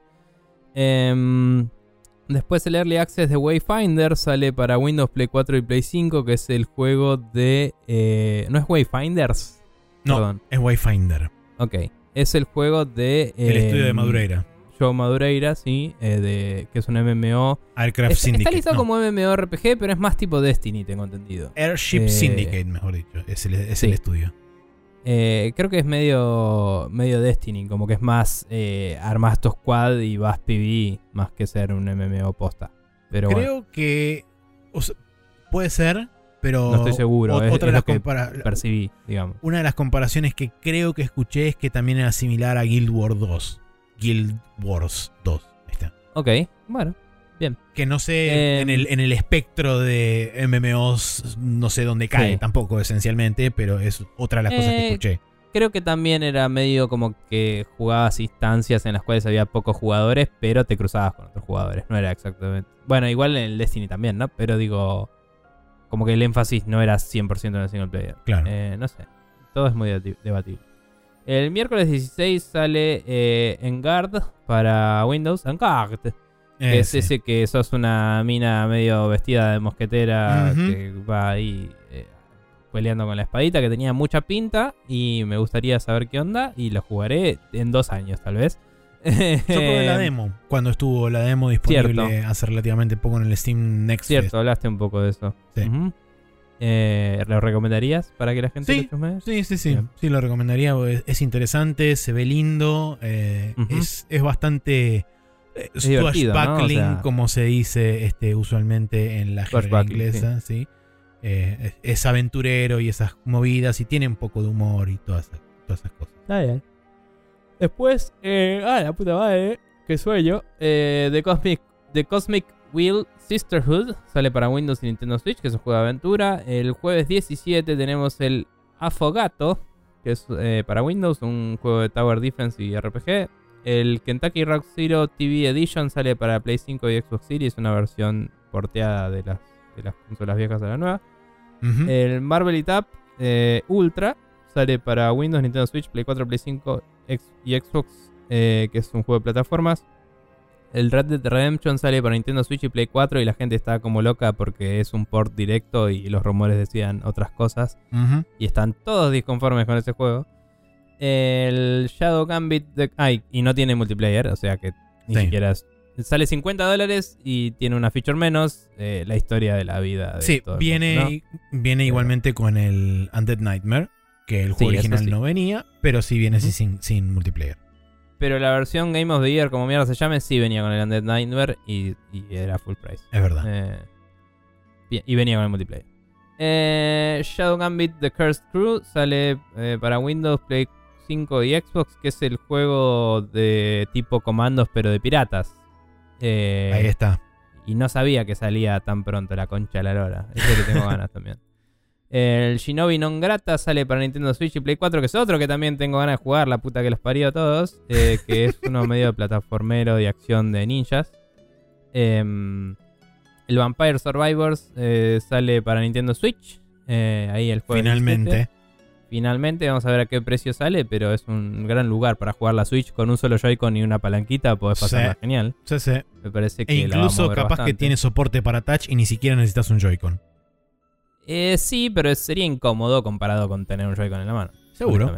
C: Después el Early Access de Wayfinder sale para Windows, Play 4 y Play 5, que es el juego de... ¿no es Wayfinders?
B: No,
C: Perdón.
B: es Wayfinder,
C: Ok, es el juego de...
B: el estudio de Madureira.
C: Joe Madureira, sí, que es un MMO.
B: Aircraft Syndicate.
C: Está listado
B: no.
C: como MMORPG, pero es más tipo Destiny, tengo entendido.
B: Airship Syndicate, mejor dicho. Es el
C: sí.
B: estudio.
C: Creo que es medio Destiny, como que es más armas tu squad y vas PvE más que ser un MMO posta. Pero
B: Creo
C: bueno,
B: que puede ser, pero
C: no estoy seguro. Es
B: otra de
C: lo
B: las
C: que
B: comparaciones.
C: percibí, digamos.
B: Una de las comparaciones que creo que escuché es que también era similar a Guild Wars 2. Guild Wars 2. Ahí está.
C: Ok, bueno, bien.
B: Que no sé en el espectro de MMOs, no sé dónde cae
C: Sí.
B: tampoco esencialmente, pero es otra de las cosas que escuché.
C: Creo que también era medio como que jugabas instancias en las cuales había pocos jugadores, pero te cruzabas con otros jugadores. No era exactamente... Bueno, igual en el Destiny también, ¿no? Pero digo, como que el énfasis no era 100% en el single player.
B: Claro.
C: No sé, todo es muy debatible. El miércoles 16 sale Engard para Windows. Engard, que es
B: Sí.
C: ese que sos una mina medio vestida de mosquetera
B: Ujú.
C: que va ahí peleando con la espadita, que tenía mucha pinta y me gustaría saber qué onda y lo jugaré en 2 años tal vez.
B: Yo probé la demo cuando estuvo la demo disponible
C: Cierto.
B: hace relativamente poco en el Steam Next
C: Cierto,
B: Fest.
C: hablaste un poco de eso.
B: Sí.
C: Ujú. ¿Lo recomendarías para que la gente
B: Sí,
C: lo chusmee?
B: Sí.
C: Bien.
B: Sí, lo recomendaría. Es interesante, se ve lindo.
C: Ujú.
B: Es bastante
C: divertido, ¿no?
B: swashbuckling,
C: O sea,
B: como se dice usualmente en la jerga
C: swashbuckling,
B: inglesa. ¿Sí? Es aventurero y esas movidas y tiene un poco de humor y todas esas cosas.
C: Está bien. Después, la puta madre, qué sueño. The Cosmic Wheel Sisterhood sale para Windows y Nintendo Switch, que es un juego de aventura. El jueves 17 tenemos el Afogato, que es para Windows, un juego de Tower Defense y RPG. El Kentucky Rock Zero TV Edition sale para Play 5 y Xbox Series, una versión porteada de las consolas viejas a la nueva.
B: Ujú.
C: El Marvel It Up Ultra sale para Windows, Nintendo Switch, Play 4, Play 5 y Xbox, que es un juego de plataformas. El Red Dead Redemption sale para Nintendo Switch y Play 4 y la gente está como loca porque es un port directo y los rumores decían otras cosas.
B: Ujú.
C: Y están todos disconformes con ese juego. El Shadow Gambit y no tiene multiplayer, o sea que ni
B: Sí.
C: siquiera sale $50 y tiene una feature menos. La historia de la vida de
B: Sí,
C: todo el
B: viene,
C: mundo, ¿no?
B: viene igualmente con el Undead Nightmare, que el juego
C: Sí, eso
B: original
C: sí.
B: no venía, pero sí viene así
C: Ujú.
B: sin multiplayer.
C: Pero la versión Game of the Year, como mierda se llame, sí venía con el Undead Nightmare y era full price.
B: Es verdad.
C: Bien, y venía con el multiplayer. Shadow Gambit The Cursed Crew sale para Windows, Play 5 y Xbox, que es el juego de tipo comandos pero de piratas.
B: Ahí está.
C: Y no sabía que salía tan pronto, la concha de la lora. Ese que tengo ganas también. El Shinobi Non Grata sale para Nintendo Switch y Play 4, que es otro que también tengo ganas de jugar, la puta que los parió a todos. Que es uno medio de plataformero de acción de ninjas. El Vampire Survivors sale para Nintendo Switch. Ahí el jueves
B: Finalmente.
C: 17. finalmente vamos a ver a qué precio sale, pero es un gran lugar para jugar la Switch con un solo Joy-Con y una palanquita, podés pasarla genial.
B: Sí.
C: Me parece que
B: E incluso capaz que tiene soporte para touch y ni siquiera necesitas un Joy-Con.
C: Sí, pero sería incómodo comparado con tener un Joy-Con en la mano.
B: Seguro.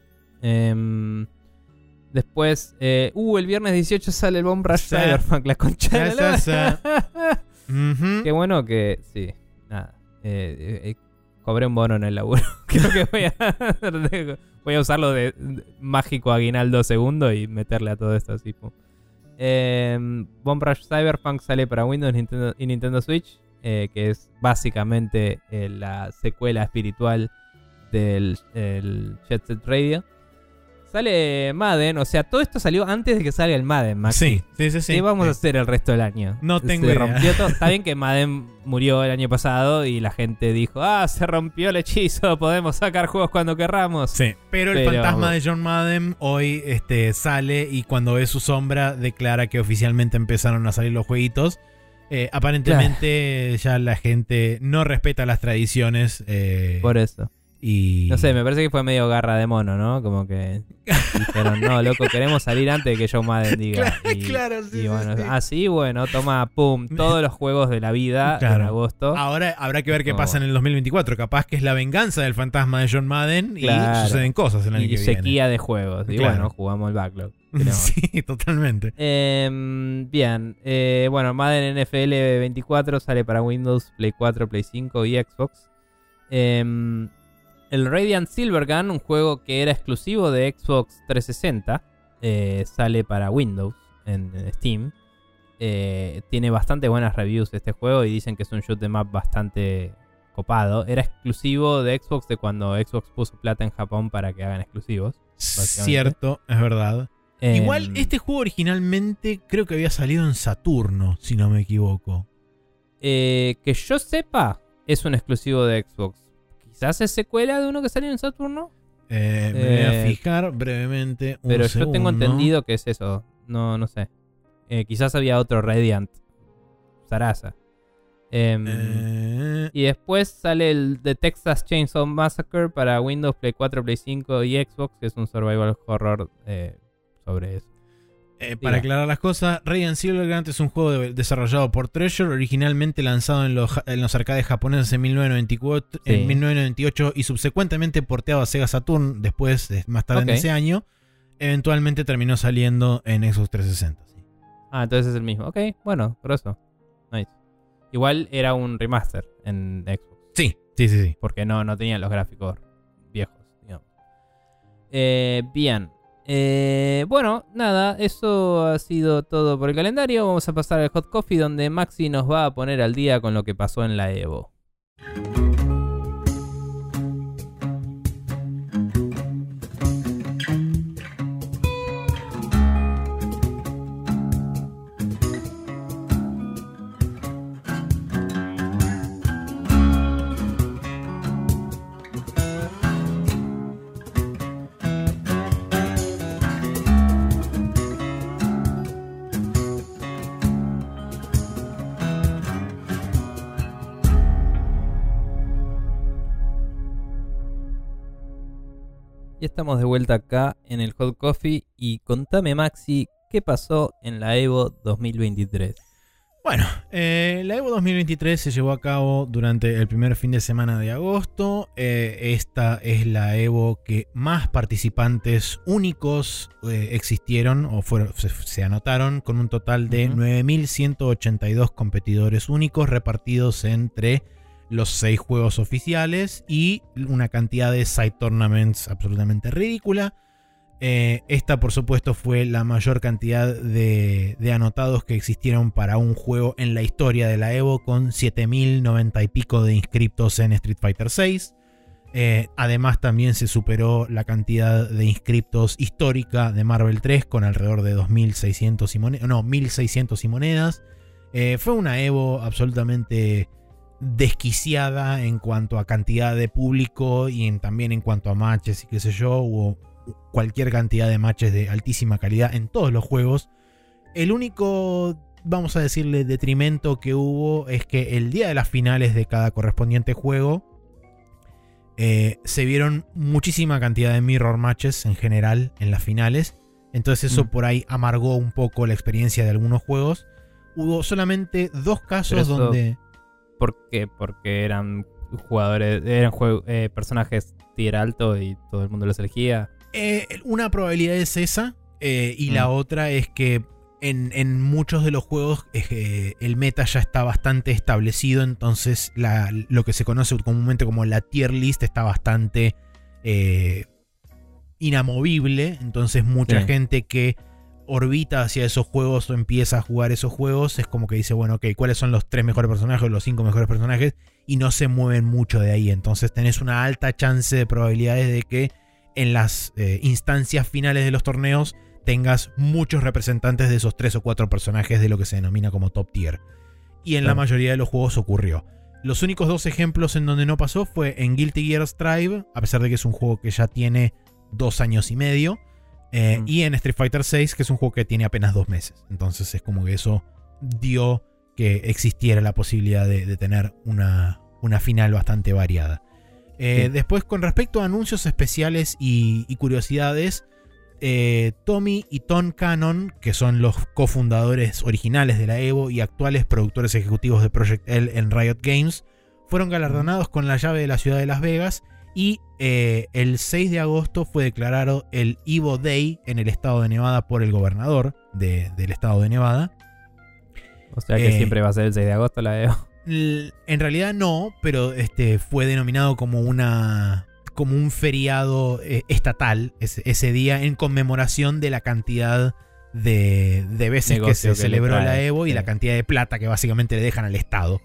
C: Después, el viernes 18 sale el Bomb Rush Cyberpunk, la concha de la lora. Qué bueno que, sí, nada. Cobré un bono en el laburo. Creo que voy a usarlo de mágico aguinaldo segundo y meterle a todo esto así. Bomb Rush Cyberpunk sale para Windows y Nintendo Switch, que es básicamente la secuela espiritual del Jet Set Radio. Sale Madden, o sea, todo esto salió antes de que salga el Madden, Maxi.
B: Sí.
C: ¿Qué vamos a hacer el resto del año?
B: No tengo
C: se
B: idea.
C: Rompió todo. Está bien que Madden murió el año pasado y la gente dijo, se rompió el hechizo, podemos sacar juegos cuando querramos.
B: Sí, pero el fantasma de John Madden hoy sale y cuando ve su sombra declara que oficialmente empezaron a salir los jueguitos. Aparentemente ya la gente no respeta las tradiciones.
C: Por eso.
B: Y...
C: No sé, me parece que fue medio garra de mono, ¿no? Como que dijeron, no, loco, queremos salir antes de que John Madden diga.
B: Claro, sí.
C: Y bueno,
B: sí.
C: Bueno, toma, pum, todos los juegos de la vida en agosto.
B: Ahora habrá que ver qué pasa en el 2024. Capaz que es la venganza del fantasma de John Madden y suceden cosas en el año que viene.
C: Y sequía de juegos. Y bueno, jugamos el backlog.
B: Sí, totalmente.
C: Bien. Bueno, Madden NFL 24 sale para Windows, Play 4, Play 5 y Xbox. El Radiant Silvergun, un juego que era exclusivo de Xbox 360, sale para Windows en Steam. Tiene bastante buenas reviews este juego y dicen que es un shoot 'em up bastante copado. Era exclusivo de Xbox de cuando Xbox puso plata en Japón para que hagan exclusivos.
B: Cierto, es verdad. Igual este juego originalmente creo que había salido en Saturno, si no me equivoco.
C: Que yo sepa, es un exclusivo de Xbox. Quizás es secuela de uno que salió en Saturno.
B: Me voy a fijar brevemente.
C: Pero yo tengo entendido que es eso. No sé. Quizás había otro Radiant Sarasa. Y después sale el The Texas Chainsaw Massacre para Windows, Play 4, Play 5 y Xbox, que es un survival horror sobre eso.
B: Para aclarar las cosas, Radiant Silvergun es un juego desarrollado por Treasure, originalmente lanzado en los arcades japoneses en 1998 y subsecuentemente porteado a Sega Saturn después, más tarde en ese año. Eventualmente terminó saliendo en Xbox 360. Sí.
C: Entonces es el mismo. Ok, bueno, grosso. Nice. Igual era un remaster en Xbox.
B: Sí.
C: Porque no tenían los gráficos viejos, digamos. Bien. Bueno, nada, eso ha sido todo por el calendario. Vamos a pasar al Hot Coffee, donde Maxi nos va a poner al día con lo que pasó en la Evo. Y estamos de vuelta acá en el Hot Coffee. Y contame, Maxi, ¿qué pasó en la Evo 2023?
B: Bueno, la Evo 2023 se llevó a cabo durante el primer fin de semana de agosto. Esta es la Evo que más participantes únicos existieron o se anotaron, con un total de 9.182 competidores únicos repartidos entre los 6 juegos oficiales y una cantidad de side tournaments absolutamente ridícula. Esta, por supuesto, fue la mayor cantidad de anotados que existieron para un juego en la historia de la Evo, con 7.090 y pico de inscriptos en Street Fighter VI. Además, también se superó la cantidad de inscriptos histórica de Marvel 3, con alrededor de 2.600 1.600 y monedas. Fue una Evo absolutamente desquiciada en cuanto a cantidad de público y también en cuanto a matches y qué sé yo. Hubo cualquier cantidad de matches de altísima calidad en todos los juegos. El único, vamos a decirle, detrimento que hubo es que el día de las finales de cada correspondiente juego se vieron muchísima cantidad de mirror matches en general en las finales. Entonces eso por ahí amargó un poco la experiencia de algunos juegos. Hubo solamente 2 casos donde...
C: ¿Por qué? Porque eran jugadores, personajes tier alto y todo el mundo los elegía.
B: Una probabilidad es esa, y la otra es que en muchos de los juegos el meta ya está bastante establecido, entonces lo que se conoce comúnmente como la tier list está bastante inamovible, entonces mucha gente que orbita hacia esos juegos o empieza a jugar esos juegos es como que dice, bueno, ok, ¿cuáles son los 3 mejores personajes o los 5 mejores personajes? Y no se mueven mucho de ahí, entonces tenés una alta chance de probabilidades de que en las instancias finales de los torneos tengas muchos representantes de esos 3 o 4 personajes de lo que se denomina como top tier. Y en la mayoría de los juegos ocurrió. Los únicos 2 ejemplos en donde no pasó fue en Guilty Gear Strive, a pesar de que es un juego que ya tiene 2 años y medio, y en Street Fighter VI, que es un juego que tiene apenas 2 meses. Entonces es como que eso dio que existiera la posibilidad de tener una final bastante variada. Después, con respecto a anuncios especiales y curiosidades, Tommy y Tom Cannon, que son los cofundadores originales de la EVO y actuales productores ejecutivos de Project L en Riot Games, fueron galardonados con la llave de la ciudad de Las Vegas, y el 6 de agosto fue declarado el EVO Day en el estado de Nevada por el gobernador del estado de Nevada.
C: O sea que siempre va a ser el 6 de agosto la EVO.
B: En realidad no, pero fue denominado como un feriado estatal ese día, en conmemoración de la cantidad de veces que se celebró la EVO y la cantidad de plata que básicamente le dejan al Estado.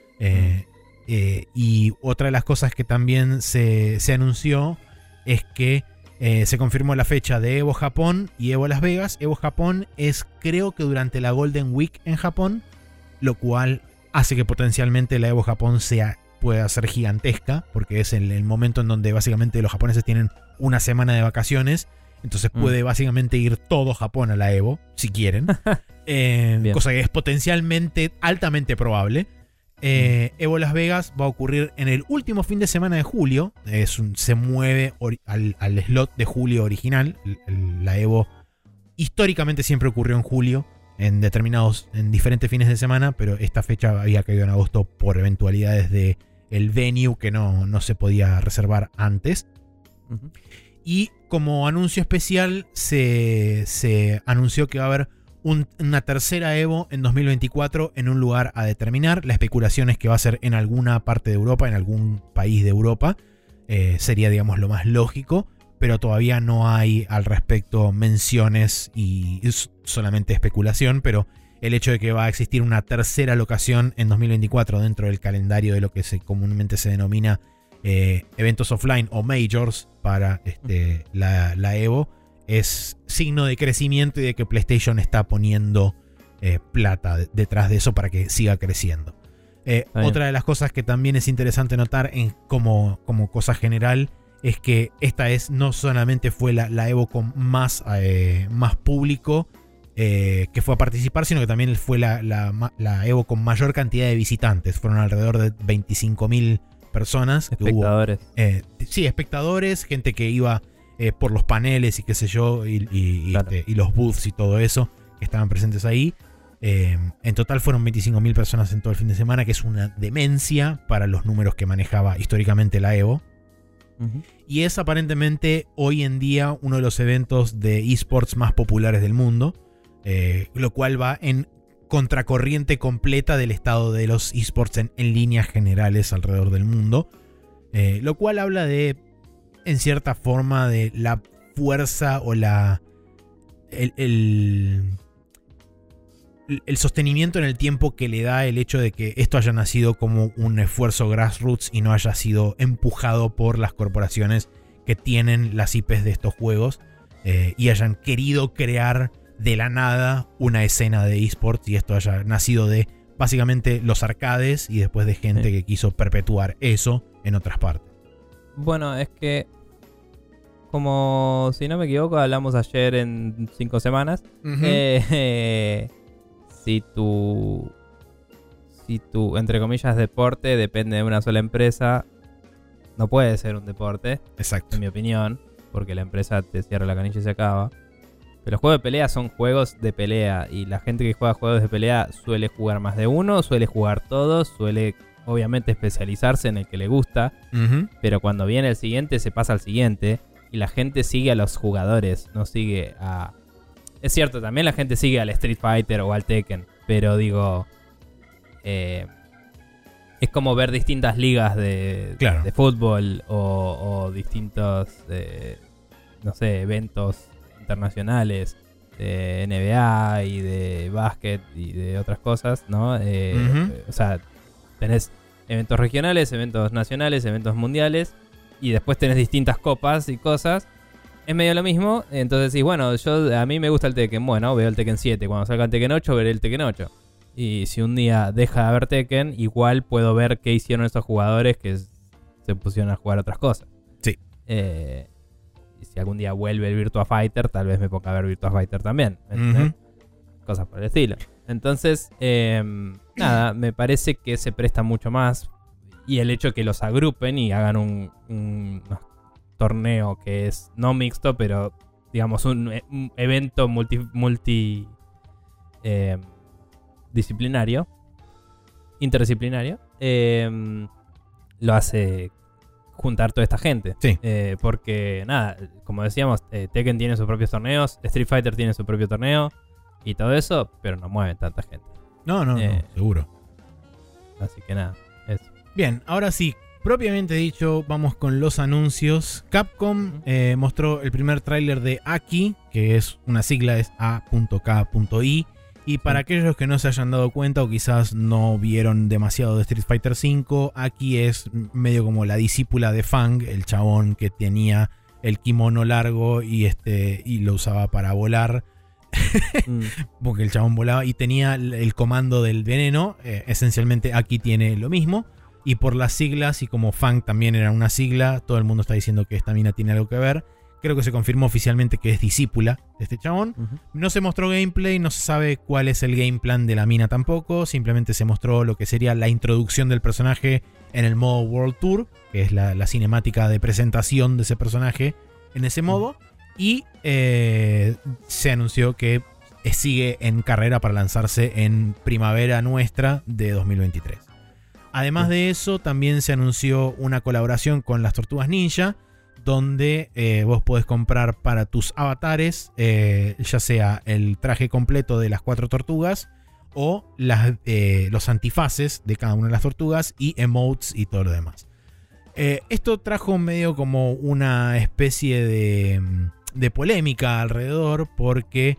B: Y otra de las cosas que también se anunció es que se confirmó la fecha de EVO Japón y EVO Las Vegas. EVO Japón es, creo que durante la Golden Week en Japón, lo cual hace que potencialmente la EVO Japón pueda ser gigantesca, porque es el momento en donde básicamente los japoneses tienen una semana de vacaciones, entonces puede básicamente ir todo Japón a la EVO, si quieren, cosa que es potencialmente altamente probable. EVO Las Vegas va a ocurrir en el último fin de semana de julio, se mueve al slot de julio original. La EVO históricamente siempre ocurrió en julio, en diferentes fines de semana, pero esta fecha había caído en agosto por eventualidades de el venue que no se podía reservar antes. Y como anuncio especial se anunció que va a haber una tercera EVO en 2024 en un lugar a determinar. La especulación es que va a ser en alguna parte de Europa, en algún país de Europa. Sería, digamos, lo más lógico, pero todavía no hay al respecto menciones y es solamente especulación. Pero el hecho de que va a existir una tercera locación en 2024 dentro del calendario de lo que comúnmente se denomina eventos offline o majors para la EVO es signo de crecimiento y de que PlayStation está poniendo plata detrás de eso para que siga creciendo. Otra de las cosas que también es interesante notar como cosa general es que esta no solamente fue la EVO con más público que fue a participar, sino que también fue la EVO con mayor cantidad de visitantes. Fueron alrededor de 25.000 personas.
C: Espectadores.
B: Sí, espectadores, gente que iba por los paneles y qué sé yo, y los booths y todo eso que estaban presentes ahí. En total fueron 25.000 personas en todo el fin de semana, que es una demencia para los números que manejaba históricamente la EVO. Y es aparentemente hoy en día uno de los eventos de esports más populares del mundo, lo cual va en contracorriente completa del estado de los esports en líneas generales alrededor del mundo, lo cual habla en cierta forma de la fuerza o el sostenimiento en el tiempo que le da el hecho de que esto haya nacido como un esfuerzo grassroots y no haya sido empujado por las corporaciones que tienen las IPs de estos juegos, y hayan querido crear de la nada una escena de esports, y esto haya nacido de básicamente los arcades y después de gente que quiso perpetuar eso en otras partes. Bueno,
C: es que, como si no me equivoco, hablamos ayer en 5 semanas. Si tu, entre comillas, deporte depende de una sola empresa, no puede ser un deporte,
B: Exacto.
C: en mi opinión, porque la empresa te cierra la canilla y se acaba. Pero los juegos de pelea son juegos de pelea, y la gente que juega juegos de pelea suele jugar más de uno, suele jugar todos, suele obviamente especializarse en el que le gusta,
B: Ujú.
C: pero cuando viene el siguiente se pasa al siguiente, y la gente sigue a los jugadores, no sigue a... Es cierto, también la gente sigue al Street Fighter o al Tekken, pero digo... es como ver distintas ligas de fútbol o distintos, no sé, eventos internacionales de NBA y de básquet y de otras cosas, ¿no? O sea, tenés eventos regionales, eventos nacionales, eventos mundiales, y después tenés distintas copas y cosas. Es medio lo mismo, entonces sí, bueno, a mí me gusta el Tekken, bueno, veo el Tekken 7, cuando salga el Tekken 8 veré el Tekken 8. Y si un día deja de haber Tekken, igual puedo ver qué hicieron esos jugadores que se pusieron a jugar otras cosas.
B: Sí.
C: Y si algún día vuelve el Virtua Fighter, tal vez me ponga a ver Virtua Fighter también. Cosas por el estilo. Entonces, nada, me parece que se presta mucho más. Y el hecho que los agrupen y hagan un torneo que es no mixto, pero digamos un evento disciplinario, interdisciplinario, lo hace juntar toda esta gente.
B: Sí.
C: Porque, nada, como decíamos, Tekken tiene sus propios torneos, Street Fighter tiene su propio torneo y todo eso, pero no mueven tanta gente.
B: No, seguro.
C: Así que nada, eso.
B: Bien, ahora sí, propiamente dicho, vamos con los anuncios. Capcom mostró el primer tráiler de Aki, que es una sigla, es A.K.I. Y para aquellos que no se hayan dado cuenta o quizás no vieron demasiado de Street Fighter V, Aki es medio como la discípula de Fang, el chabón que tenía el kimono largo y lo usaba para volar. Porque el chabón volaba y tenía el comando del veneno. Esencialmente Aki tiene lo mismo. Y por las siglas, y como Fang también era una sigla, todo el mundo está diciendo que esta mina tiene algo que ver. Creo que se confirmó oficialmente que es discípula de este chabón. No se mostró gameplay, no se sabe cuál es el game plan de la mina tampoco. Simplemente se mostró lo que sería la introducción del personaje en el modo World Tour, que es la cinemática de presentación de ese personaje en ese modo. Y se anunció que sigue en carrera para lanzarse en primavera nuestra de 2023. Además de eso, también se anunció una colaboración con las Tortugas Ninja, donde vos podés comprar para tus avatares, ya sea el traje completo de las 4 tortugas o los antifaces de cada una de las tortugas y emotes y todo lo demás. Esto trajo medio como una especie de polémica alrededor, porque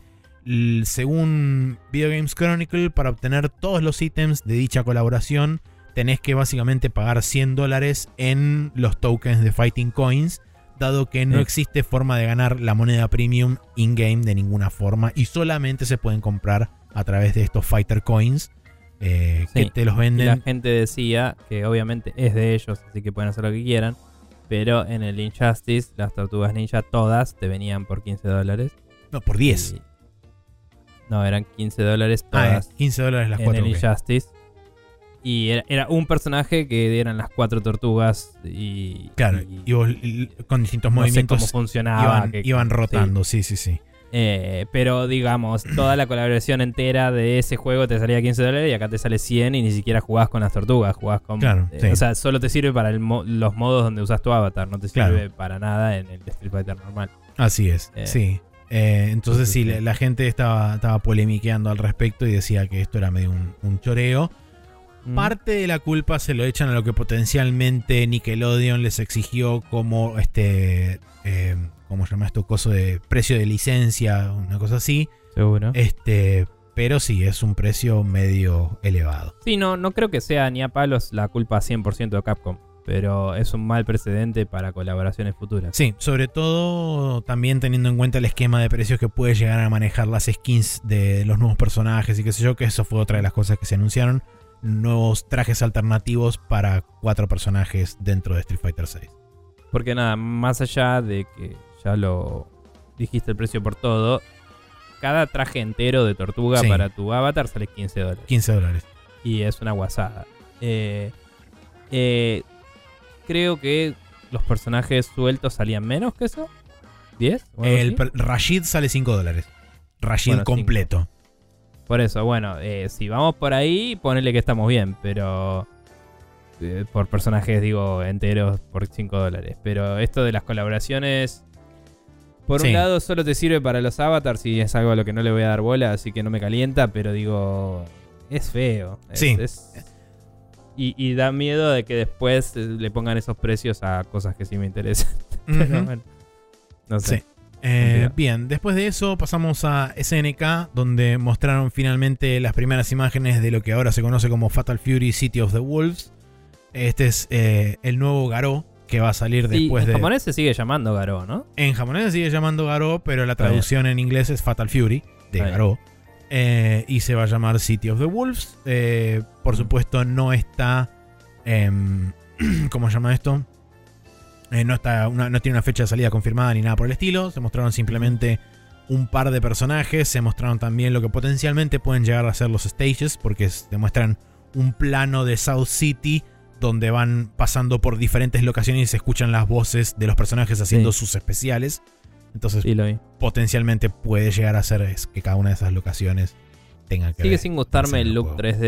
B: según Video Games Chronicle, para obtener todos los ítems de dicha colaboración tenés que básicamente pagar $100 en los tokens de Fighting Coins, dado que no existe forma de ganar la moneda premium in-game de ninguna forma y solamente se pueden comprar a través de estos Fighter Coins que te los venden.
C: Y la gente decía que obviamente es de ellos, así que pueden hacer lo que quieran, pero en el Injustice las Tortugas Ninja todas te venían por $15.
B: No, por 10.
C: No, eran $15 todas.
B: $15 las 4.
C: En el Injustice. Y era un personaje que eran las 4 tortugas y...
B: Claro, y vos con distintos movimientos
C: sé cómo funcionaba,
B: iban rotando, sí.
C: Pero digamos, toda la colaboración entera de ese juego te salía $15 y acá te sale 100 y ni siquiera jugás con las tortugas, jugás con...
B: Claro,
C: O sea, solo te sirve para los modos donde usas tu avatar, no te sirve para nada en el Street Fighter normal.
B: Así es, sí. Entonces sí, la gente estaba polemiqueando al respecto y decía que esto era medio un choreo. Parte de la culpa se lo echan a lo que potencialmente Nickelodeon les exigió como ¿cómo se llama esto? Coso de precio de licencia, una cosa así.
C: Seguro.
B: Pero sí, es un precio medio elevado.
C: Sí, no creo que sea ni a palos la culpa 100% de Capcom, pero es un mal precedente para colaboraciones futuras.
B: Sí, sobre todo también teniendo en cuenta el esquema de precios que puede llegar a manejar las skins de los nuevos personajes y qué sé yo, que eso fue otra de las cosas que se anunciaron. Nuevos trajes alternativos para 4 personajes dentro de Street Fighter 6.
C: Porque nada, más allá de que ya lo dijiste el precio por todo, cada traje entero de tortuga para tu avatar sale $15.
B: $15.
C: Y es una guasada. Creo que los personajes sueltos salían menos que eso. ¿10?
B: Rashid sale $5. Rashid
C: Bueno,
B: completo.
C: Por eso, bueno, si vamos por ahí, ponele que estamos bien, pero por personajes, digo, enteros por $5. Pero esto de las colaboraciones, por un lado, solo te sirve para los avatars y es algo a lo que no le voy a dar bola, así que no me calienta, pero digo, es feo. Y da miedo de que después le pongan esos precios a cosas que sí me interesan. Pero bueno, no sé.
B: Sí. Bien, después de eso pasamos a SNK, donde mostraron finalmente las primeras imágenes de lo que ahora se conoce como Fatal Fury City of the Wolves. Este es el nuevo Garou que va a salir después
C: en
B: de...
C: En japonés se sigue llamando Garou, ¿no?
B: En japonés se sigue llamando Garou, pero la traducción en inglés es Fatal Fury de Garou. Y se va a llamar City of the Wolves. Por supuesto no está... ¿cómo se llama esto? No tiene una fecha de salida confirmada ni nada por el estilo. Se mostraron simplemente un par de personajes. Se mostraron también lo que potencialmente pueden llegar a ser los stages, porque te muestran un plano de South City donde van pasando por diferentes locaciones y se escuchan las voces de los personajes haciendo sus especiales. Entonces potencialmente puede llegar a ser que cada una de esas locaciones tenga que ver.
C: Sigue sin gustarme el look 3D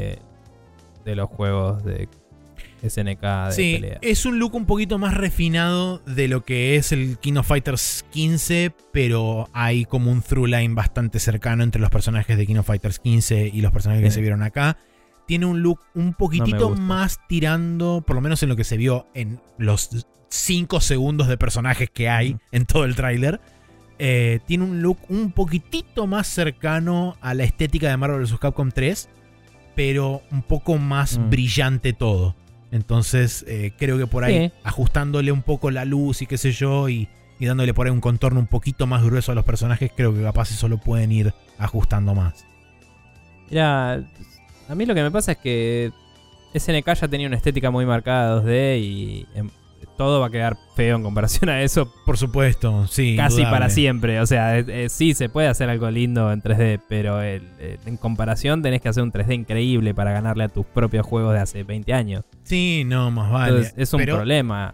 C: de los juegos de SNK de pelea.
B: Es un look un poquito más refinado de lo que es el King of Fighters 15, pero hay como un through line bastante cercano entre los personajes de King of Fighters 15 y los personajes que se vieron acá. Tiene un look un poquitito más tirando, por lo menos en lo que se vio en los 5 segundos de personajes que hay en todo el tráiler. Tiene un look un poquitito más cercano a la estética de Marvel vs. Capcom 3, pero un poco más brillante todo. Entonces creo que por ahí ajustándole un poco la luz y qué sé yo y dándole por ahí un contorno un poquito más grueso a los personajes, creo que capaz eso lo pueden ir ajustando más.
C: Mira, a mí lo que me pasa es que SNK ya tenía una estética muy marcada 2D y todo va a quedar feo en comparación a eso.
B: Por supuesto, sí.
C: Casi
B: indudable.
C: para siempre. O sea, sí se puede hacer algo lindo en 3D, pero en comparación tenés que hacer un 3D increíble para ganarle a tus propios juegos de hace 20 años.
B: Sí, no, más vale.
C: Entonces, es un problema.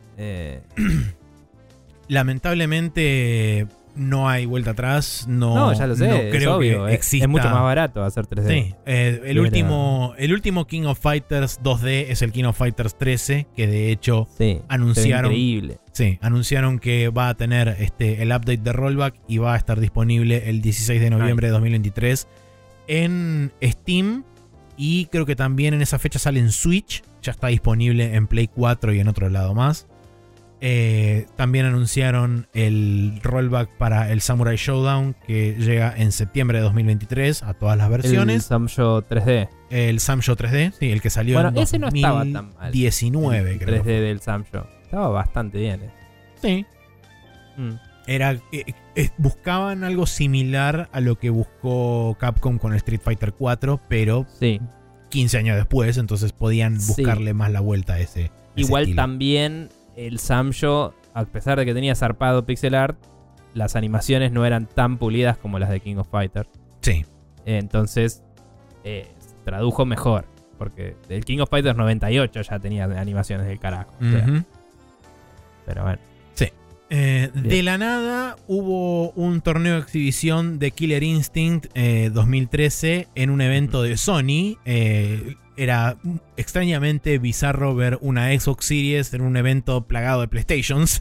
B: Lamentablemente no hay vuelta atrás. No,
C: ya lo sé,
B: no creo
C: es obvio.
B: que exista.
C: Es mucho más barato hacer 3D.
B: Sí, el último King of Fighters 2D es el King of Fighters 13, que de hecho anunciaron.
C: Increíble.
B: Sí, anunciaron que va a tener el update de rollback y va a estar disponible el 16 de noviembre de 2023 en Steam. Y creo que también en esa fecha sale en Switch. Ya está disponible en Play 4 y en otro lado más. También anunciaron el rollback para el Samurai Showdown, que llega en septiembre de 2023 a todas las versiones.
C: El Samsho 3D.
B: El Samsho 3D, sí, el que salió en
C: ese no estaba tan mal.
B: 19,
C: el
B: creo.
C: 3D del Samsho. Estaba bastante bien.
B: Sí. Era buscaban algo similar a lo que buscó Capcom con el Street Fighter 4, pero 15 años después, entonces podían buscarle más la vuelta a ese
C: Igual
B: estilo.
C: También el Samsho, a pesar de que tenía zarpado pixel art, las animaciones no eran tan pulidas como las de King of Fighters.
B: Sí.
C: Entonces tradujo mejor, porque el King of Fighters 98 ya tenía animaciones del carajo. O sea, pero bueno.
B: Sí. De la nada hubo un torneo de exhibición de Killer Instinct 2013 en un evento de Sony. Era extrañamente bizarro ver una Xbox Series en un evento plagado de PlayStations.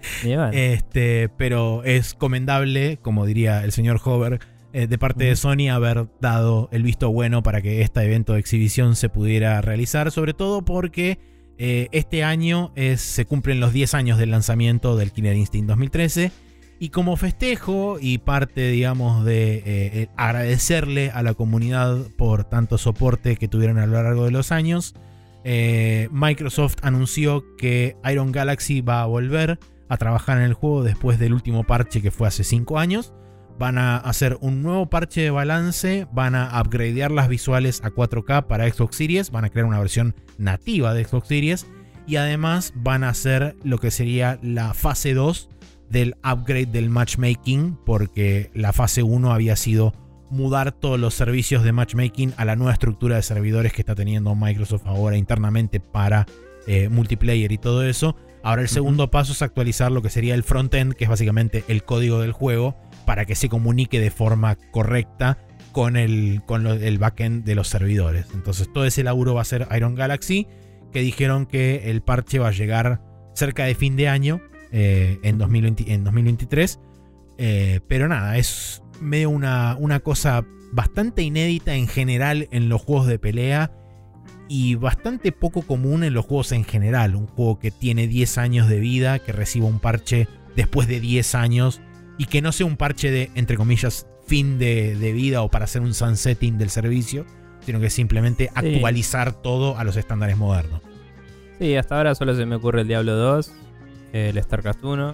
B: Pero es comendable, como diría el señor Hover, de parte de Sony haber dado el visto bueno para que este evento de exhibición se pudiera realizar, sobre todo porque este año se cumplen los 10 años del lanzamiento del Killer Instinct 2013. Y como festejo y parte, digamos, de agradecerle a la comunidad por tanto soporte que tuvieron a lo largo de los años, Microsoft anunció que Iron Galaxy va a volver a trabajar en el juego después del último parche que fue hace 5 años. Van a hacer un nuevo parche de balance, van a upgradear las visuales a 4K para Xbox Series, van a crear una versión nativa de Xbox Series y además van a hacer lo que sería la fase 2 del upgrade del matchmaking, porque la fase 1 había sido mudar todos los servicios de matchmaking a la nueva estructura de servidores que está teniendo Microsoft ahora internamente para multiplayer y todo eso. Ahora el segundo paso es actualizar lo que sería el frontend, que es básicamente el código del juego, para que se comunique de forma correcta con el backend de los servidores. Entonces todo ese laburo va a ser Iron Galaxy, que dijeron que el parche va a llegar cerca de fin de año, en 2023. Pero nada, es medio una cosa bastante inédita en general en los juegos de pelea y bastante poco común en los juegos en general. Un juego que tiene 10 años de vida, que reciba un parche después de 10 años y que no sea un parche de, entre comillas, fin de vida o para hacer un sunsetting del servicio, sino que simplemente actualizar todo a los estándares modernos.
C: Sí, hasta ahora solo se me ocurre el Diablo 2, el StarCraft 1.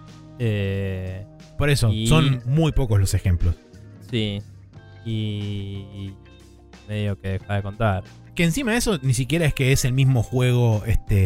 B: Por eso, son muy pocos los ejemplos.
C: Sí, y medio que deja de contar.
B: Que encima de eso ni siquiera es que es el mismo juego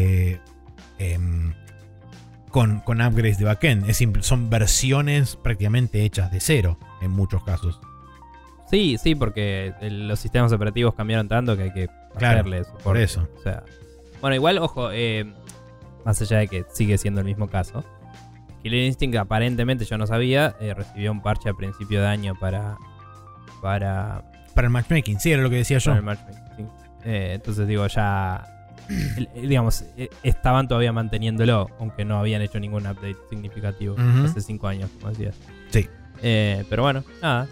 B: con upgrades de backend. Son versiones prácticamente hechas de cero en muchos casos.
C: Sí, porque los sistemas operativos cambiaron tanto que hay que hacerle eso.
B: Por eso.
C: O sea, bueno, igual, ojo, más allá de que sigue siendo el mismo caso, Killer Instinct aparentemente, yo no sabía, recibió un parche a principio de año para
B: el matchmaking, sí, era lo que decía yo.
C: Para el matchmaking, sí. Entonces digo, ya digamos, estaban todavía manteniéndolo, aunque no habían hecho ningún update significativo hace 5 años, como decías.
B: Sí.
C: Pero bueno, nada.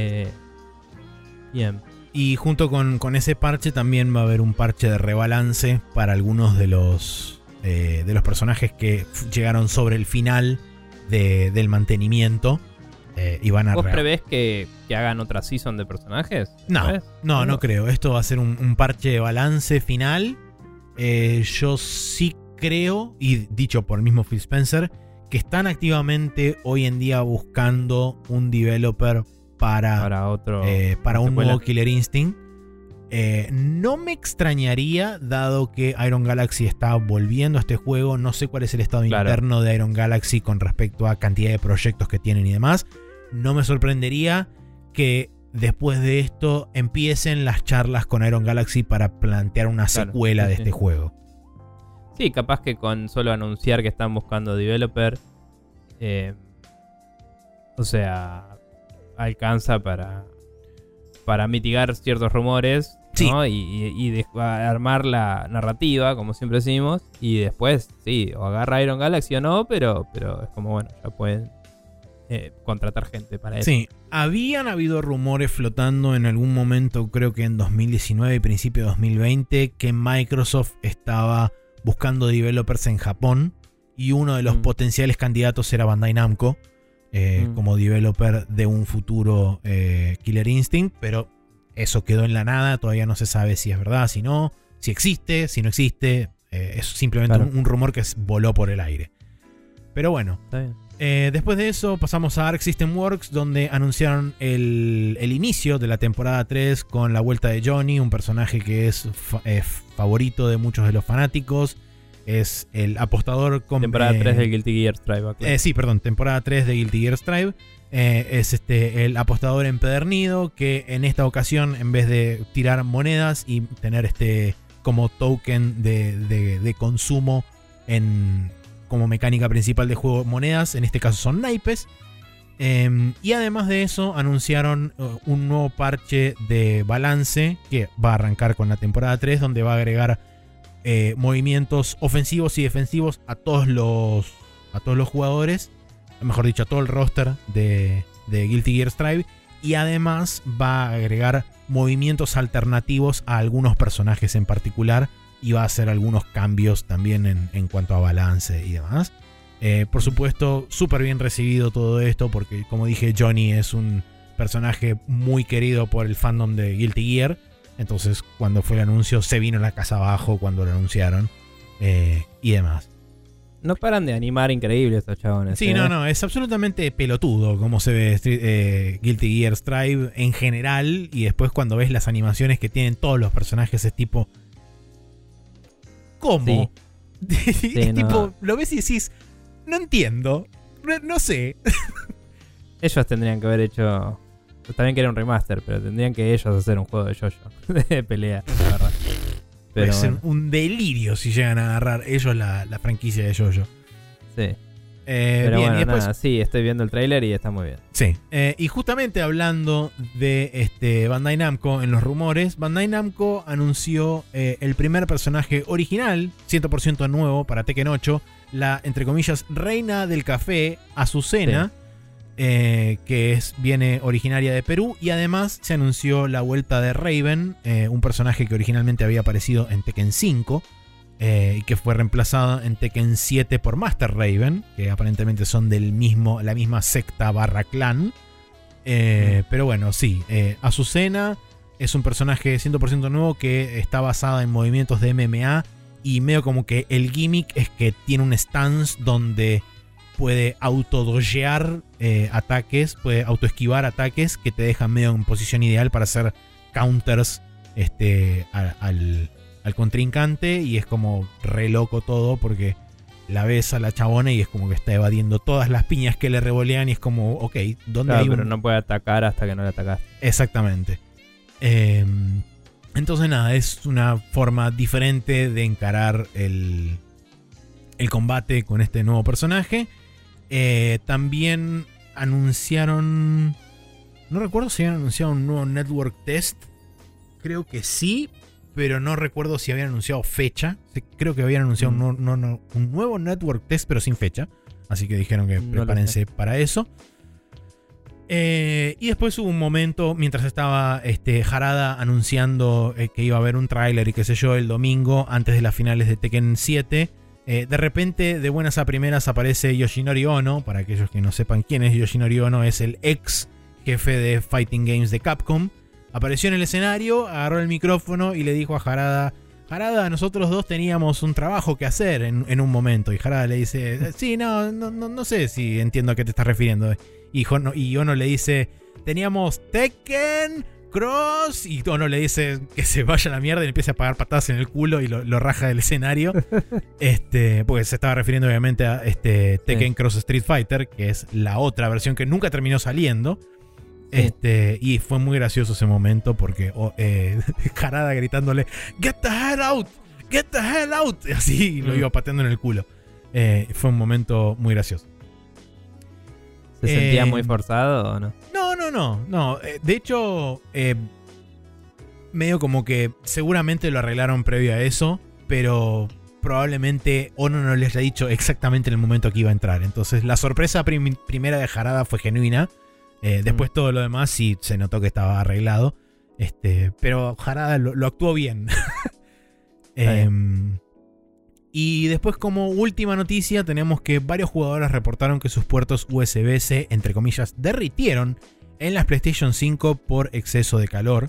C: Bien.
B: Y junto con ese parche también va a haber un parche de rebalance para algunos de los personajes que llegaron sobre el final del mantenimiento. Y van a
C: ¿Vos prevés que hagan otra season de personajes?
B: No creo. Esto va a ser un parche de balance final. Yo sí creo, y dicho por el mismo Phil Spencer, que están activamente hoy en día buscando un developer para un nuevo Killer Instinct. No me extrañaría, dado que Iron Galaxy está volviendo a este juego. No sé cuál es el estado interno de Iron Galaxy con respecto a cantidad de proyectos que tienen y demás. No me sorprendería que después de esto empiecen las charlas con Iron Galaxy para plantear una secuela de este juego.
C: Sí, capaz que con solo anunciar que están buscando developer, o sea, alcanza para mitigar ciertos rumores, ¿no? Y armar la narrativa, como siempre decimos, y después, sí, o agarra Iron Galaxy o no, pero es como, bueno, ya pueden contratar gente para eso.
B: Sí, habían habido rumores flotando en algún momento, creo que en 2019 y principio de 2020, que Microsoft estaba buscando developers en Japón y uno de los potenciales candidatos era Bandai Namco como developer de un futuro Killer Instinct, pero eso quedó en la nada. Todavía no se sabe si es verdad, si no, si existe, si no existe. Es simplemente un rumor que voló por el aire. Pero bueno,
C: está bien.
B: Después de eso pasamos a Arc System Works, donde anunciaron el inicio de la temporada 3 con la vuelta de Johnny, un personaje que es favorito de muchos de los fanáticos. Es el apostador con...
C: Temporada 3 de Guilty Gear Strive.
B: Sí, perdón, temporada 3 de Guilty Gear Strive. Es el apostador empedernido que en esta ocasión, en vez de tirar monedas y tener como token de consumo como mecánica principal de juego monedas, en este caso son naipes. Y además de eso anunciaron un nuevo parche de balance que va a arrancar con la temporada 3, donde va a agregar movimientos ofensivos y defensivos a todos los jugadores, mejor dicho, a todo el roster de Guilty Gear Strive. Y además va a agregar movimientos alternativos a algunos personajes en particular, y va a hacer algunos cambios también en cuanto a balance y demás. Por supuesto, súper bien recibido todo esto, porque como dije, Johnny es un personaje muy querido por el fandom de Guilty Gear. Entonces, cuando fue el anuncio, se vino la casa abajo cuando lo anunciaron y demás.
C: No paran de animar increíble estos chabones.
B: Sí, no, es absolutamente pelotudo como se ve Guilty Gear Strive en general. Y después cuando ves las animaciones que tienen todos los personajes, es tipo... ¿Cómo? Sí. Es tipo, lo ves y decís, no entiendo, no sé.
C: Ellos tendrían que haber hecho... Está bien que era un remaster, pero tendrían que ellos hacer un juego de JoJo de pelea, la verdad. Pero
B: puede ser
C: bueno,
B: un delirio si llegan a agarrar ellos la franquicia de JoJo.
C: sí. Pero
B: Bien,
C: bueno,
B: y después,
C: nada, sí, estoy viendo el tráiler y está muy bien.
B: sí. Y justamente hablando de Bandai Namco en los rumores, Bandai Namco anunció el primer personaje original, 100% nuevo para Tekken 8, la, entre comillas, reina del café, Azucena, que viene originaria de Perú, y además se anunció la vuelta de Raven, un personaje que originalmente había aparecido en Tekken 5, y que fue reemplazado en Tekken 7 por Master Raven, que aparentemente son la misma secta / clan. Pero bueno, sí, Azucena es un personaje 100% nuevo que está basado en movimientos de MMA, y medio como que el gimmick es que tiene un stance donde puede autododgear ataques, puede autoesquivar ataques que te dejan medio en posición ideal para hacer counters al contrincante, y es como re loco todo porque la ves a la chabona y es como que está evadiendo todas las piñas que le revolean, y es como, ok, ¿dónde
C: Claro,
B: hay
C: pero no puede atacar hasta que no le atacas.
B: Exactamente. Entonces nada, es una forma diferente de encarar el combate con este nuevo personaje. También anunciaron, no recuerdo si habían anunciado un nuevo Network Test. Creo que sí, pero no recuerdo si habían anunciado fecha. Creo que habían anunciado un nuevo Network Test, pero sin fecha. Así que dijeron que prepárense para eso. Y después hubo un momento, mientras estaba Harada anunciando que iba a haber un tráiler y qué sé yo, el domingo, antes de las finales de Tekken 7. De repente, de buenas a primeras, aparece Yoshinori Ono. Para aquellos que no sepan quién es Yoshinori Ono, es el ex jefe de Fighting Games de Capcom. Apareció en el escenario, agarró el micrófono y le dijo a Harada: Harada, nosotros dos teníamos un trabajo que hacer en un momento. Y Harada le dice: sí, no sé si entiendo a qué te estás refiriendo. Y Ono le dice: teníamos Tekken, Cross. Y Ono le dice que se vaya a la mierda y le empieza a pagar patadas en el culo y lo raja del escenario. Porque se estaba refiriendo obviamente a Tekken Cross Street Fighter, que es la otra versión que nunca terminó saliendo. Y fue muy gracioso ese momento porque Harada gritándole: Get the hell out, get the hell out. Así lo iba pateando en el culo. Fue un momento muy gracioso.
C: ¿Se sentía muy forzado o no?
B: No. De hecho, medio como que seguramente lo arreglaron previo a eso, pero probablemente Ono no les haya dicho exactamente en el momento que iba a entrar. Entonces la sorpresa primera de Harada fue genuina. Después todo lo demás sí se notó que estaba arreglado. Pero Harada lo actuó bien. Y después, como última noticia, tenemos que varios jugadores reportaron que sus puertos USB-C, entre comillas, derritieron en las PlayStation 5 por exceso de calor.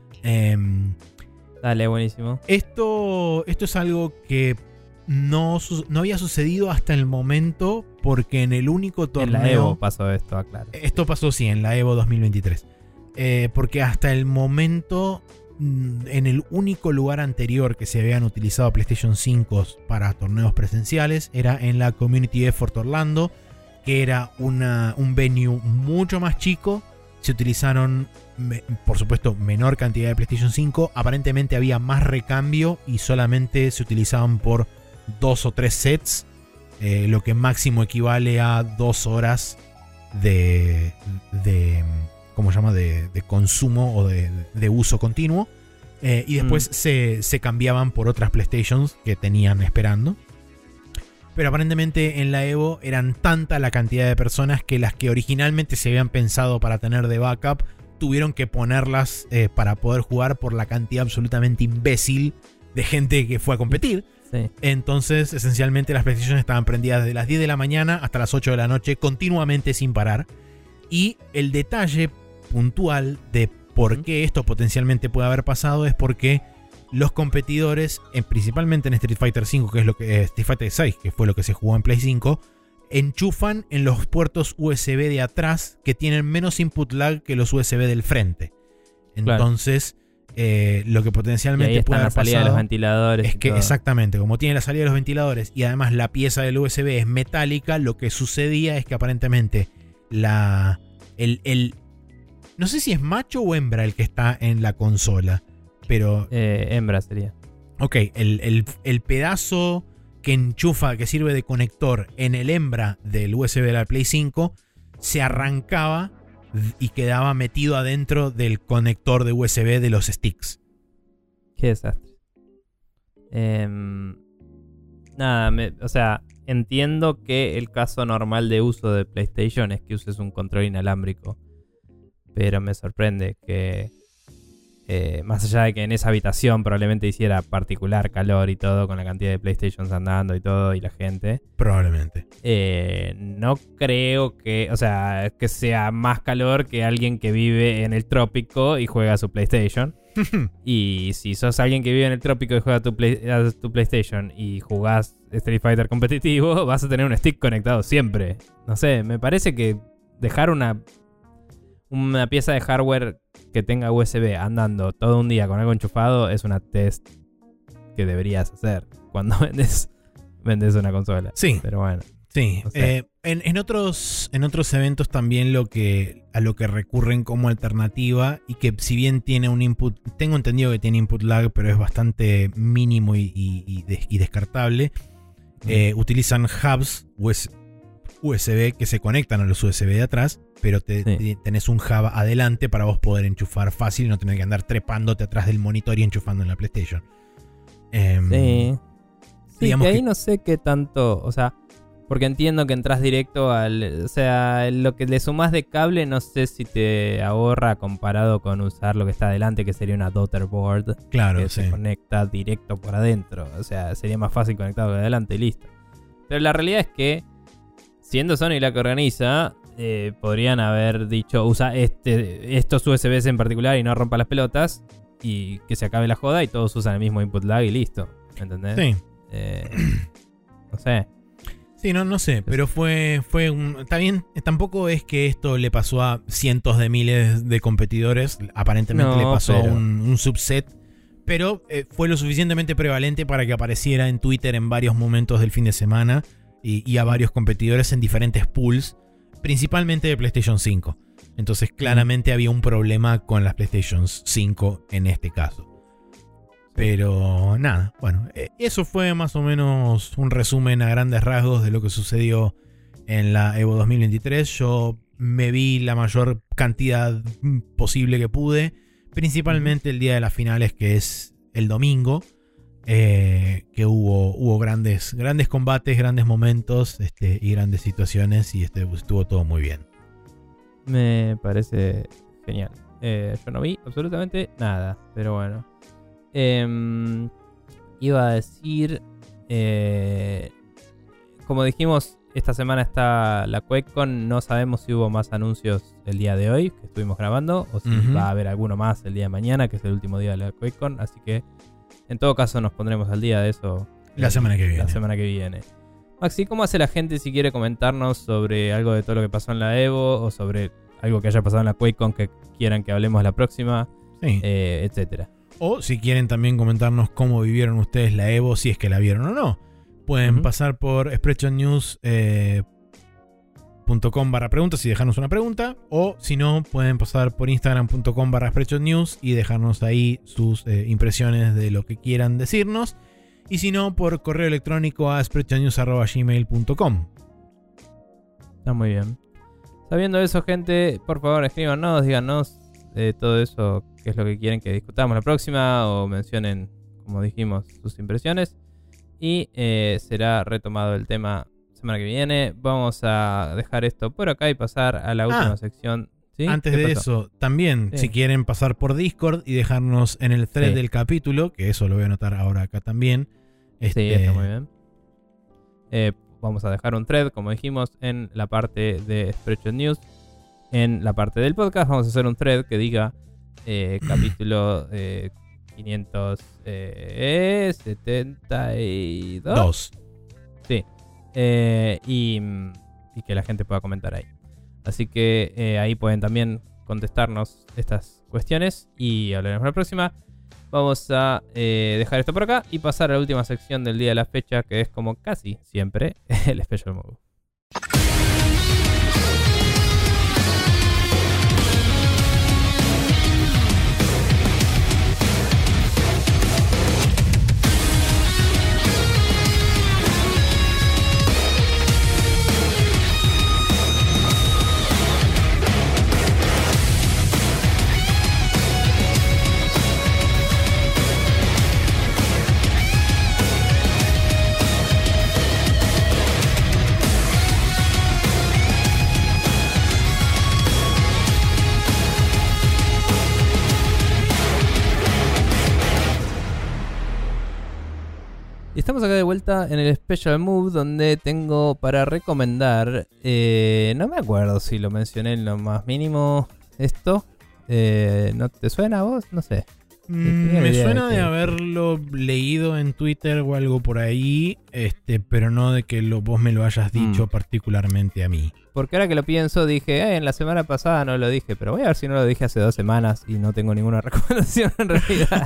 C: Dale, buenísimo.
B: Esto es algo que no había sucedido hasta el momento, porque en el único torneo...
C: En la Evo pasó esto, aclaro.
B: Esto pasó, sí, en la Evo 2023. Porque hasta el momento, en el único lugar anterior que se habían utilizado PlayStation 5 para torneos presenciales era en la Community Effort Orlando, que era un venue mucho más chico. Se utilizaron, por supuesto, menor cantidad de PlayStation 5. Aparentemente había más recambio y solamente se utilizaban por 2 o 3 sets, lo que máximo equivale a 2 horas de ¿cómo se llama? De consumo o de uso continuo. Y después se cambiaban por otras PlayStations que tenían esperando. Pero aparentemente en la Evo eran tanta la cantidad de personas que las que originalmente se habían pensado para tener de backup tuvieron que ponerlas para poder jugar por la cantidad absolutamente imbécil de gente que fue a competir.
C: Sí.
B: Entonces, esencialmente las PlayStation estaban prendidas de las 10 de la mañana hasta las 8 de la noche, continuamente sin parar. Y el detalle puntual de por qué esto potencialmente puede haber pasado es porque los competidores, principalmente en Street Fighter 5, que es lo que Street Fighter 6, que fue lo que se jugó en Play 5, enchufan en los puertos USB de atrás que tienen menos input lag que los USB del frente. Entonces, lo que potencialmente puede haber pasado
C: de los ventiladores
B: es que, exactamente, como tiene la salida de los ventiladores y además la pieza del USB es metálica, lo que sucedía es que aparentemente no sé si es macho o hembra el que está en la consola, pero
C: hembra sería.
B: Ok, el pedazo que enchufa, que sirve de conector en el hembra del USB de la Play 5, se arrancaba y quedaba metido adentro del conector de USB de los sticks.
C: Qué desastre. Nada, o sea, entiendo que el caso normal de uso de PlayStation es que uses un control inalámbrico. Pero me sorprende que, más allá de que en esa habitación probablemente hiciera particular calor y todo, con la cantidad de PlayStations andando y todo, y la gente.
B: Probablemente.
C: No creo que, o sea, que sea más calor que alguien que vive en el trópico y juega a su PlayStation. Y si sos alguien que vive en el trópico y juega a tu PlayStation y jugás Street Fighter competitivo, vas a tener un stick conectado siempre. No sé, me parece que dejar una pieza de hardware que tenga USB andando todo un día con algo enchufado es una test que deberías hacer cuando vendes una consola.
B: Sí.
C: Pero bueno.
B: Sí.
C: No sé.
B: En otros eventos también a lo que recurren como alternativa, y que si bien tiene un input, tengo entendido que tiene input lag, pero es bastante mínimo y descartable, utilizan hubs USB que se conectan a los USB de atrás, pero tenés un hub adelante para vos poder enchufar fácil y no tener que andar trepándote atrás del monitor y enchufando en la PlayStation.
C: Sí, que ahí
B: que
C: no sé qué tanto, o sea, porque entiendo que entras directo o sea, lo que le sumás de cable no sé si te ahorra comparado con usar lo que está adelante, que sería una daughterboard.
B: Claro,
C: que
B: sí.
C: se conecta directo por adentro, o sea, sería más fácil conectado que adelante y listo. Pero la realidad es que, siendo Sony la que organiza, podrían haber dicho, usa estos USBs en particular y no rompa las pelotas, y que se acabe la joda y todos usan el mismo input lag y listo. ¿Entendés?
B: Sí.
C: No sé.
B: Sí, no sé, pero está bien, tampoco es que esto le pasó a cientos de miles de competidores, aparentemente le pasó a un subset, pero fue lo suficientemente prevalente para que apareciera en Twitter en varios momentos del fin de semana y a varios competidores en diferentes pools, principalmente de PlayStation 5. Entonces claramente había un problema con las PlayStation 5 en este caso. Pero nada, bueno, eso fue más o menos un resumen a grandes rasgos de lo que sucedió en la Evo 2023. Yo me vi la mayor cantidad posible que pude, principalmente el día de las finales, que es el domingo, que hubo grandes combates, grandes momentos y grandes situaciones, y estuvo todo muy bien.
C: Me parece genial. Yo no vi absolutamente nada, pero bueno. Iba a decir, como dijimos, esta semana está la QuakeCon. No sabemos si hubo más anuncios el día de hoy que estuvimos grabando, o si va a haber alguno más el día de mañana, que es el último día de la QuakeCon. Así que en todo caso nos pondremos al día de eso
B: la semana que
C: viene. Maxi, ¿cómo hace la gente si quiere comentarnos sobre algo de todo lo que pasó en la Evo, o sobre algo que haya pasado en la QuakeCon que quieran que hablemos la próxima, etcétera?
B: O si quieren también comentarnos cómo vivieron ustedes la Evo, si es que la vieron o no, pueden pasar por spreadshotnews.com/preguntas y dejarnos una pregunta. O si no, pueden pasar por instagram.com/spreadshotnews y dejarnos ahí sus impresiones de lo que quieran decirnos. Y si no, por correo electrónico a spreadshotnews@gmail.com.
C: Está muy bien. Sabiendo eso, gente, por favor escríbanos, díganos todo eso, qué es lo que quieren que discutamos la próxima, o mencionen, como dijimos, sus impresiones, y será retomado el tema semana que viene. Vamos a dejar esto por acá y pasar a la última sección. ¿Sí?
B: Antes de eso, también, si quieren pasar por Discord y dejarnos en el thread del capítulo, que eso lo voy a anotar ahora acá también.
C: Sí, está muy bien. Vamos a dejar un thread, como dijimos, en la parte de Spreadshot News. En la parte del podcast vamos a hacer un thread que diga capítulo 572. Sí. Y que la gente pueda comentar ahí. Así que ahí pueden también contestarnos estas cuestiones y hablaremos la próxima. Vamos a dejar esto por acá y pasar a la última sección del día de la fecha, que es, como casi siempre, el Special Move.
A: Y estamos acá de vuelta en el Special Move, donde tengo para recomendar. No me acuerdo si lo mencioné en lo más mínimo. Esto. ¿No te suena a vos? No sé.
B: Me suena de haberlo leído en Twitter o algo por ahí, pero no de que vos me lo hayas dicho particularmente a mí.
A: Porque ahora que lo pienso, dije, en la semana pasada no lo dije, pero voy a ver si no lo dije hace 2 semanas y no tengo ninguna recomendación en realidad.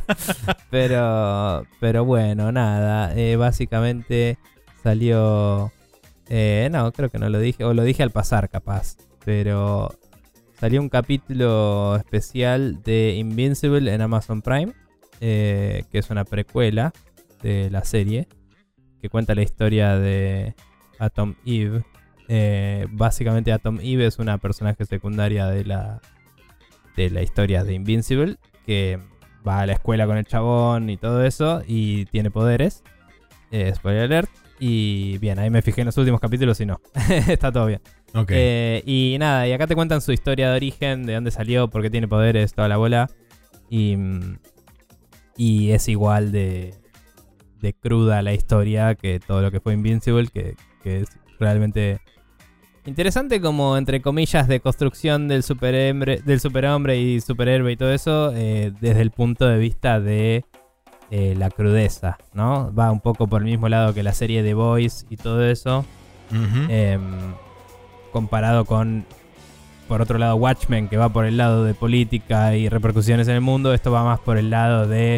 A: pero bueno, nada. Básicamente salió... no, creo que no lo dije, o lo dije al pasar capaz, pero... Salió un capítulo especial de Invincible en Amazon Prime, que es una precuela de la serie, que cuenta la historia de Atom Eve. Básicamente Atom Eve es una personaje secundaria de la historia de Invincible, que va a la escuela con el chabón y todo eso, y tiene poderes. Spoiler alert. Y bien, ahí me fijé en los últimos capítulos y no, está todo bien.
B: Okay.
A: Y nada, y acá te cuentan su historia de origen, de dónde salió, por qué tiene poderes, toda la bola. Y es igual de cruda la historia que todo lo que fue Invincible, que es realmente interesante como, entre comillas, de construcción del superhombre y superhéroe y todo eso, desde el punto de vista de la crudeza, ¿no? Va un poco por el mismo lado que la serie The Boys y todo eso.
B: Uh-huh.
A: Comparado con, por otro lado, Watchmen, que va por el lado de política y repercusiones en el mundo. Esto va más por el lado de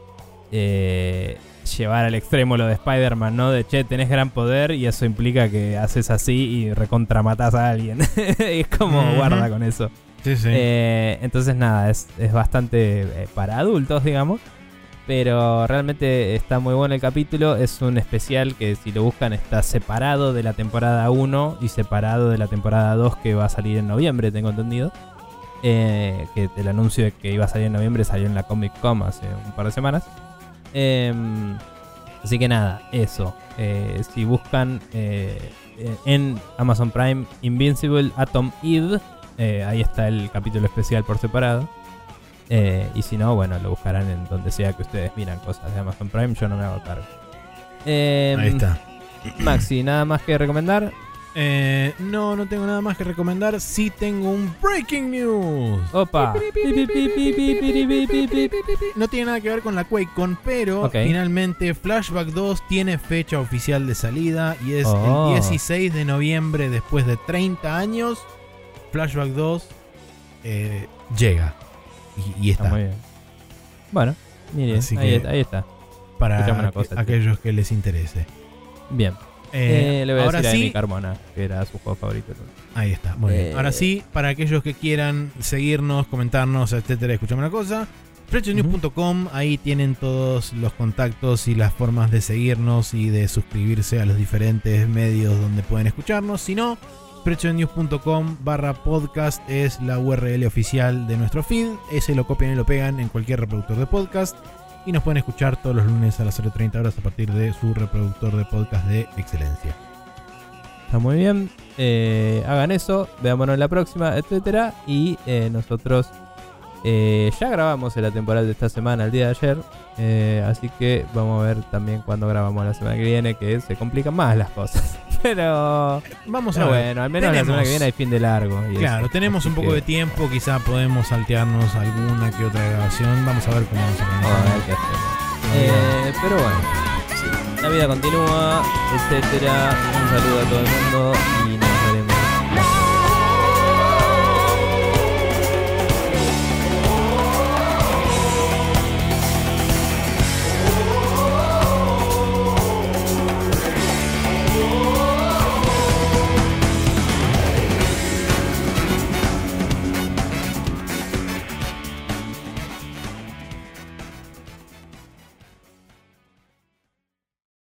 A: llevar al extremo lo de Spider-Man, ¿no? De, che, tenés gran poder y eso implica que haces así y recontramatás a alguien. Y es como, guarda con eso.
B: Sí, sí.
A: Entonces, nada, es bastante para adultos, digamos. Pero realmente está muy bueno el capítulo. Es un especial que, si lo buscan, está separado de la temporada 1 y separado de la temporada 2, que va a salir en noviembre, tengo entendido. Que el anuncio de que iba a salir en noviembre salió en la Comic Con hace un par de semanas. Así que nada, eso. Si buscan en Amazon Prime Invincible Atom Eve, ahí está el capítulo especial por separado. Y si no, bueno, lo buscarán en donde sea que ustedes miran cosas de Amazon Prime. Yo no me hago cargo.
B: Ahí está.
A: Maxi, ¿nada más que recomendar?
B: No tengo nada más que recomendar. Sí tengo un breaking news.
A: Opa.
B: No tiene nada que ver con la QuakeCon, pero finalmente Flashback 2 tiene fecha oficial de salida y es el 16 de noviembre, después de 30 años. Flashback 2 llega. Y está.
A: Muy bien. Bueno, miren, ahí está.
B: Para aquellos que les interese.
A: Bien. Le voy a
B: ahora
A: decir
B: sí,
A: a Amy Carmona, que era su juego favorito.
B: Ahí está, muy bien. Ahora sí, para aquellos que quieran seguirnos, comentarnos, etcétera, escuchame una cosa. Spreadshotnews.com, ahí tienen todos los contactos y las formas de seguirnos y de suscribirse a los diferentes medios donde pueden escucharnos. Si no, spreadshotnews.com/podcast es la URL oficial de nuestro feed. Ese lo copian y lo pegan en cualquier reproductor de podcast. Y nos pueden escuchar todos los lunes a las 0:30 horas a partir de su reproductor de podcast de excelencia.
A: Está muy bien. Hagan eso, veámonos en la próxima, etcétera. Y nosotros ya grabamos la temporada de esta semana, el día de ayer. Así que vamos a ver también cuando grabamos la semana que viene, que se complican más las cosas. Pero
B: vamos a ver.
A: Bueno, al menos la semana que viene hay fin de largo.
B: Claro, tenemos un poco de tiempo, quizá podemos saltearnos alguna que otra grabación. Vamos a ver cómo vamos a
A: ver qué hacemos. Pero bueno, sí, la vida continúa, etcétera. Un saludo a todo el mundo y